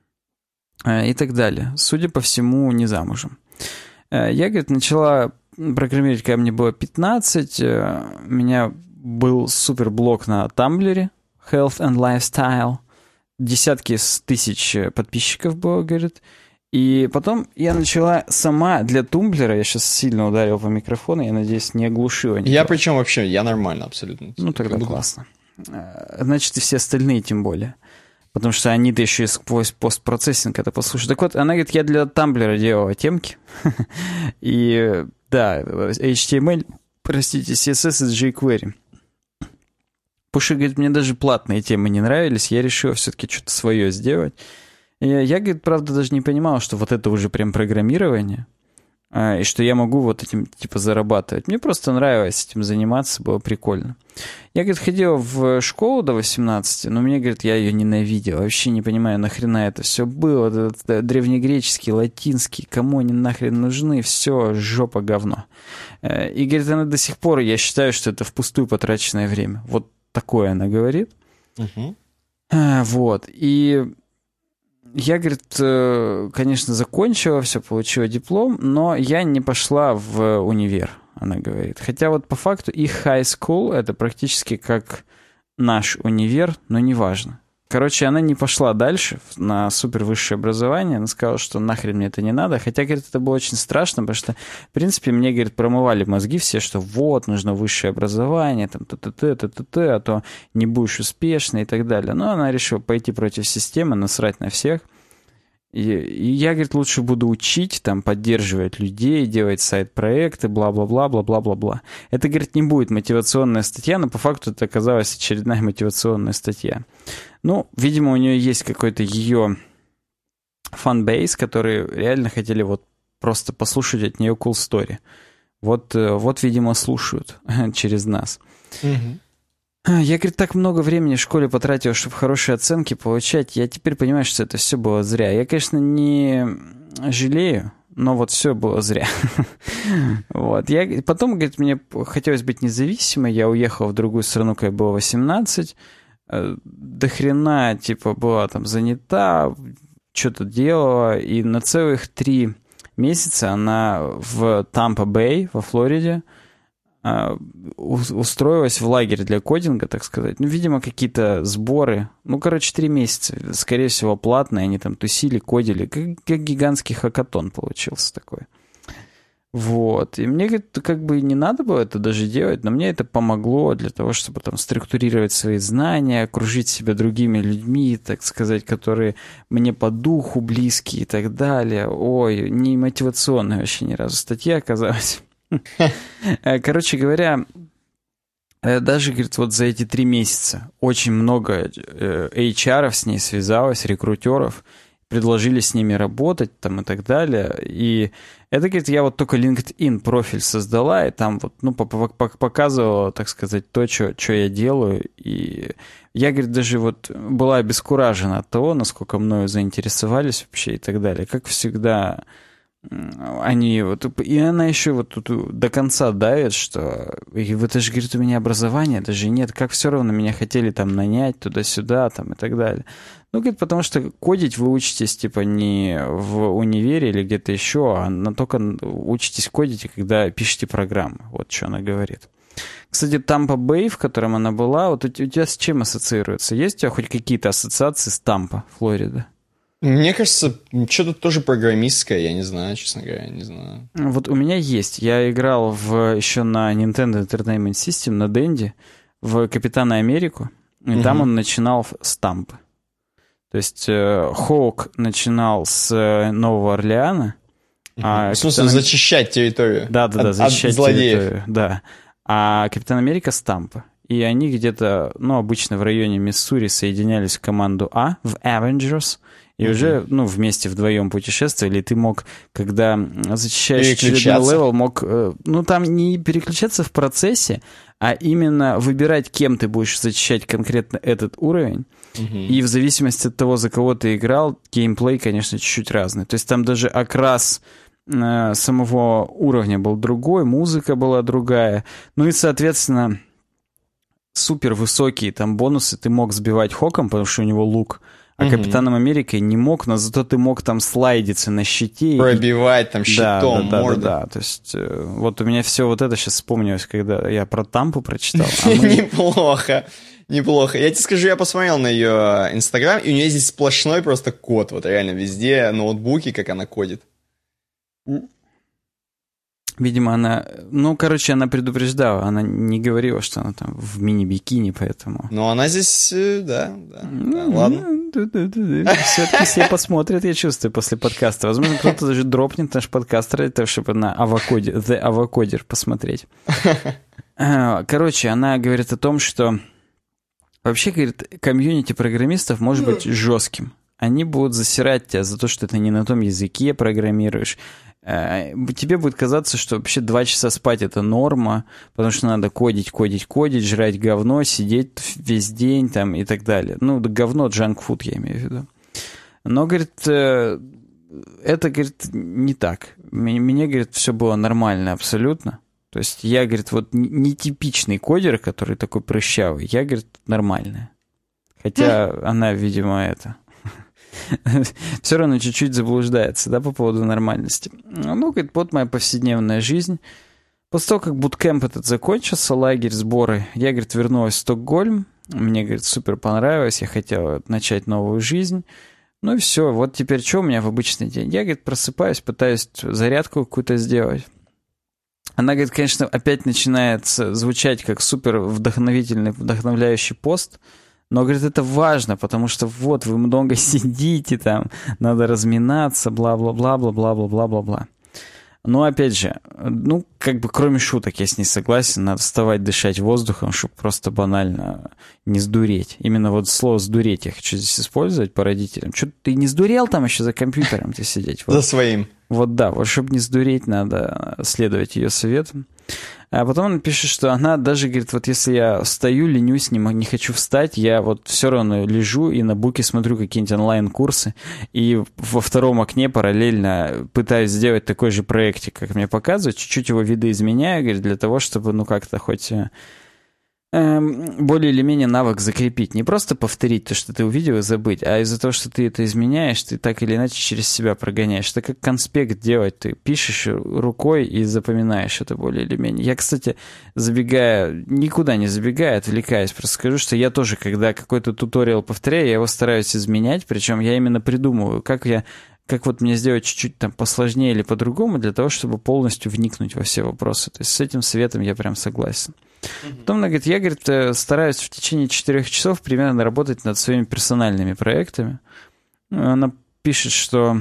и так далее. Судя по всему, не замужем. Я, говорит, начала программировать, когда мне было пятнадцать. У меня был супер блог на Тамблере, Health and Lifestyle. Десятки тысяч подписчиков было, говорит. И потом я начала сама для Тумблера, я сейчас сильно ударил по микрофону, я надеюсь, не оглушила. Никого. Я причем вообще, я нормально абсолютно. Ну, тогда классно. Значит, и все остальные тем более. Потому что они-то еще и сквозь постпроцессинг это послушают. Так вот, она говорит, я для Тамблера делала темки. И да, эйч ти эм эль, простите, си эс эс и jQuery. Потому что, говорит, мне даже платные темы не нравились, я решил все-таки что-то свое сделать. И я, говорит, правда, даже не понимал, что вот это уже прям программирование, и что я могу вот этим, типа, зарабатывать. Мне просто нравилось этим заниматься, было прикольно. Я, говорит, ходил в школу до восемнадцати, но мне, говорит, я ее ненавидел. Вообще не понимаю, нахрена это все было. Этот древнегреческий, латинский, кому они нахрен нужны, все, жопа, говно. И, говорит, она до сих пор, я считаю, что это впустую потраченное время. Вот такое она говорит. Uh-huh. Вот. И я, говорит, конечно, закончила все, получила диплом, но я не пошла в универ, она говорит. Хотя вот по факту их high school — это практически как наш универ, но неважно. Короче, она не пошла дальше на супер высшее образование. Она сказала, что нахрен мне это не надо. Хотя, говорит, это было очень страшно, потому что, в принципе, мне, говорит, промывали мозги все, что вот, нужно высшее образование, там, т-т-т, т-т-т, а то не будешь успешной и так далее. Но она решила пойти против системы, насрать на всех. И, и я, говорит, лучше буду учить, там, поддерживать людей, делать сайт-проекты, бла-бла-бла, бла-бла-бла-бла. Это, говорит, не будет мотивационная статья, но по факту это оказалась очередная мотивационная статья. Ну, видимо, у нее есть какой-то ее фанбейс, которые реально хотели вот просто послушать от нее cool story. Вот, вот видимо, слушают через нас. Угу. Я, говорит, так много времени в школе потратил, чтобы хорошие оценки получать. Я теперь понимаю, что это все было зря. Я, конечно, не жалею, но вот все было зря. Вот. Я, потом, говорит, мне хотелось быть независимой. Я уехал в другую страну, когда было восемнадцать. До хрена, типа, была там занята, что-то делала. И на целых три месяца она в Тампа-Бэй, во Флориде, устроилась в лагерь для кодинга, так сказать. Ну, видимо, какие-то сборы. Ну, короче, три месяца. Скорее всего, платные. Они там тусили, кодили. Как, как гигантский хакатон получился такой. Вот. И мне, говорит, как бы не надо было это даже делать, но мне это помогло для того, чтобы там структурировать свои знания, окружить себя другими людьми, так сказать, которые мне по духу близкие и так далее. Ой, не мотивационная вообще ни разу статья оказалась. Короче говоря, даже, говорит, вот за эти три месяца очень много эйч ар-ов с ней связалось, рекрутеров, предложили с ними работать там и так далее. И это, говорит, я вот только LinkedIn профиль создала, и там вот, ну, показывала, так сказать, то, что я делаю. И я, говорит, даже вот была обескуражена от того, насколько мною заинтересовались вообще и так далее. Как всегда... Они вот, и она еще вот тут до конца давит, что это же, говорит, у меня образование даже нет, как все равно меня хотели там нанять туда-сюда там и так далее. Ну, говорит, потому что кодить вы учитесь типа не в универе или где-то еще, а на только учитесь кодить, когда пишете программы. Вот что она говорит. Кстати, Тампа-Бэй, в котором она была, вот у тебя с чем ассоциируется? Есть у тебя хоть какие-то ассоциации с Тампа, Флорида? Мне кажется, что-то тоже программистское, я не знаю, честно говоря, не знаю. Вот у меня есть. Я играл в, еще на Nintendo Entertainment System, на Денди, в Капитана Америку, и угу. там он начинал с Тампы. То есть э, Хоук начинал с э, Нового Орлеана. Угу. А в смысле, Капитан... зачищать территорию? Да-да-да, от, защищать от злодеев. территорию. Да. А Капитан Америка с Тампы. И они где-то, ну, обычно в районе Миссури соединялись в команду А, в Avengers, и mm-hmm. уже, ну, вместе вдвоем путешествовали, и ты мог, когда зачищаешь очередной левел, мог, ну, там не переключаться в процессе, а именно выбирать, кем ты будешь зачищать конкретно этот уровень, mm-hmm. и в зависимости от того, за кого ты играл, геймплей, конечно, чуть-чуть разный. То есть там даже окрас э, самого уровня был другой, музыка была другая, ну и, соответственно, супер высокие там бонусы ты мог сбивать Хоком, потому что у него лук, а mm-hmm. Капитаном Америкой не мог, но зато ты мог там слайдиться на щите. Пробивать и... там щитом да, да, морду. Да, да, да, то есть вот у меня все вот это сейчас вспомнилось, когда я про Тампу прочитал. А мы... Неплохо, неплохо. Я тебе скажу, я посмотрел на ее Инстаграм, и у нее здесь сплошной просто код, вот реально везде ноутбуки, как она кодит. Видимо, она... Ну, короче, она предупреждала. Она не говорила, что она там в мини-бикини, поэтому... Ну, она здесь... Да, да, да ладно. Все-таки все посмотрят, я чувствую, после подкаста. Возможно, кто-то даже дропнет наш подкаст ради того, чтобы на Авокоде, The Avocoder посмотреть. Короче, она говорит о том, что... Вообще, говорит, комьюнити программистов может быть жестким. Они будут засирать тебя за то, что ты не на том языке программируешь. Тебе будет казаться, что вообще два часа спать — это норма, потому что надо кодить, кодить, кодить, жрать говно, сидеть весь день там и так далее. Ну, да говно, джанк-фуд я имею в виду. Но, говорит, это, говорит, не так. Мне, говорит, все было нормально абсолютно. То есть я, говорит, вот нетипичный кодер, который такой прыщавый, я, говорит, нормальная. Хотя она, видимо, это... все равно чуть-чуть заблуждается, да, по поводу нормальности. Ну, говорит, вот моя повседневная жизнь. После того, как буткемп этот закончился, лагерь, сборы, я, говорит, вернулась в Стокгольм. Мне, говорит, супер понравилось, я хотела начать новую жизнь. Ну и все, вот теперь что у меня в обычный день? Я, говорит, просыпаюсь, пытаюсь зарядку какую-то сделать. Она, говорит, конечно, опять начинает звучать как супер вдохновительный, вдохновляющий пост. Но, говорит, это важно, потому что вот вы много сидите там, надо разминаться, бла-бла-бла-бла-бла-бла-бла-бла. Но, опять же, ну, как бы кроме шуток я с ней согласен, надо вставать, дышать воздухом, чтобы просто банально не сдуреть. Именно вот слово «сдуреть» я хочу здесь использовать по родителям. Что ты не сдурел там еще за компьютером ты сидеть? Вот. За своим. Вот да, вот чтобы не сдуреть, надо следовать ее советам. А потом она пишет, что она даже, говорит, вот если я встаю, ленюсь, не, не хочу встать, я вот все равно лежу и на буке смотрю какие-нибудь онлайн-курсы, и во втором окне параллельно пытаюсь сделать такой же проектик, как мне показывают, чуть-чуть его видоизменяю, говорит, для того, чтобы, ну, как-то хоть... более или менее навык закрепить. Не просто повторить то, что ты увидел, и забыть, а из-за того, что ты это изменяешь, ты так или иначе через себя прогоняешь. Это как конспект делать. Ты пишешь рукой и запоминаешь это более или менее. Я, кстати, забегая, никуда не забегая, отвлекаясь, просто скажу, что я тоже, когда какой-то туториал повторяю, я его стараюсь изменять, причем я именно придумываю, как я как вот мне сделать чуть-чуть там посложнее или по-другому, для того, чтобы полностью вникнуть во все вопросы. То есть с этим советом я прям согласен. Mm-hmm. Потом она говорит, я, говорит, стараюсь в течение четырех часов примерно работать над своими персональными проектами. Она пишет, что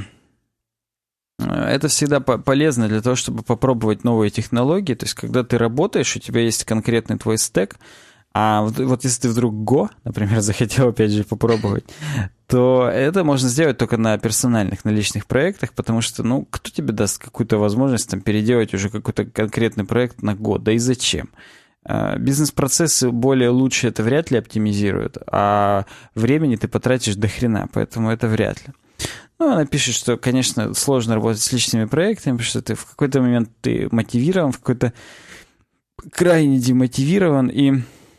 это всегда полезно для того, чтобы попробовать новые технологии. То есть когда ты работаешь, у тебя есть конкретный твой стек, а вот, вот если ты вдруг Go, например, захотел опять же попробовать, то это можно сделать только на персональных, на личных проектах, потому что, ну, кто тебе даст какую-то возможность там переделать уже какой-то конкретный проект на Go, да и зачем? Бизнес-процессы более лучше это вряд ли оптимизируют, а времени ты потратишь до хрена, поэтому это вряд ли. Ну, она пишет, что, конечно, сложно работать с личными проектами, потому что ты в какой-то момент ты мотивирован, в какой-то крайне демотивирован, и...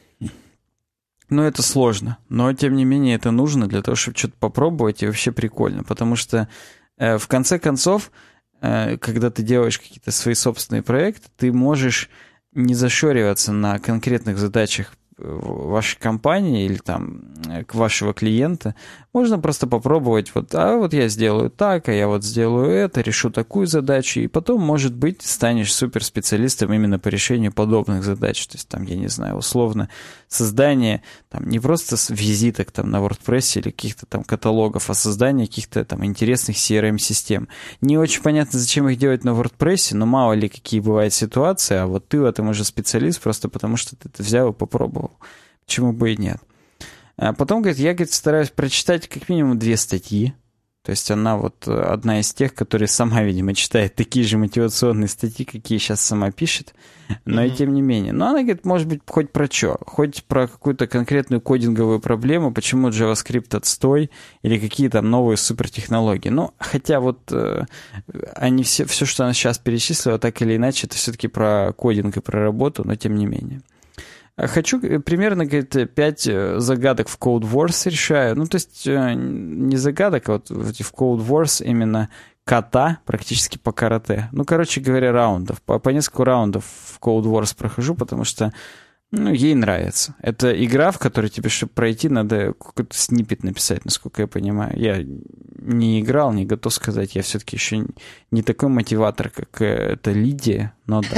Ну, это сложно, но, тем не менее, это нужно для того, чтобы что-то попробовать, и вообще прикольно, потому что, э, в конце концов, э, когда ты делаешь какие-то свои собственные проекты, ты можешь не зашориваться на конкретных задачах вашей компании или там к вашего клиента. Можно просто попробовать, вот, а вот я сделаю так, а я вот сделаю это, решу такую задачу, и потом, может быть, станешь суперспециалистом именно по решению подобных задач. То есть там, я не знаю, условно, создание там не просто визиток там на WordPress или каких-то там каталогов, а создание каких-то там интересных си эр эм-систем. Не очень понятно, зачем их делать на WordPress, но мало ли какие бывают ситуации, а вот ты в этом уже специалист просто потому, что ты это взял и попробовал. Почему бы и нет? А потом, говорит, я, говорит, стараюсь прочитать как минимум две статьи. То есть она вот одна из тех, которые сама, видимо, читает такие же мотивационные статьи, какие сейчас сама пишет. Но mm-hmm. и тем не менее. Но она, говорит, может быть, хоть про что? Хоть про какую-то конкретную кодинговую проблему, почему JavaScript отстой, или какие там новые супертехнологии. Ну, хотя вот э, они все, все, что она сейчас перечислила, так или иначе, это все-таки про кодинг и про работу, но тем не менее. Хочу примерно, говорит, пять загадок в Code Wars решаю. Ну, то есть не загадок, а вот в Code Wars именно кота практически по карате. Ну, короче говоря, раундов. По, по несколько раундов в Code Wars прохожу, потому что, ну, ей нравится. Это игра, в которой тебе, чтобы пройти, надо какой-то сниппет написать, насколько я понимаю. Я не играл, не готов сказать. Я все-таки еще не такой мотиватор, как эта Лидия, но да.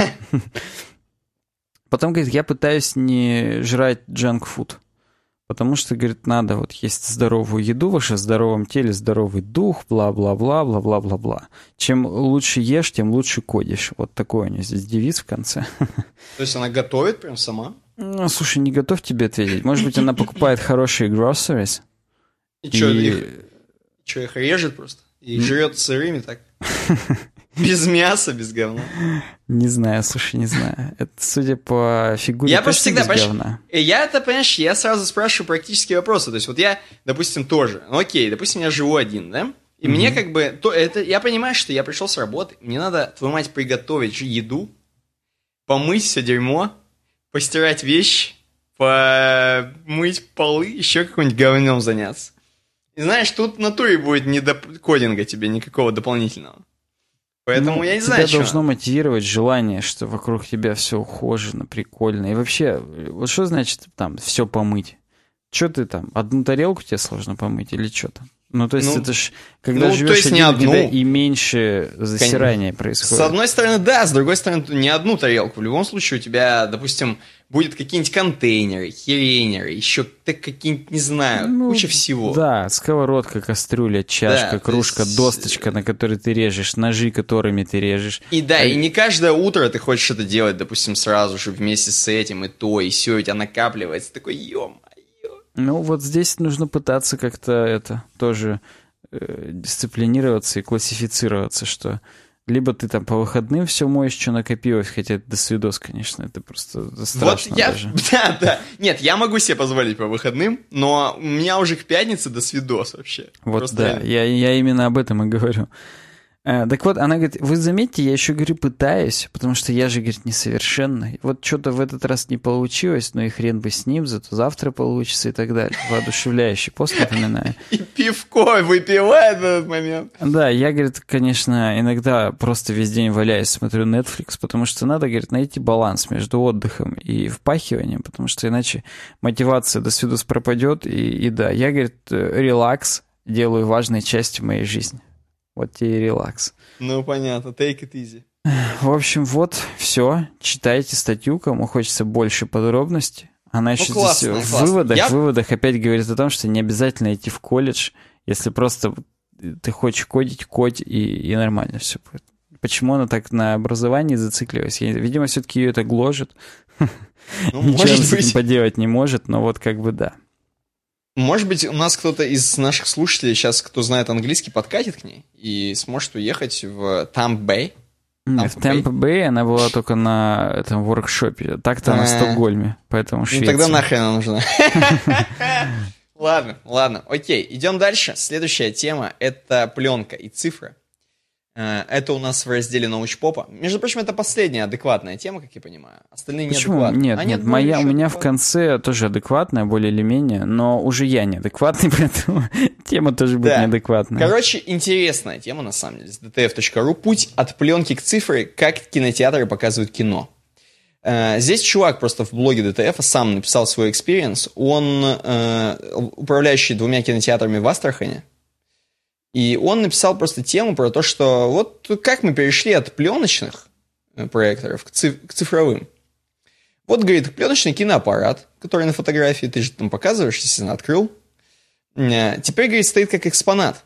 Потом, говорит, я пытаюсь не жрать джанк-фуд, потому что, говорит, надо вот есть здоровую еду, в вашем здоровом теле здоровый дух, бла-бла-бла, бла-бла-бла-бла. Чем лучше ешь, тем лучше кодишь. Вот такой у нее здесь девиз в конце. То есть она готовит прям сама? Ну, слушай, не готов тебе ответить. Может быть, она покупает хорошие groceries. И, и... что, их... что, их режет просто? И жрет сырыми так? Без мяса, без говна. Не знаю, слушай, не знаю. Это, судя по фигуре, я просто всегда, без говна. Я это, понимаешь, я сразу спрашиваю практические вопросы. То есть вот я, допустим, тоже. Ну окей, допустим, я живу один, да? И mm-hmm. мне как бы... То, это, я понимаю, что я пришел с работы, мне надо, твою мать, приготовить еду, помыть все дерьмо, постирать вещи, помыть полы, еще каким-нибудь говнем заняться. И знаешь, тут в натуре будет не до кодинга тебе никакого дополнительного. Поэтому ну, я не знаю, тебя должно мотивировать желание, что вокруг тебя все ухожено, прикольно. И вообще, вот что значит там все помыть? Что ты там, одну тарелку тебе сложно помыть или что там? Ну, то есть ну, это ж, когда ну, живешь один, у тебя и меньше засирания Конечно. происходит. С одной стороны, да, с другой стороны, не одну тарелку. В любом случае у тебя, допустим, будет какие-нибудь контейнеры, херейнеры, еще какие-нибудь, не знаю, ну, куча всего. Да, сковородка, кастрюля, чашка, да, кружка, есть... досточка, на которой ты режешь, ножи, которыми ты режешь. И да, а... и не каждое утро ты хочешь это делать, допустим, сразу же вместе с этим, и то, и все, у тебя накапливается. Такой, ё-моё. Ну, вот здесь нужно пытаться как-то это тоже э, дисциплинироваться и классифицироваться, что Либо ты там по выходным все моешь, что накопилось, хотя это досвидос, конечно, это просто страшно вот я, даже. Да, да. Нет, я могу себе позволить по выходным, но у меня уже к пятнице досвидос вообще. Вот просто да, я, я именно об этом и говорю. А, так вот, она говорит, вы заметьте, я еще, говорю, пытаюсь, потому что я же, говорит, несовершенный. Вот что-то в этот раз не получилось, но и хрен бы с ним, зато завтра получится и так далее. Воодушевляющий пост, напоминаю. И пивко выпивает в этот момент. Да, я, говорит, конечно, иногда просто весь день валяюсь, смотрю Netflix, потому что надо, говорит, найти баланс между отдыхом и впахиванием, потому что иначе мотивация до свидос пропадет. И, и да, я, говорит, релакс делаю важной частью моей жизни. Вот тебе и релакс. Ну, понятно. Take it easy. В общем, вот, все. Читайте статью, кому хочется больше подробностей. Она еще ну, классно, здесь классно. в выводах, Я... в выводах опять говорит о том, что не обязательно идти в колледж, если просто ты хочешь кодить, кодь, и, и нормально все будет. Почему она так на образовании зацикливалась? Я, видимо, все-таки ее это гложет. Ну, Ничего может с этим быть. поделать не может, но вот как бы да. Может быть, у нас кто-то из наших слушателей сейчас, кто знает английский, подкатит к ней и сможет уехать в Тамп-Бэй. В Тампа-Бэй она была только на этом воркшопе. Так-то она в Стокгольме, поэтому Швеция. Ну тогда нахрен она нужна. Ладно, ладно, окей, идем дальше. Следующая тема — это пленка и цифра. Это у нас в разделе научпопа. Между прочим, это последняя адекватная тема, как я понимаю. Остальные Почему? неадекватные. Нет, а нет, нет моя, у меня адекватная. в конце тоже адекватная, более или менее, но уже я неадекватный, поэтому тема тоже будет да. неадекватная. Короче, интересная тема, на самом деле, с ди ти эф точка ру. Путь от пленки к цифре, как кинотеатры показывают кино. Здесь чувак просто в блоге ди ти эф сам написал свой экспириенс. Он э, управляющий двумя кинотеатрами в Астрахани. И он написал просто тему про то, что вот как мы перешли от пленочных проекторов к, циф- к цифровым. Вот, говорит, пленочный киноаппарат, который на фотографии, ты же там показываешь, естественно, открыл. Теперь, говорит, стоит как экспонат.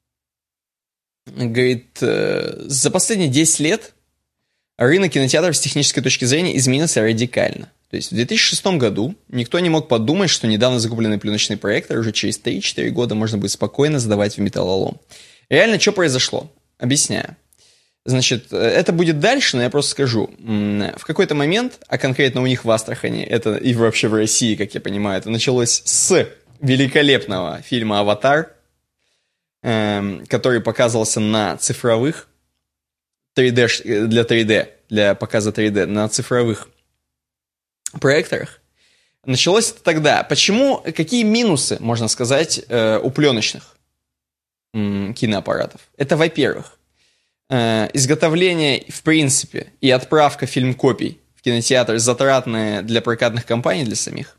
Говорит, за последние десять лет рынок кинотеатров с технической точки зрения изменился радикально. То есть в две тысячи шестом году никто не мог подумать, что недавно закупленный пленочный проектор уже через три-четыре года можно будет спокойно сдавать в металлолом. Реально, что произошло? Объясняю. Значит, это будет дальше, но я просто скажу. В какой-то момент, а конкретно у них в Астрахани, это и вообще в России, как я понимаю, это началось с великолепного фильма «Аватар», который показывался на цифровых три дэ, для три дэ, для показа три дэ, на цифровых проекторах. Началось это тогда. Почему, какие минусы, можно сказать, у пленочных киноаппаратов? Это, во-первых, изготовление, в принципе, и отправка фильм-копий в кинотеатр затратные для прокатных компаний, для самих.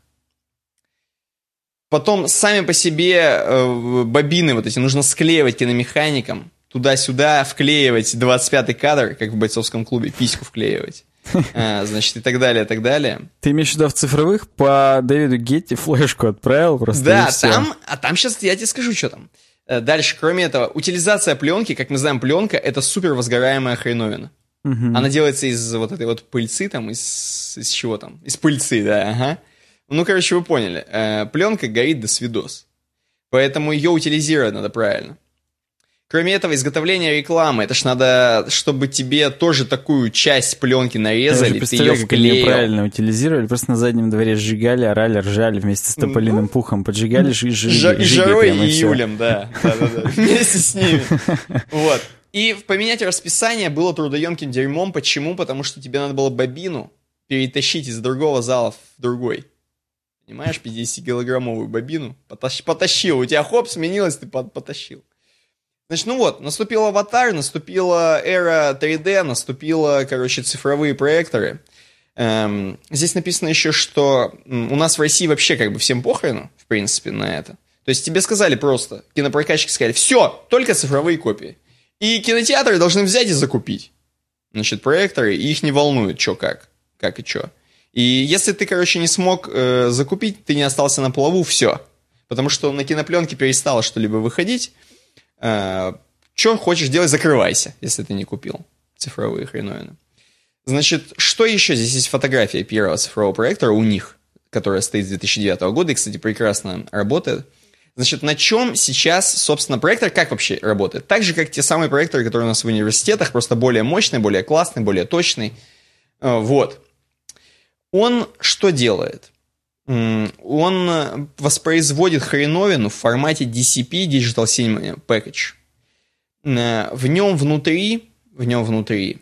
Потом сами по себе бобины вот эти нужно склеивать киномеханикам, туда-сюда вклеивать двадцать пятый кадр, как в бойцовском клубе, письку вклеивать. А, значит, и так далее, и так далее. Ты имеешь в виду в цифровых по Дэвиду Гетти флешку отправил просто? Да, там, а там сейчас я тебе скажу, что там. Дальше, кроме этого, утилизация пленки, как мы знаем, пленка — это супер возгораемая хреновина. Угу. Она делается из вот этой вот пыльцы, там, из, из чего там? Из пыльцы, да, ага. Ну, короче, вы поняли. Пленка горит до свидос. Поэтому ее утилизировать надо правильно. Кроме этого, изготовление рекламы. Это ж надо, чтобы тебе тоже такую часть пленки нарезали, ты ее вклеил. Как они неправильно утилизировали, просто на заднем дворе сжигали, орали, ржали вместе с тополиным ну, пухом. Поджигали, жигали. Жа- жарой и июлем, да. Вместе с ними. Вот. И поменять расписание было трудоемким дерьмом. Почему? Потому что тебе надо было бобину перетащить из другого зала в другой. Понимаешь, пятидесятикилограммовую бобину. Потащил. У тебя хоп, сменилось, ты потащил. Значит, ну вот, наступил аватар, наступила эра три дэ, наступила, короче, цифровые проекторы. Эм, здесь написано еще, что у нас в России вообще как бы всем похрену, в принципе, на это. То есть тебе сказали просто, кинопрокатчики сказали, все, только цифровые копии. И кинотеатры должны взять и закупить, значит, проекторы, и их не волнует, что как, как и что. И если ты, короче, не смог э, закупить, ты не остался на плаву, все. Потому что на кинопленке перестало что-либо выходить. Uh, что хочешь делать, закрывайся, если ты не купил цифровые хреновины. Значит, что еще? Здесь есть фотография первого цифрового проектора у них, которая стоит с две тысячи девятого года и, кстати, прекрасно работает. Значит, на чем сейчас, собственно, проектор как вообще работает? Так же, как те самые проекторы, которые у нас в университетах, просто более мощный, более классный, более точный. Вот. Он что делает? Он воспроизводит хреновину в формате ди си пи, Digital Cinema Package. В нем внутри, в нем внутри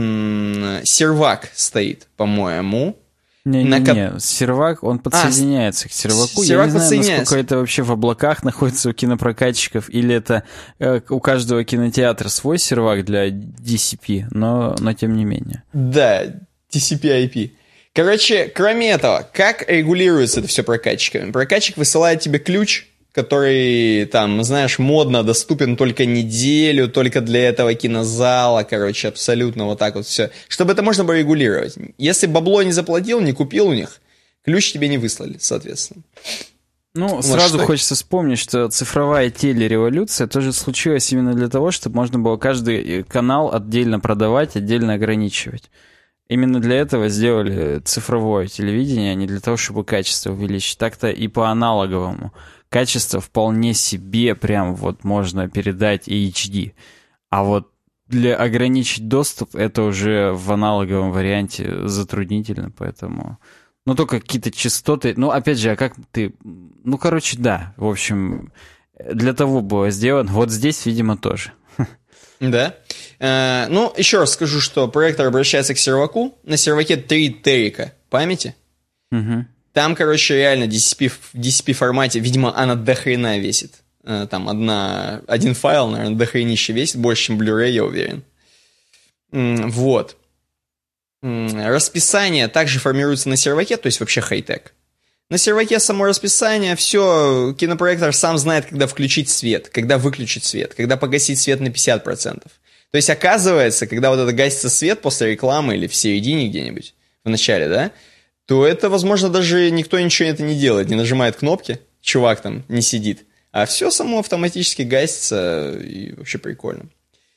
сервак стоит, по-моему. Не-не-не, ко... сервак, он подсоединяется а, к серваку. Я не знаю, насколько это вообще в облаках находится у кинопрокатчиков, или это э, у каждого кинотеатра свой сервак для ди си пи, но, но тем не менее. Да, ти си пи ай пи. Короче, кроме этого, как регулируется это все прокатчиками? Прокатчик высылает тебе ключ, который, там, знаешь, модно доступен только неделю, только для этого кинозала, короче, абсолютно вот так вот все. Чтобы это можно было регулировать. Если бабло не заплатил, не купил у них, ключ тебе не выслали, соответственно. Ну, вот сразу что... хочется вспомнить, что цифровая телереволюция тоже случилась именно для того, чтобы можно было каждый канал отдельно продавать, отдельно ограничивать. Именно для этого сделали цифровое телевидение, а не для того, чтобы качество увеличить. Так-то и по аналоговому. Качество вполне себе прям вот можно передать эйч ди. А вот для ограничить доступ это уже в аналоговом варианте затруднительно, поэтому... Ну, только какие-то частоты... Ну, опять же, а как ты... Ну, короче, да. В общем, для того было сделано. Вот здесь, видимо, тоже. Да. Э, ну, еще раз скажу, что проектор обращается к серваку. На серваке три терика памяти. Угу. Там, короче, реально ди си пи, в ди си пи формате, видимо, она до хрена весит. Э, там одна, один файл, наверное, до хренище весит, больше, чем Blu-ray, я уверен. М, вот. М, расписание также формируется на серваке, то есть вообще хай-тек. На серваке само расписание, все, кинопроектор сам знает, когда включить свет, когда выключить свет, когда погасить свет на пятьдесят процентов. То есть, оказывается, когда вот это гасится свет после рекламы или в середине где-нибудь, в начале, да, то это, возможно, даже никто ничего это не делает, не нажимает кнопки, чувак там не сидит, а все само автоматически гасится, и вообще прикольно.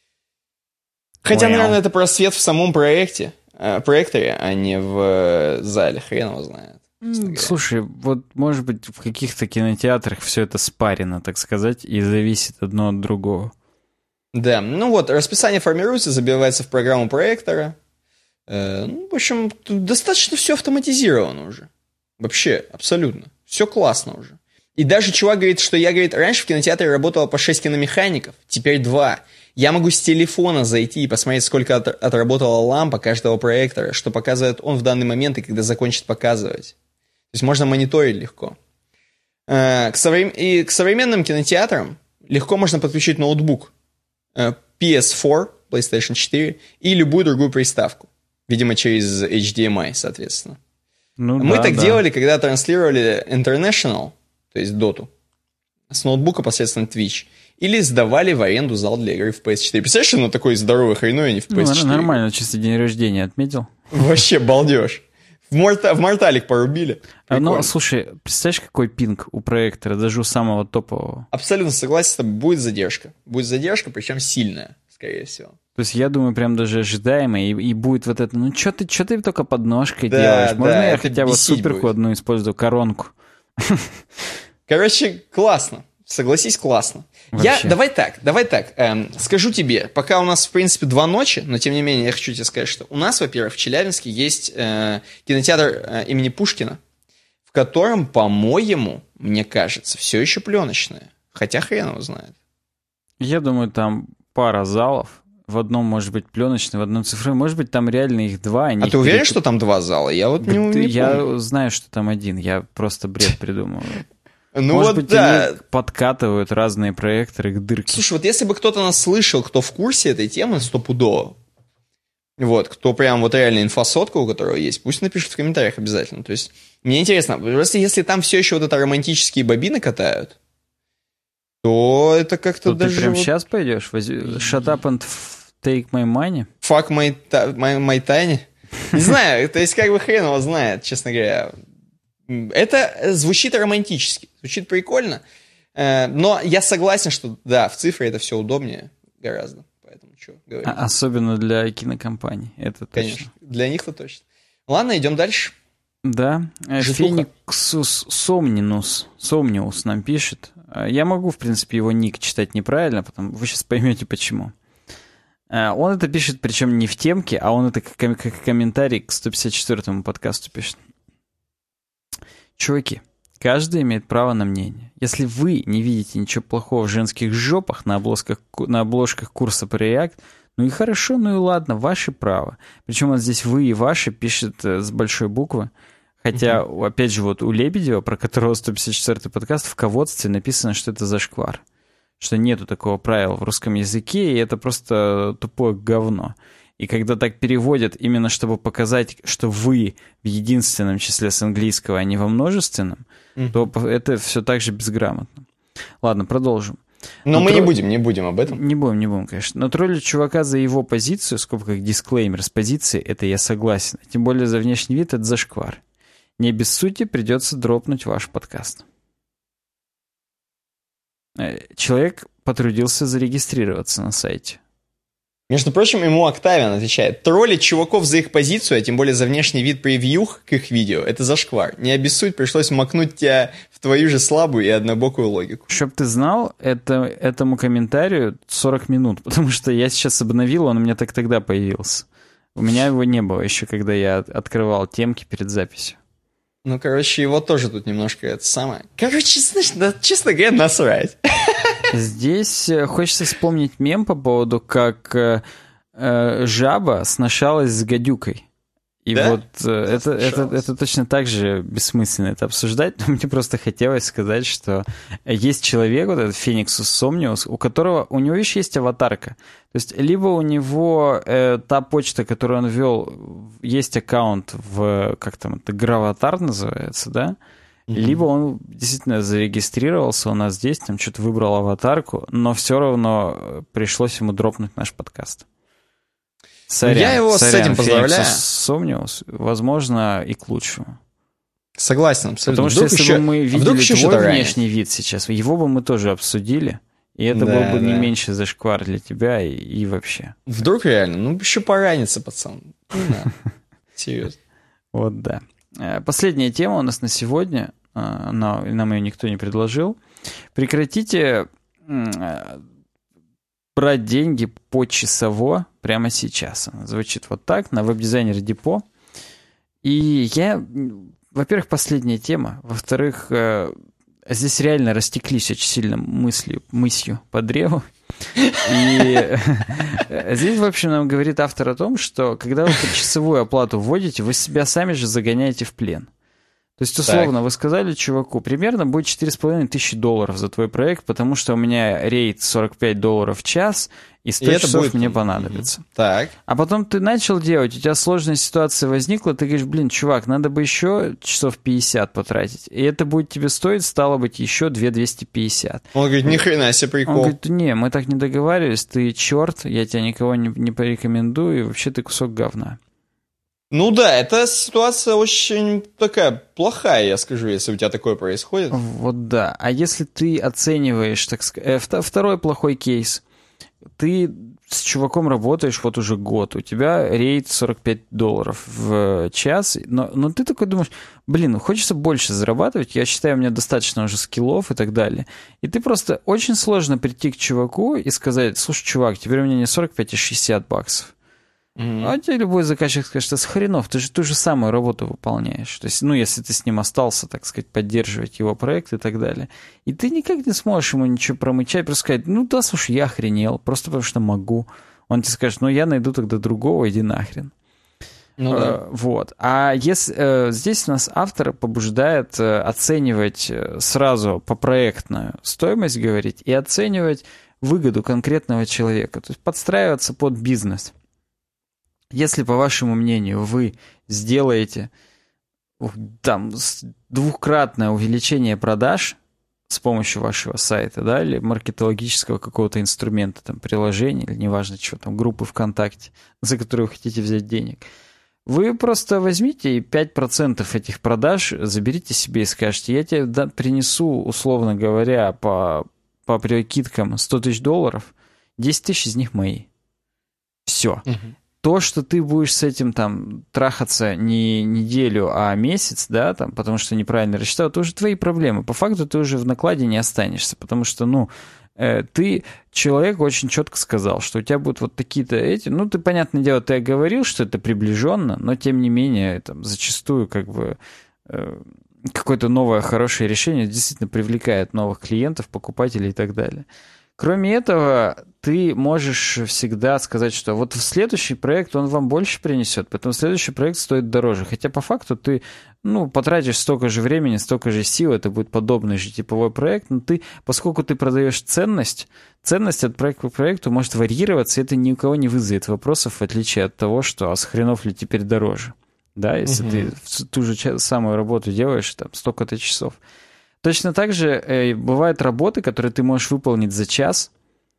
Хотя, Понял. наверное, это про свет в самом проекте, проекторе, а не в зале, хрен его знает. Слушай, вот, может быть, в каких-то кинотеатрах все это спарено, так сказать, и зависит одно от другого. Да, ну вот, расписание формируется, забивается в программу проектора. Э, ну, в общем, достаточно все автоматизировано уже. Вообще, абсолютно. Все классно уже. И даже чувак говорит, что я, говорит, раньше в кинотеатре работало по шесть киномехаников, теперь два. Я могу с телефона зайти и посмотреть, сколько от, отработала лампа каждого проектора, что показывает он в данный момент и когда закончит показывать. То есть можно мониторить легко. Э, к соврем... И к современным кинотеатрам легко можно подключить ноутбук э, пи эс четыре, PlayStation четыре и любую другую приставку. Видимо, через эйч ди эм ай, соответственно. Ну, Мы да, так да. делали, когда транслировали International, то есть Доту, с ноутбука посредством Twitch. Или сдавали в аренду зал для игры в пи эс четыре. Представляешь, ну такой здоровый хреной, а не в пи эс четыре. Ну, нормально, чисто день рождения отметил. Вообще балдеж. В, морта, в морталик порубили. Прикольно. Ну, слушай, представляешь, какой пинг у проектора, даже у самого топового? Абсолютно согласен с тобой, будет задержка. Будет задержка, причем сильная, скорее всего. То есть я думаю, прям даже ожидаемая, и, и будет вот это, ну что ты, что ты только под ножкой да, делаешь? Можно да, я хотя бы суперку будет. одну использую, коронку? Короче, классно. Согласись, классно. Я, давай так, давай так, эм, скажу тебе, пока у нас, в принципе, два ночи, но, тем не менее, я хочу тебе сказать, что у нас, во-первых, в Челябинске есть э, кинотеатр э, имени Пушкина, в котором, по-моему, мне кажется, все еще пленочное. Хотя хрен его знает. Я думаю, там пара залов. В одном, может быть, пленочный, в одном цифровой. Может быть, там реально их два. Они а ты уверен, перед... что там два зала? Я вот не, не Я помню. знаю, что там один. Я просто бред придумываю. Ну Может вот быть, да. они подкатывают разные проекторы к дырке. Слушай, вот если бы кто-то нас слышал, кто в курсе этой темы, стопудово, вот, кто прям вот реально инфосотка, у которого есть, пусть напишет в комментариях обязательно. То есть, мне интересно, просто если там все еще вот это романтические бобины катают, то это как-то то даже... ты прям вот... сейчас пойдешь? Shut up and take my money? Fuck my, my, my tiny? Не знаю, то есть как бы хрен его знает, честно говоря. Это звучит романтически, звучит прикольно, но я согласен, что да, в цифре это все удобнее гораздо, поэтому что говорить. Особенно для кинокомпаний, это точно. Конечно, для них-то точно. Ладно, идем дальше. Да, Фениксус Сомнинус, Сомниус нам пишет, Я могу, в принципе, его ник читать неправильно, потом вы сейчас поймете, почему. Он это пишет, причем не в темке, а он это как, как комментарий к сто пятьдесят четвёртому подкасту пишет. Чуваки, каждый имеет право на мнение. Если вы не видите ничего плохого в женских жопах на обложках, на обложках курса по React, ну и хорошо, ну и ладно, ваше право. Причем он здесь «вы» и «ваши» пишет с большой буквы. Хотя, uh-huh. опять же, вот у Лебедева, про которого сто пятьдесят четвёртый подкаст, в ководстве написано, что это зашквар. Что нету такого правила в русском языке, и это просто тупое говно. И когда так переводят, именно чтобы показать, что вы в единственном числе с английского, а не во множественном, mm-hmm. то это все так же безграмотно. Ладно, продолжим. Но, Но мы тро... не будем, не будем об этом. Не будем, не будем, конечно. Но троллить чувака за его позицию, в скобках дисклеймер с позиции, это я согласен. Тем более за внешний вид это зашквар. Не без сути придется дропнуть ваш подкаст. Человек потрудился зарегистрироваться на сайте. Между прочим, ему Октавиан отвечает: троллить чуваков за их позицию, а тем более за внешний вид превьюх к их видео, это зашквар. Не обессудь, пришлось макнуть тебя в твою же слабую и однобокую логику. Чтоб ты знал, это, этому комментарию сорок минут, потому что я сейчас обновил, он у меня так тогда появился. У меня его не было еще, когда я открывал темки перед записью. Ну, короче, его тоже тут немножко это самое... Короче, знаешь, да, честно говоря, насрать. Здесь хочется вспомнить мем по поводу, как э, э, жаба сношалась с гадюкой. И да? вот э, это, это, это точно так же бессмысленно это обсуждать, но мне просто хотелось сказать, что есть человек, вот этот Фениксус Сомниус, у которого, у него еще есть аватарка. То есть либо у него э, та почта, которую он ввел, есть аккаунт в, как там, это Граватар называется, да? Mm-hmm. Либо он действительно зарегистрировался у нас здесь, там что-то выбрал аватарку, но все равно пришлось ему дропнуть наш подкаст. Сорян, я его сорян, с этим поздравляю. Сомниус, возможно, и к лучшему. Согласен, абсолютно. Потому что вдруг если еще, бы мы видели вдруг еще твой что-то внешний ранее. вид сейчас, его бы мы тоже обсудили, и это да, был бы да. не меньше зашквар для тебя и, и вообще. Вдруг реально, ну еще поранится, пацан. Не надо. Серьезно. Вот да. Последняя тема у нас на сегодня, но нам ее никто не предложил. Прекратите брать деньги почасово прямо сейчас. Она звучит вот так, на веб-дизайнере Депо. И я, во-первых, последняя тема. Во-вторых, здесь реально растеклись очень сильно мыслью, мысью по древу. И здесь, в общем, нам говорит автор о том, что когда вы почасовую оплату вводите, вы себя сами же загоняете в плен. То есть, условно, так. вы сказали чуваку, примерно будет четыре с половиной тысячи долларов за твой проект, потому что у меня рейт сорок пять долларов в час, и сто и часов будет... мне понадобится. Так. А потом ты начал делать, у тебя сложная ситуация возникла, ты говоришь, блин, чувак, надо бы еще часов пятьдесят потратить. И это будет тебе стоить, стало быть, еще две тысячи двести пятьдесят. Он говорит, ни хрена себе прикол. Он говорит, не, мы так не договаривались, ты черт, я тебя никого не, не порекомендую, и вообще ты кусок говна. Ну да, эта ситуация очень такая плохая, я скажу, если у тебя такое происходит. Вот да. А если ты оцениваешь, так сказать, второй плохой кейс, ты с чуваком работаешь вот уже год, у тебя рейт сорок пять долларов в час, но, но ты такой думаешь, блин, ну хочется больше зарабатывать, я считаю, у меня достаточно уже скиллов и так далее. И ты просто очень сложно прийти к чуваку и сказать, слушай, чувак, теперь у меня не сорок пять, а шестьдесят баксов. Mm-hmm. А тебе любой заказчик скажет, что с хренов, ты же ту же самую работу выполняешь. То есть, ну, если ты с ним остался, так сказать, поддерживать его проект и так далее. И ты никак не сможешь ему ничего промычать, просто сказать, ну да, слушай, я охренел, просто потому что могу. Он тебе скажет, ну я найду тогда другого, иди нахрен. Ну, да. э, вот. А если, э, здесь нас автор побуждает э, оценивать сразу попроектную стоимость говорить и оценивать выгоду конкретного человека. То есть подстраиваться под бизнес. Если, по вашему мнению, вы сделаете там двукратное увеличение продаж с помощью вашего сайта, да, или маркетологического какого-то инструмента, там, приложения, или неважно чего, там, группы ВКонтакте, за которые вы хотите взять денег, вы просто возьмите и пять процентов этих продаж заберите себе и скажете, я тебе да, принесу, условно говоря, по, по прикидкам сто тысяч долларов, десять тысяч из них мои. Все. Угу. то, что ты будешь с этим там трахаться не неделю, а месяц, да, там, потому что неправильно рассчитал, это уже твои проблемы. По факту ты уже в накладе не останешься, потому что, ну, э, ты, человек очень четко сказал, что у тебя будут вот такие-то эти, ну, ты, понятное дело, ты говорил, что это приближенно, но, тем не менее, там, зачастую, как бы, э, какое-то новое хорошее решение действительно привлекает новых клиентов, покупателей и так далее. Кроме этого, ты можешь всегда сказать, что вот в следующий проект он вам больше принесет, поэтому следующий проект стоит дороже. Хотя по факту ты, ну, потратишь столько же времени, столько же сил, это будет подобный же типовой проект, но ты, поскольку ты продаешь ценность, ценность от проекта к проекту может варьироваться, и это ни у кого не вызовет вопросов, в отличие от того, что а с хренов ли теперь дороже. Да, если угу. ты ту же самую работу делаешь, там, столько-то часов. Точно так же э, бывают работы, которые ты можешь выполнить за час,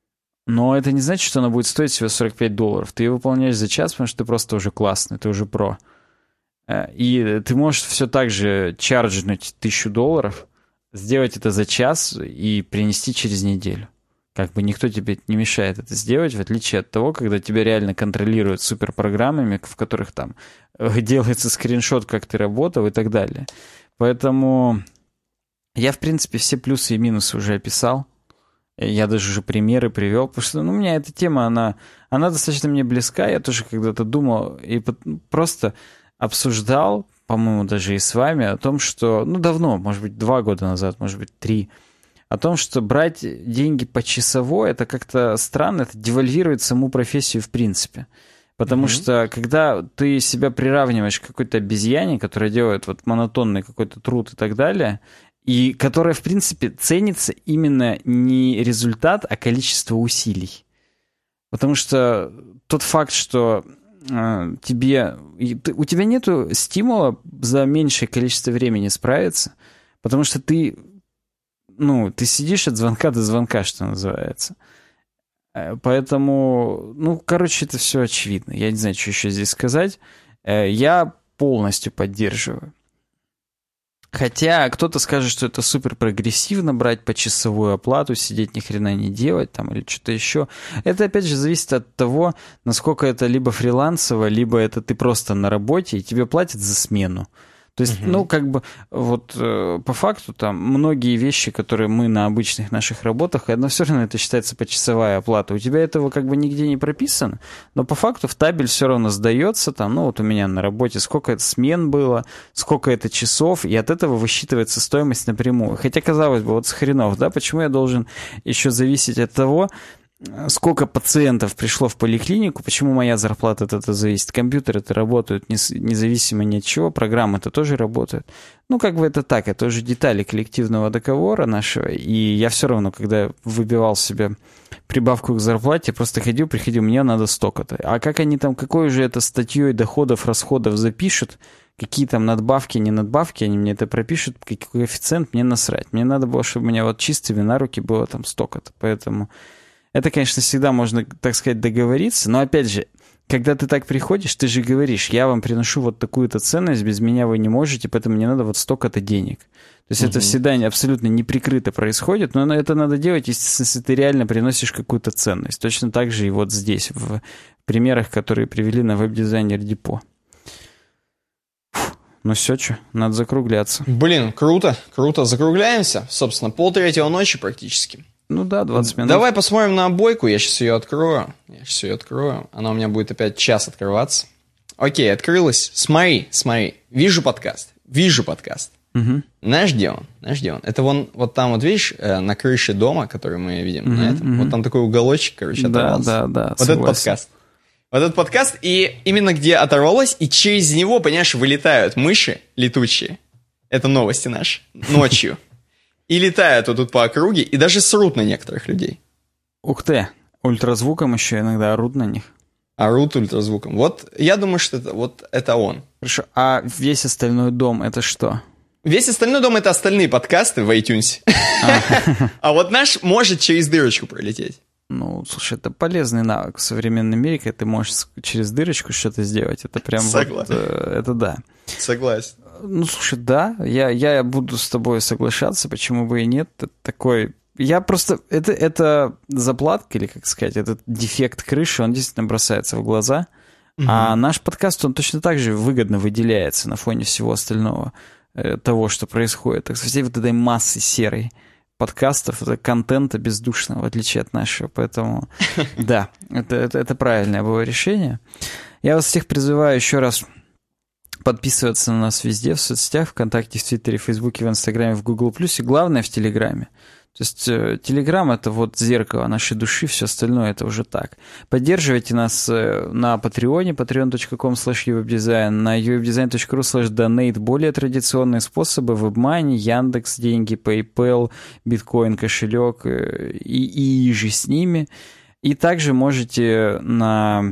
но это не значит, что она будет стоить всего сорок пять долларов. Ты ее выполняешь за час, потому что ты просто уже классный, ты уже про. Э, и ты можешь все так же чарджнуть тысячу долларов, сделать это за час и принести через неделю. Как бы никто тебе не мешает это сделать, в отличие от того, когда тебя реально контролируют суперпрограммами, в которых там делается скриншот, как ты работал и так далее. Поэтому... Я, в принципе, все плюсы и минусы уже описал. Я даже уже примеры привел, потому что ну, у меня эта тема, она, она достаточно мне близка. Я тоже когда-то думал и просто обсуждал, по-моему, даже и с вами, о том, что, ну, давно, может быть, два года назад, может быть, три, о том, что брать деньги почасово, это как-то странно, это девальвирует саму профессию в принципе. Потому mm-hmm. что когда ты себя приравниваешь к какой-то обезьяне, которая делает вот монотонный какой-то труд и так далее, и которая, в принципе, ценится именно не результат, а количество усилий. Потому что тот факт, что э, тебе, ты, у тебя нет стимула за меньшее количество времени справиться, потому что ты, ну, ты сидишь от звонка до звонка, что называется. Поэтому, ну, короче, это все очевидно. Я не знаю, что еще здесь сказать. Я полностью поддерживаю. Хотя кто-то скажет, что это супер прогрессивно брать почасовую оплату, сидеть ни хрена не делать там или что-то еще. Это опять же зависит от того, насколько это либо фрилансово, либо это ты просто на работе и тебе платят за смену. То есть, угу. ну, как бы, вот э, по факту там многие вещи, которые мы на обычных наших работах, но все равно это считается почасовая оплата. У тебя этого как бы нигде не прописано, но по факту в табель все равно сдается там, ну, вот у меня на работе сколько это смен было, сколько это часов, и от этого высчитывается стоимость напрямую. Хотя, казалось бы, вот с хренов, да, почему я должен еще зависеть от того, сколько пациентов пришло в поликлинику, почему моя зарплата от этого зависит. Компьютеры-то работают независимо ни от чего, программы-то тоже работают. Ну, как бы это так, это уже детали коллективного договора нашего, и я все равно, когда выбивал себе прибавку к зарплате, просто ходил, приходил, мне надо столько-то. А как они там, какой же это статьей доходов, расходов запишут, какие там надбавки, не надбавки, они мне это пропишут, какой коэффициент, мне насрать. Мне надо было, чтобы у меня вот чистыми на руки было там столько-то, поэтому... Это, конечно, всегда можно, так сказать, договориться, но, опять же, когда ты так приходишь, ты же говоришь, я вам приношу вот такую-то ценность, без меня вы не можете, поэтому мне надо вот столько-то денег. То есть угу. это всегда абсолютно неприкрыто происходит, но это надо делать, если ты реально приносишь какую-то ценность. Точно так же и вот здесь, в примерах, которые привели на веб-дизайнер Депо. Ну все, что, надо закругляться. Блин, круто, круто, закругляемся. Собственно, полтретьего ночи практически. Ну да, двадцать минут. Давай посмотрим на обойку, я сейчас ее открою. Я сейчас ее открою. Она у меня будет опять час открываться. Окей, открылась. Смотри, смотри. Вижу подкаст. Вижу подкаст. Угу. Знаешь, где он? Знаешь, где он? Это вон, вот там вот, видишь, на крыше дома, который мы видим, угу, на этом. Угу. Вот там такой уголочек, короче, оторвался. Да, да, да. Вот согласен. Этот подкаст. Вот этот подкаст, и именно где оторвалось, и через него, понимаешь, вылетают мыши летучие. Это новости наши. Ночью. И летают вот тут по округе, и даже срут на некоторых людей. Ух ты, ультразвуком еще иногда орут на них. Орут ультразвуком. Вот я думаю, что это, вот это он. Хорошо, а весь остальной дом это что? Весь остальной дом это остальные подкасты в iTunes. А вот наш может через дырочку пролететь. Ну, слушай, это полезный навык в современном мире, когда ты можешь через дырочку что-то сделать. Это прям вот, это да. Согласен. Ну, слушай, да, я, я буду с тобой соглашаться, почему бы и нет. Это такой... Я просто... Это, это заплатка, или, как сказать, этот дефект крыши, он действительно бросается в глаза. Угу. А наш подкаст, он точно так же выгодно выделяется на фоне всего остального э, того, что происходит. Так сказать, вот этой массы серой подкастов, это контента бездушного, в отличие от нашего. Поэтому, да, это, это, это правильное было решение. Я вас всех призываю еще раз подписываться на нас везде, в соцсетях, ВКонтакте, в Твиттере, в Фейсбуке, в Инстаграме, в Гугл Плюсе. Главное, в Телеграме. То есть Телеграм — это вот зеркало нашей души, все остальное — это уже так. Поддерживайте нас на Патреоне, patreon точка com слэш uwebdesign, на uwebdesign точка ru слэш donate, более традиционные способы: WebMoney, Яндекс, деньги, PayPal, биткоин, кошелек и, и же с ними. И также можете на...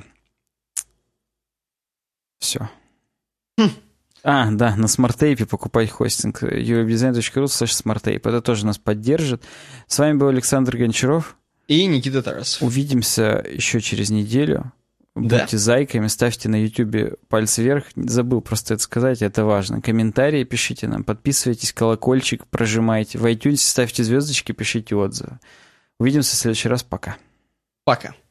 Все. Хм. А, да, на смарт-тейпе покупать хостинг. uwebdesign точка ru слэш смарт-тейп. Это тоже нас поддержит. С вами был Александр Гончаров. И Никита Тарасов. Увидимся еще через неделю. Да. Будьте зайками, ставьте на Ютубе пальцы вверх. Забыл просто это сказать, это важно. Комментарии пишите нам, подписывайтесь, колокольчик прожимайте. В iTunes ставьте звездочки, пишите отзывы. Увидимся в следующий раз. Пока. Пока.